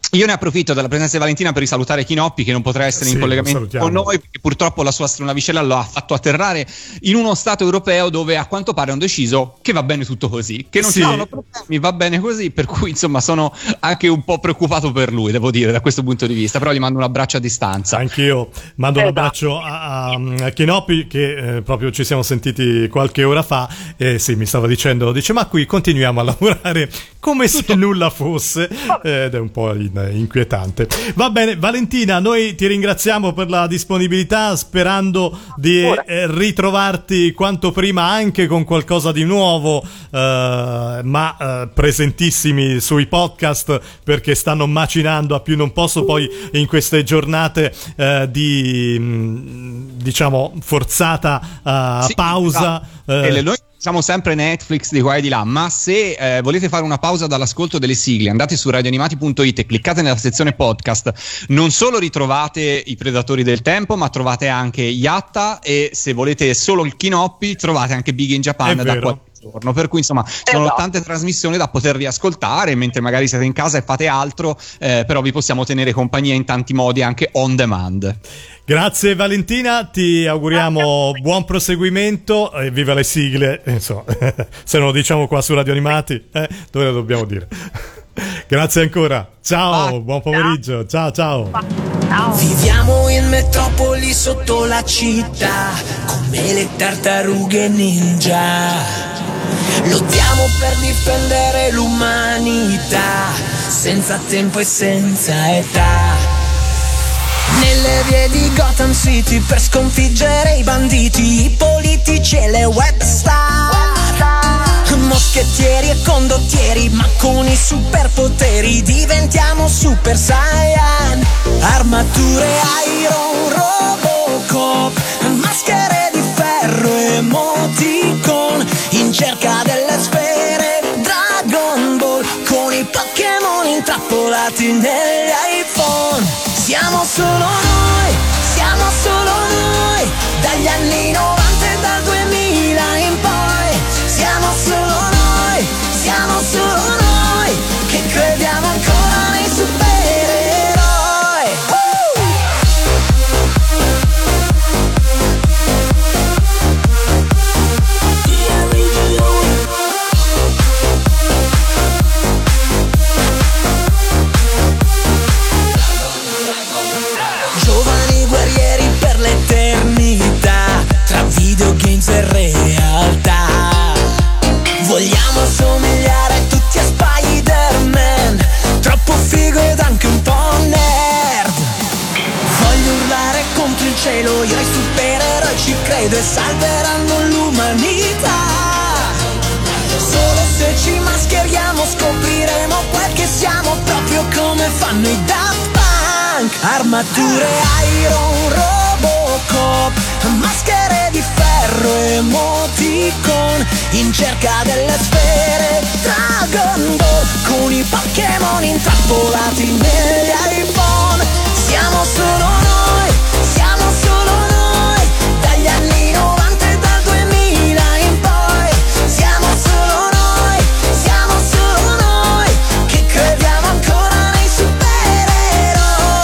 Io ne approfitto della presenza di Valentina per risalutare Chinoppi, che non potrà essere in collegamento con noi perché purtroppo la sua astronavicella lo ha fatto atterrare in uno stato europeo dove a quanto pare hanno deciso che va bene tutto così, che non ci sono problemi, va bene così, per cui insomma sono anche un po' preoccupato per lui, devo dire, da questo punto di vista, però gli mando un abbraccio a distanza. Anch'io mando un abbraccio a Chinoppi, che proprio ci siamo sentiti qualche ora fa e sì, mi stava dicendo, ma qui continuiamo a lavorare come se nulla fosse, ed è un po' inquietante. Va bene, Valentina, noi ti ringraziamo per la disponibilità, sperando di ritrovarti quanto prima anche con qualcosa di nuovo, ma presentissimi sui podcast, perché stanno macinando a più non posso poi in queste giornate di diciamo forzata pausa. Noi siamo sempre Netflix di qua e di là, ma se volete fare una pausa dall'ascolto delle sigle, andate su radioanimati.it e cliccate nella sezione podcast. Non solo ritrovate i Predatori del Tempo, ma trovate anche Yatta, e se volete solo il Chinoppi trovate anche Big in Japan da qualche giorno. Per cui insomma sono tante trasmissioni da potervi ascoltare mentre magari siete in casa e fate altro, però vi possiamo tenere compagnia in tanti modi anche on demand. Grazie Valentina, ti auguriamo buon proseguimento e viva le sigle, insomma, se non lo diciamo qua su Radio Animati, dove lo dobbiamo dire? Grazie ancora, ciao, buon pomeriggio, ciao. Viviamo in metropoli sotto la città, come le tartarughe ninja. Lottiamo per difendere l'umanità, senza tempo e senza età. Nelle vie di Gotham City per sconfiggere i banditi, i politici e le web star. Moschettieri e condottieri, ma con i superpoteri diventiamo Super Saiyan. Armature Iron, Robocop, maschere di ferro, emoticon, in cerca delle sfere Dragon Ball, con i Pokémon intrappolati negli iPhone. Siamo solo noi, dagli anni 90 e dal 2000 in poi. Siamo solo noi, che crediamo ancora nei supereroi. Giovani guerrieri per l'eternità, tra videogames e realtà. Vogliamo somigliare tutti a Spider-Man, troppo figo ed anche un po' nerd. Voglio urlare contro il cielo, io ai supereroi ci credo e salveranno l'umanità. Solo se ci mascheriamo scopriremo quel che siamo, proprio come fanno i Daft Punk. Armature Iron, Robocop, maschere di ferro, emoticon, in cerca delle sfere Dragon Ball, con i Pokémon intrappolati negli iPhone. Siamo solo noi, dagli anni 90 e dal 2000 in poi. Siamo solo noi, che crediamo ancora nei supereroi.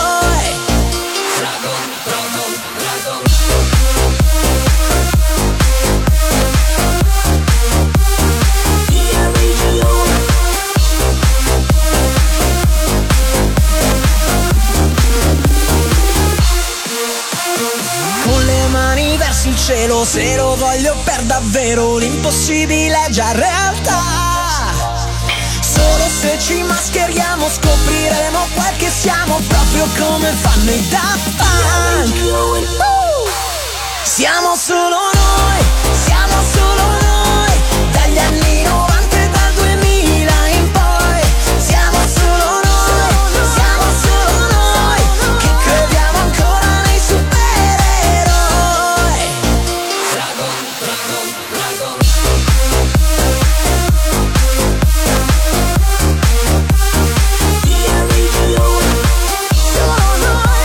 Con le mani verso il cielo, se lo voglio per davvero, l'impossibile è già realtà. Solo se ci mascheriamo scopriremo quel che siamo, proprio come fanno i Daft Punk. Siamo solo noi, dagli anni 90 e dal 2000 in poi. Siamo solo noi, che crediamo ancora nei supereroi.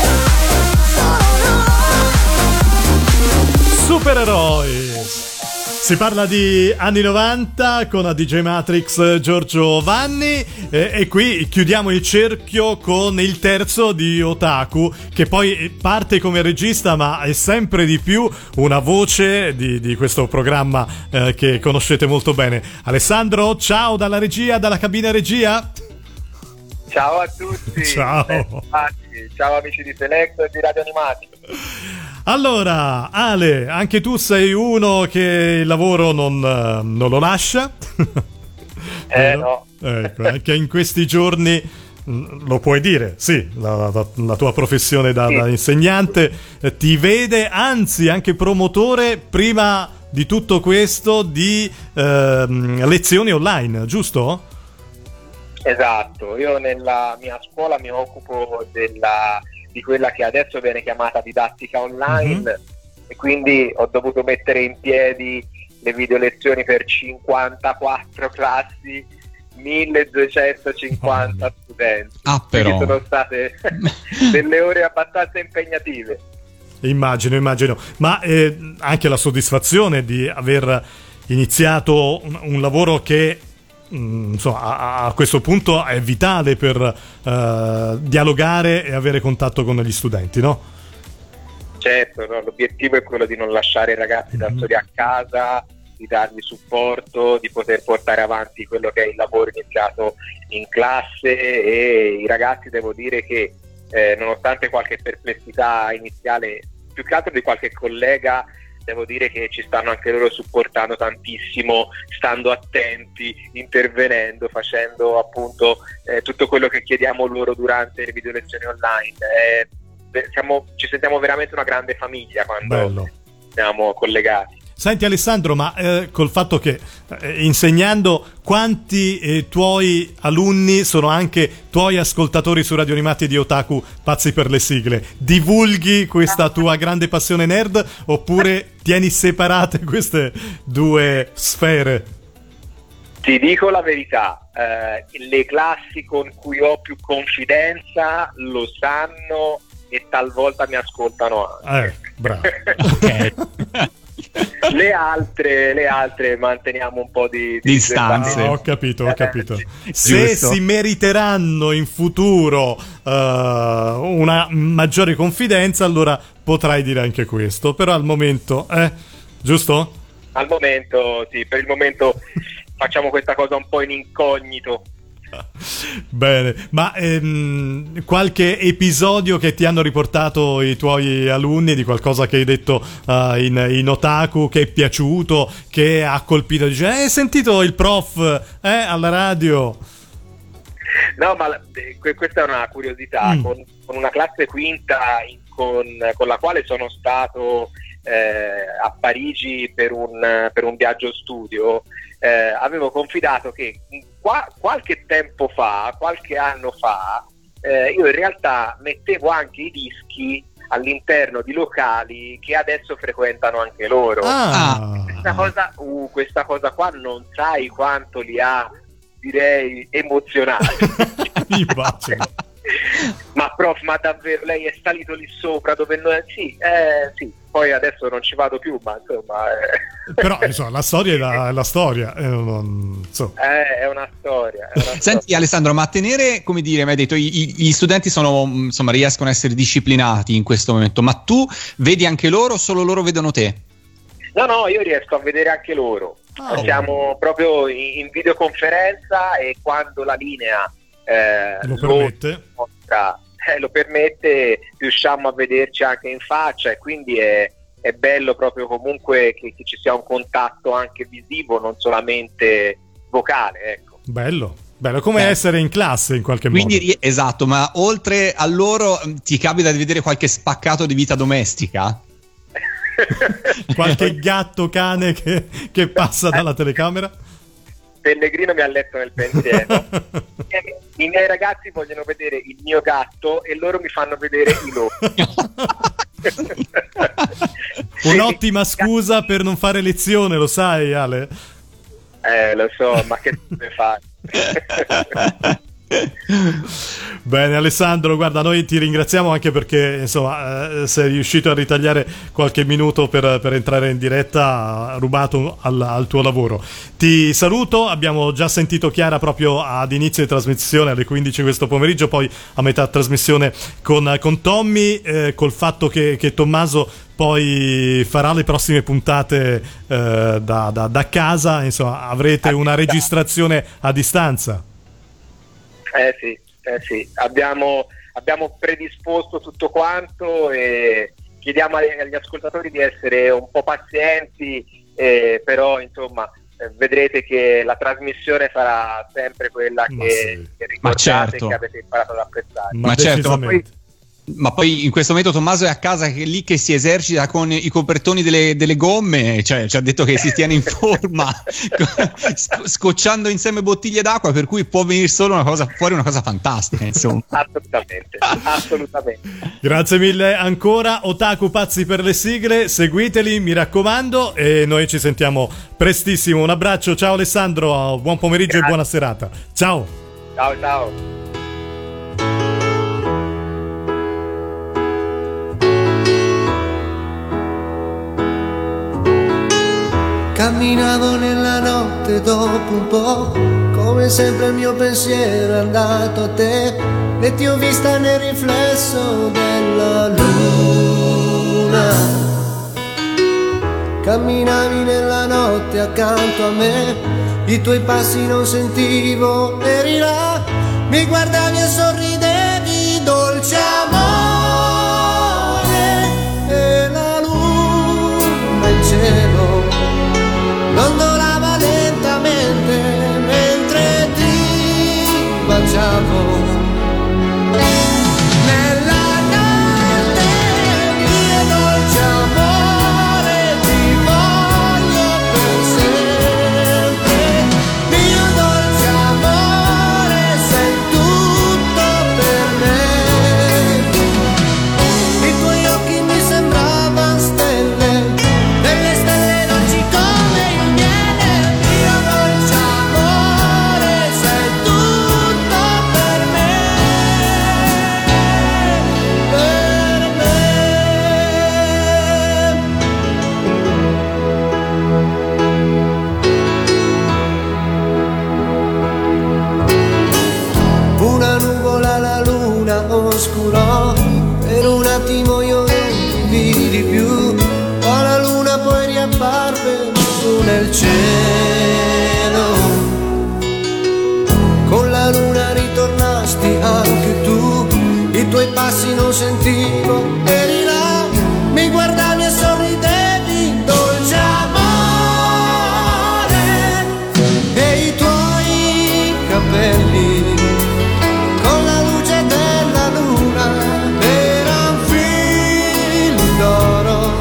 Supereroi. Si parla di anni 90 con a DJ Matrix Giorgio Vanni e qui chiudiamo il cerchio con il terzo di Otaku, che poi parte come regista ma è sempre di più una voce di questo programma che conoscete molto bene. Alessandro, ciao dalla regia, dalla cabina regia. Ciao a tutti. Ciao. Ciao amici di Selecto e di Radio Animati. Allora, Ale, anche tu sei uno che il lavoro non lo lascia? No. Ecco, anche in questi giorni lo puoi dire, sì, la tua professione da insegnante ti vede, anzi anche promotore, prima di tutto questo, di lezioni online, giusto? Esatto, io nella mia scuola mi occupo di quella che adesso viene chiamata didattica online, e quindi ho dovuto mettere in piedi le video lezioni per 54 classi, 1250 studenti. Però. Quindi sono state delle ore abbastanza impegnative. Immagino, ma anche la soddisfazione di aver iniziato un lavoro che insomma a questo punto è vitale per dialogare e avere contatto con gli studenti, no? Certo, no? L'obiettivo è quello di non lasciare i ragazzi da soli a casa, di dargli supporto, di poter portare avanti quello che è il lavoro iniziato in classe, e i ragazzi, devo dire che nonostante qualche perplessità iniziale, più che altro di qualche collega, devo dire che ci stanno anche loro supportando tantissimo, stando attenti, intervenendo, facendo appunto tutto quello che chiediamo loro durante le video lezioni online. Ci sentiamo veramente una grande famiglia quando siamo collegati. Senti Alessandro, ma col fatto che insegnando, quanti tuoi alunni sono anche tuoi ascoltatori su Radio Animati di Otaku Pazzi per le sigle? Divulghi questa tua grande passione nerd oppure tieni separate queste due sfere? Ti dico la verità, le classi con cui ho più confidenza lo sanno e talvolta mi ascoltano anche. Bravo. Ok. Le altre manteniamo un po' di distanze. Ho capito. Se si meriteranno in futuro una maggiore confidenza, allora potrai dire anche questo, però al momento giusto? Al momento sì, per il momento facciamo questa cosa un po' in incognito. Bene, ma qualche episodio che ti hanno riportato i tuoi alunni, di qualcosa che hai detto in Otaku, che è piaciuto, che ha colpito, dice hai sentito il prof alla radio? No, ma questa è una curiosità. Con una classe quinta con la quale sono stato a Parigi per un viaggio studio, avevo confidato che qualche anno fa, io in realtà mettevo anche i dischi all'interno di locali che adesso frequentano anche loro. Questa cosa qua non sai quanto li ha, direi, emozionati. Ma prof, ma davvero lei è salito lì sopra dove noi... Sì, poi adesso non ci vado più, ma insomma... Però insomma, la storia è la storia. È una storia. Senti Alessandro, ma a tenere, come dire, mi hai detto, gli studenti riescono a essere disciplinati in questo momento, ma tu vedi anche loro o solo loro vedono te? No, io riesco a vedere anche loro. Siamo proprio in videoconferenza, e quando la linea lo permette, riusciamo a vederci anche in faccia, e quindi è bello proprio comunque che ci sia un contatto anche visivo, non solamente vocale, ecco. Bello come essere in classe in qualche modo. Quindi esatto, ma oltre a loro ti capita di vedere qualche spaccato di vita domestica? Qualche gatto, cane che passa dalla telecamera? Pellegrino mi ha letto nel pensiero. I miei ragazzi vogliono vedere il mio gatto e loro mi fanno vedere i loro. Un'ottima scusa per non fare lezione, lo sai Ale? Lo so, ma che deve fare? Bene Alessandro, guarda, noi ti ringraziamo anche perché insomma sei riuscito a ritagliare qualche minuto per entrare in diretta, rubato al tuo lavoro. Ti saluto, abbiamo già sentito Chiara proprio ad inizio di trasmissione alle 15 questo pomeriggio, poi a metà trasmissione con Tommy, col fatto che Tommaso poi farà le prossime puntate da casa, insomma avrete una registrazione a distanza. Sì, abbiamo predisposto tutto quanto e chiediamo agli ascoltatori di essere un po' pazienti, però insomma vedrete che la trasmissione sarà sempre quella che ricordate, che avete imparato ad apprezzare. Ma certo, ma poi in questo momento Tommaso è a casa lì che si esercita con i copertoni delle gomme, cioè ci ha detto che si tiene in forma scocciando insieme bottiglie d'acqua, per cui può venire solo fuori una cosa fantastica, insomma. Assolutamente. Grazie mille ancora, Otaku pazzi per le sigle, seguiteli mi raccomando e noi ci sentiamo prestissimo. Un abbraccio, ciao Alessandro, buon pomeriggio. Grazie. E buona serata. Ciao. Ciao. Camminavo nella notte dopo un po', come sempre il mio pensiero è andato a te, e ti ho vista nel riflesso della luna. Camminavi nella notte accanto a me, i tuoi passi non sentivo, eri là, mi guardavi e sorridevi, dolce amore, e la luna in cielo dondolava lentamente mentre ti baciavo. Nella notte, mio dolce amore, ti voglio per sempre. Mio dolce amore, sei tutto per me. I tuoi occhi mi sembravano stelle, delle stelle dolci come il miele. Mio dolce amore, sei tutto per me, Una nuvola la luna oscurò, per un attimo io non ti vidi più, ma la luna poi riapparve su nel cielo. Con la luna ritornasti anche tu, i tuoi passi non sentivo, eri là, mi guardavi e sorridevi, dolce amore, e i tuoi capelli con la luce della luna eran fili d'oro.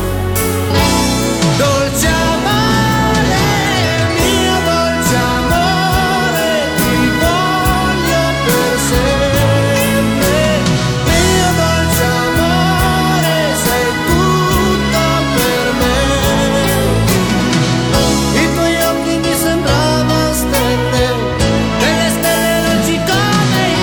Dolce amore, mio dolce amore, ti voglio per sempre. Mio dolce amore, sei tutto per me. I tuoi occhi mi sembravano stelle, delle stelle dolci come il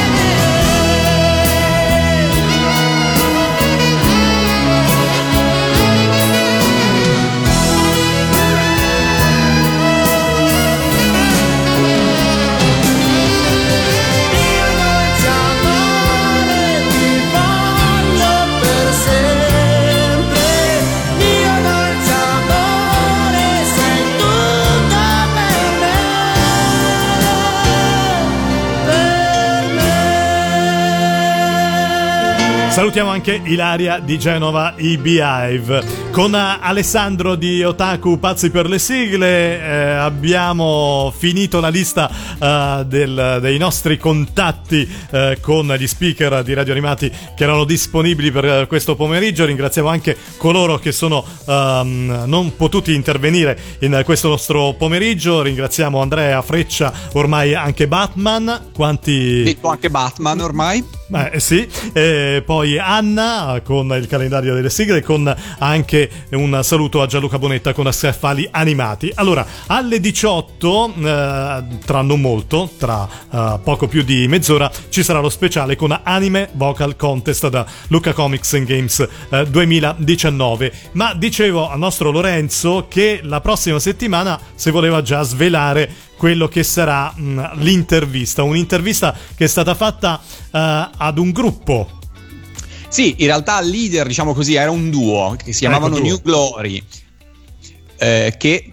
Salutiamo anche Ilaria di Genova, i Beehive. Con Alessandro di Otaku pazzi per le sigle abbiamo finito la lista dei nostri contatti con gli speaker di Radio Animati che erano disponibili per questo pomeriggio. Ringraziamo anche coloro che sono non potuti intervenire in questo nostro pomeriggio. Ringraziamo Andrea, Freccia, ormai anche Batman. Detto anche Batman ormai. Sì, poi Anna con il calendario delle sigle, con anche un saluto a Gianluca Bonetta con Scaffali Animati. Allora, alle 18, tra non molto, tra poco più di mezz'ora, ci sarà lo speciale con Anime Vocal Contest da Lucca Comics and Games 2019. Ma dicevo al nostro Lorenzo che la prossima settimana si voleva già svelare quello che sarà un'intervista che è stata fatta ad un gruppo. Sì, in realtà il leader, diciamo così, era un duo che si chiamavano New Glory, che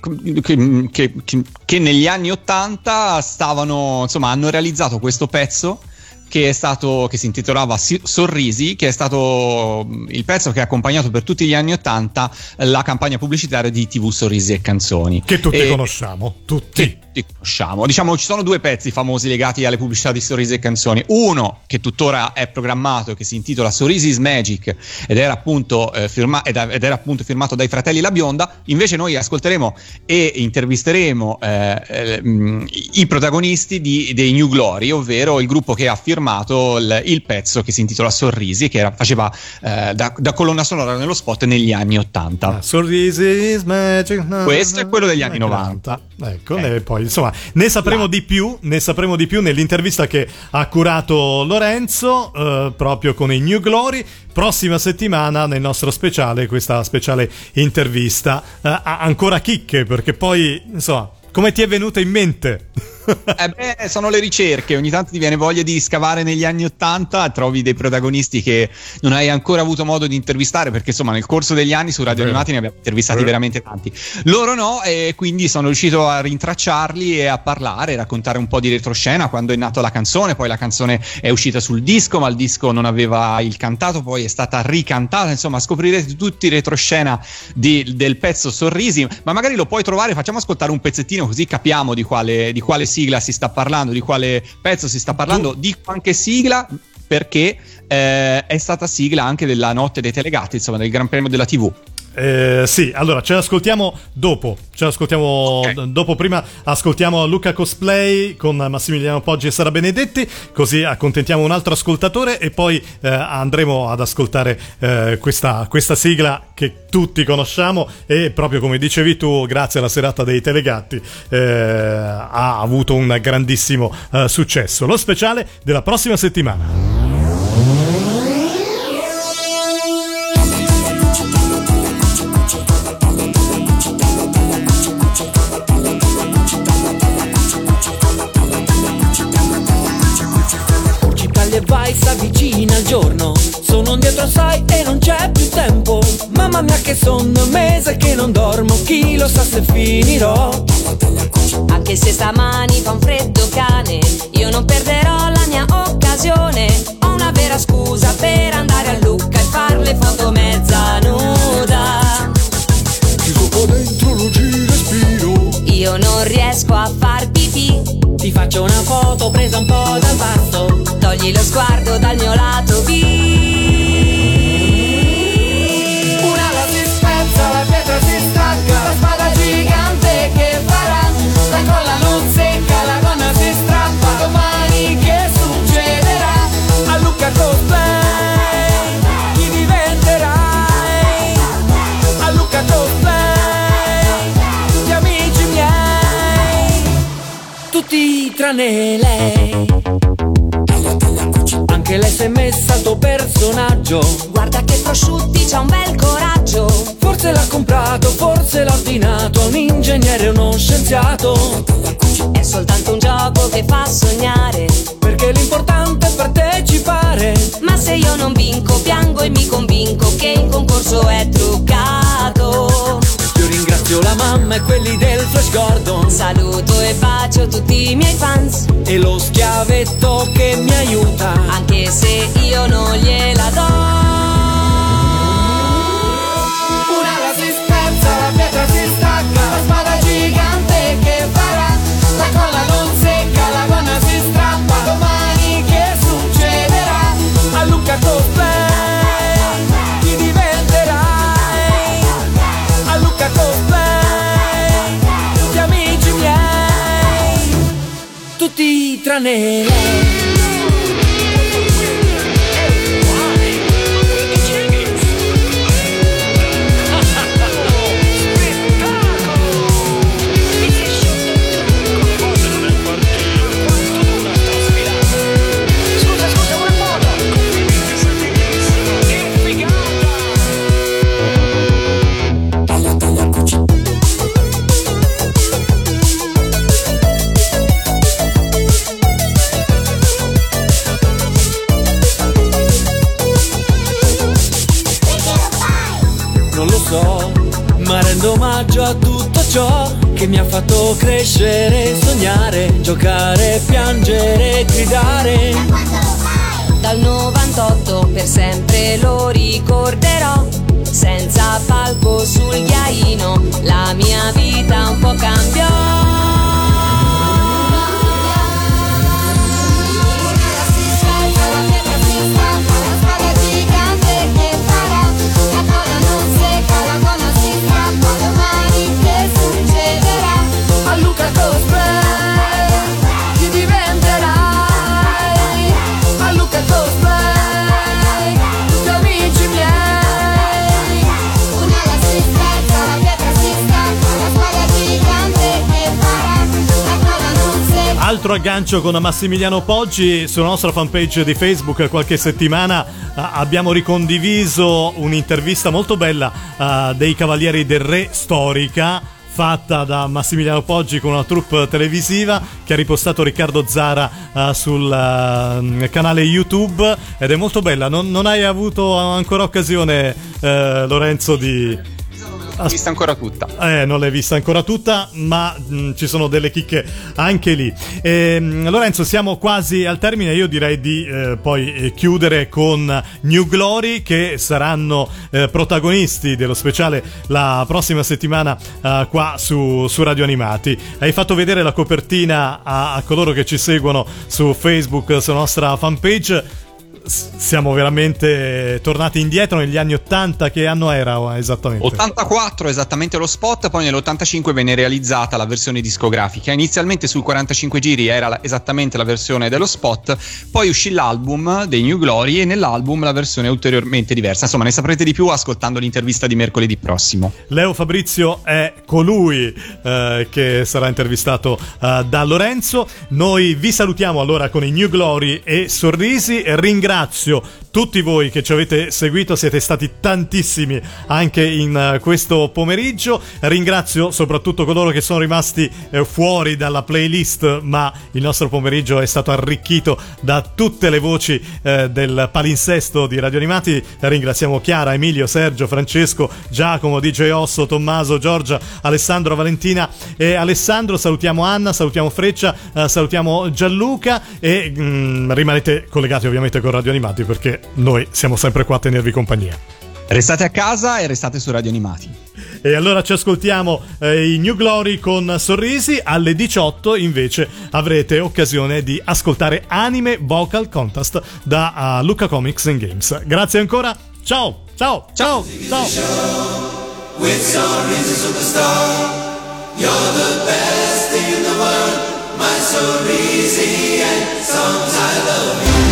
negli anni 80 hanno realizzato questo pezzo che si intitolava Sorrisi, che è stato il pezzo che ha accompagnato per tutti gli anni 80 la campagna pubblicitaria di TV Sorrisi e Canzoni. Che tutti conosciamo, tutti conosciamo. Diciamo, ci sono due pezzi famosi legati alle pubblicità di Sorrisi e Canzoni. Uno che tuttora è programmato, che si intitola Sorrisi is Magic, ed era appunto firmato dai fratelli La Bionda. Invece noi ascolteremo e intervisteremo i protagonisti dei New Glory, ovvero il gruppo che ha firmato il pezzo che si intitola Sorrisi, che faceva da colonna sonora nello spot negli anni 80. Sorrisi is Magic. Questo è quello degli anni 90. Ecco, e poi insomma ne sapremo di più nell'intervista che ha curato Lorenzo proprio con i New Glory. Prossima settimana nel nostro speciale, questa speciale intervista ancora chicche, perché poi insomma, come ti è venuta in mente? Sono le ricerche, ogni tanto ti viene voglia di scavare negli anni 80, trovi dei protagonisti che non hai ancora avuto modo di intervistare, perché insomma nel corso degli anni su Radio Animati ne abbiamo intervistati veramente tanti. Loro no, e quindi sono riuscito a rintracciarli e a parlare, raccontare un po' di retroscena, quando è nata la canzone. Poi la canzone è uscita sul disco, ma il disco non aveva il cantato, poi è stata ricantata. Insomma, scoprirete tutti i retroscena del pezzo Sorrisi, ma magari lo puoi trovare. Facciamo ascoltare un pezzettino così capiamo di quale sigla si sta parlando, di quale pezzo si sta parlando. Dico anche sigla perché è stata sigla anche della Notte dei Telegatti, insomma, del Gran Premio della TV. Sì, allora ce l'ascoltiamo dopo. Dopo, prima ascoltiamo Lucca Cosplay con Massimiliano Poggi e Sara Benedetti, così accontentiamo un altro ascoltatore e poi andremo ad ascoltare questa sigla che tutti conosciamo e proprio come dicevi tu, grazie alla serata dei Telegatti ha avuto un grandissimo successo. Lo speciale della prossima settimana. Vai, sta vicina al giorno, sono indietro sai e non c'è più tempo. Mamma mia che sonno, mese che non dormo, chi lo sa se finirò. Anche se stamani fa un freddo cane, io non perderò la mia occasione. Ho una vera scusa per andare a Lucca e far le foto mezza nuda. Chiuso qua dentro non ci respiro, io non riesco a far pipì. Ti faccio una foto presa un po' dal basso, togli lo sguardo dal mio lato B. Un'ala si spezza, la pietra si stacca, la spada gigante che farà, la colla non secca, la gonna si strappa, domani che succederà? A Lucca Cosplay, chi diventerai? A Lucca Cosplay, gli amici miei, tutti tranne lei. Anche lei si è messa al tuo personaggio, guarda che prosciutti, c'ha un bel coraggio. Forse l'ha comprato, forse l'ha ordinato, un ingegnere o uno scienziato. È soltanto un gioco che fa sognare, perché l'importante è partecipare. Ma se io non vinco, piango e mi convinco che il concorso è truccato. Io ringrazio la mamma e quelli del Flash Gordon, saluto e bacio tutti i miei fans e lo schiavetto che mi aiuta, anche se io non gliela do. Un'ala si spezza, la pietra si stacca, la spada gigante che farà, la colla non secca, la gonna si strappa, domani che succederà? A Lucca Cosplay, chi diventerai? A Lucca Cosplay, gli amici miei, tutti tranne lei. non lo so, ma rendo omaggio a tutto ciò che mi ha fatto crescere, sognare, giocare, piangere, gridare. Dal 98 per sempre lo ricorderò, senza palco sul ghiaino, la mia vita un po' cambiò. Altro aggancio con Massimiliano Poggi. Sulla nostra fanpage di Facebook qualche settimana abbiamo ricondiviso un'intervista molto bella dei Cavalieri del Re storica, fatta da Massimiliano Poggi con una troupe televisiva che ha ripostato Riccardo Zara sul canale YouTube, ed è molto bella. Non hai avuto ancora occasione, Lorenzo, di... l'ho vista ancora tutta. Non l'hai vista ancora tutta, ma ci sono delle chicche anche lì. Lorenzo, siamo quasi al termine. Io direi di poi chiudere con New Glory, che saranno protagonisti dello speciale la prossima settimana qua su Radio Animati. Hai fatto vedere la copertina a coloro che ci seguono su Facebook, sulla nostra fanpage. Siamo veramente tornati indietro negli anni 80. Che anno era esattamente? 84 esattamente lo spot, poi nell'85 venne realizzata la versione discografica. Inizialmente sui 45 giri era esattamente la versione dello spot, poi uscì l'album dei New Glory e nell'album la versione ulteriormente diversa. Insomma, ne saprete di più ascoltando l'intervista di mercoledì prossimo. Leo Fabrizio è colui che sarà intervistato da Lorenzo. Noi vi salutiamo allora con i New Glory e Sorrisi. Ringrazio tutti voi che ci avete seguito, siete stati tantissimi anche in questo pomeriggio. Ringrazio soprattutto coloro che sono rimasti fuori dalla playlist, ma il nostro pomeriggio è stato arricchito da tutte le voci del palinsesto di Radio Animati. Ringraziamo Chiara, Emilio, Sergio, Francesco, Giacomo, DJ Osso, Tommaso, Giorgia, Alessandro, Valentina e Alessandro. Salutiamo Anna, salutiamo Freccia, salutiamo Gianluca e rimanete collegati ovviamente con Radio Animati, perché noi siamo sempre qua a tenervi compagnia. Restate a casa e restate su Radio Animati. E allora ci ascoltiamo i New Glory con Sorrisi. Alle 18 invece avrete occasione di ascoltare Anime Vocal Contest da Lucca Comics and Games. Grazie ancora, ciao ciao ciao ciao. With Sorrisi superstar, you're the best in the world, my Sorrisi, and songs I love you.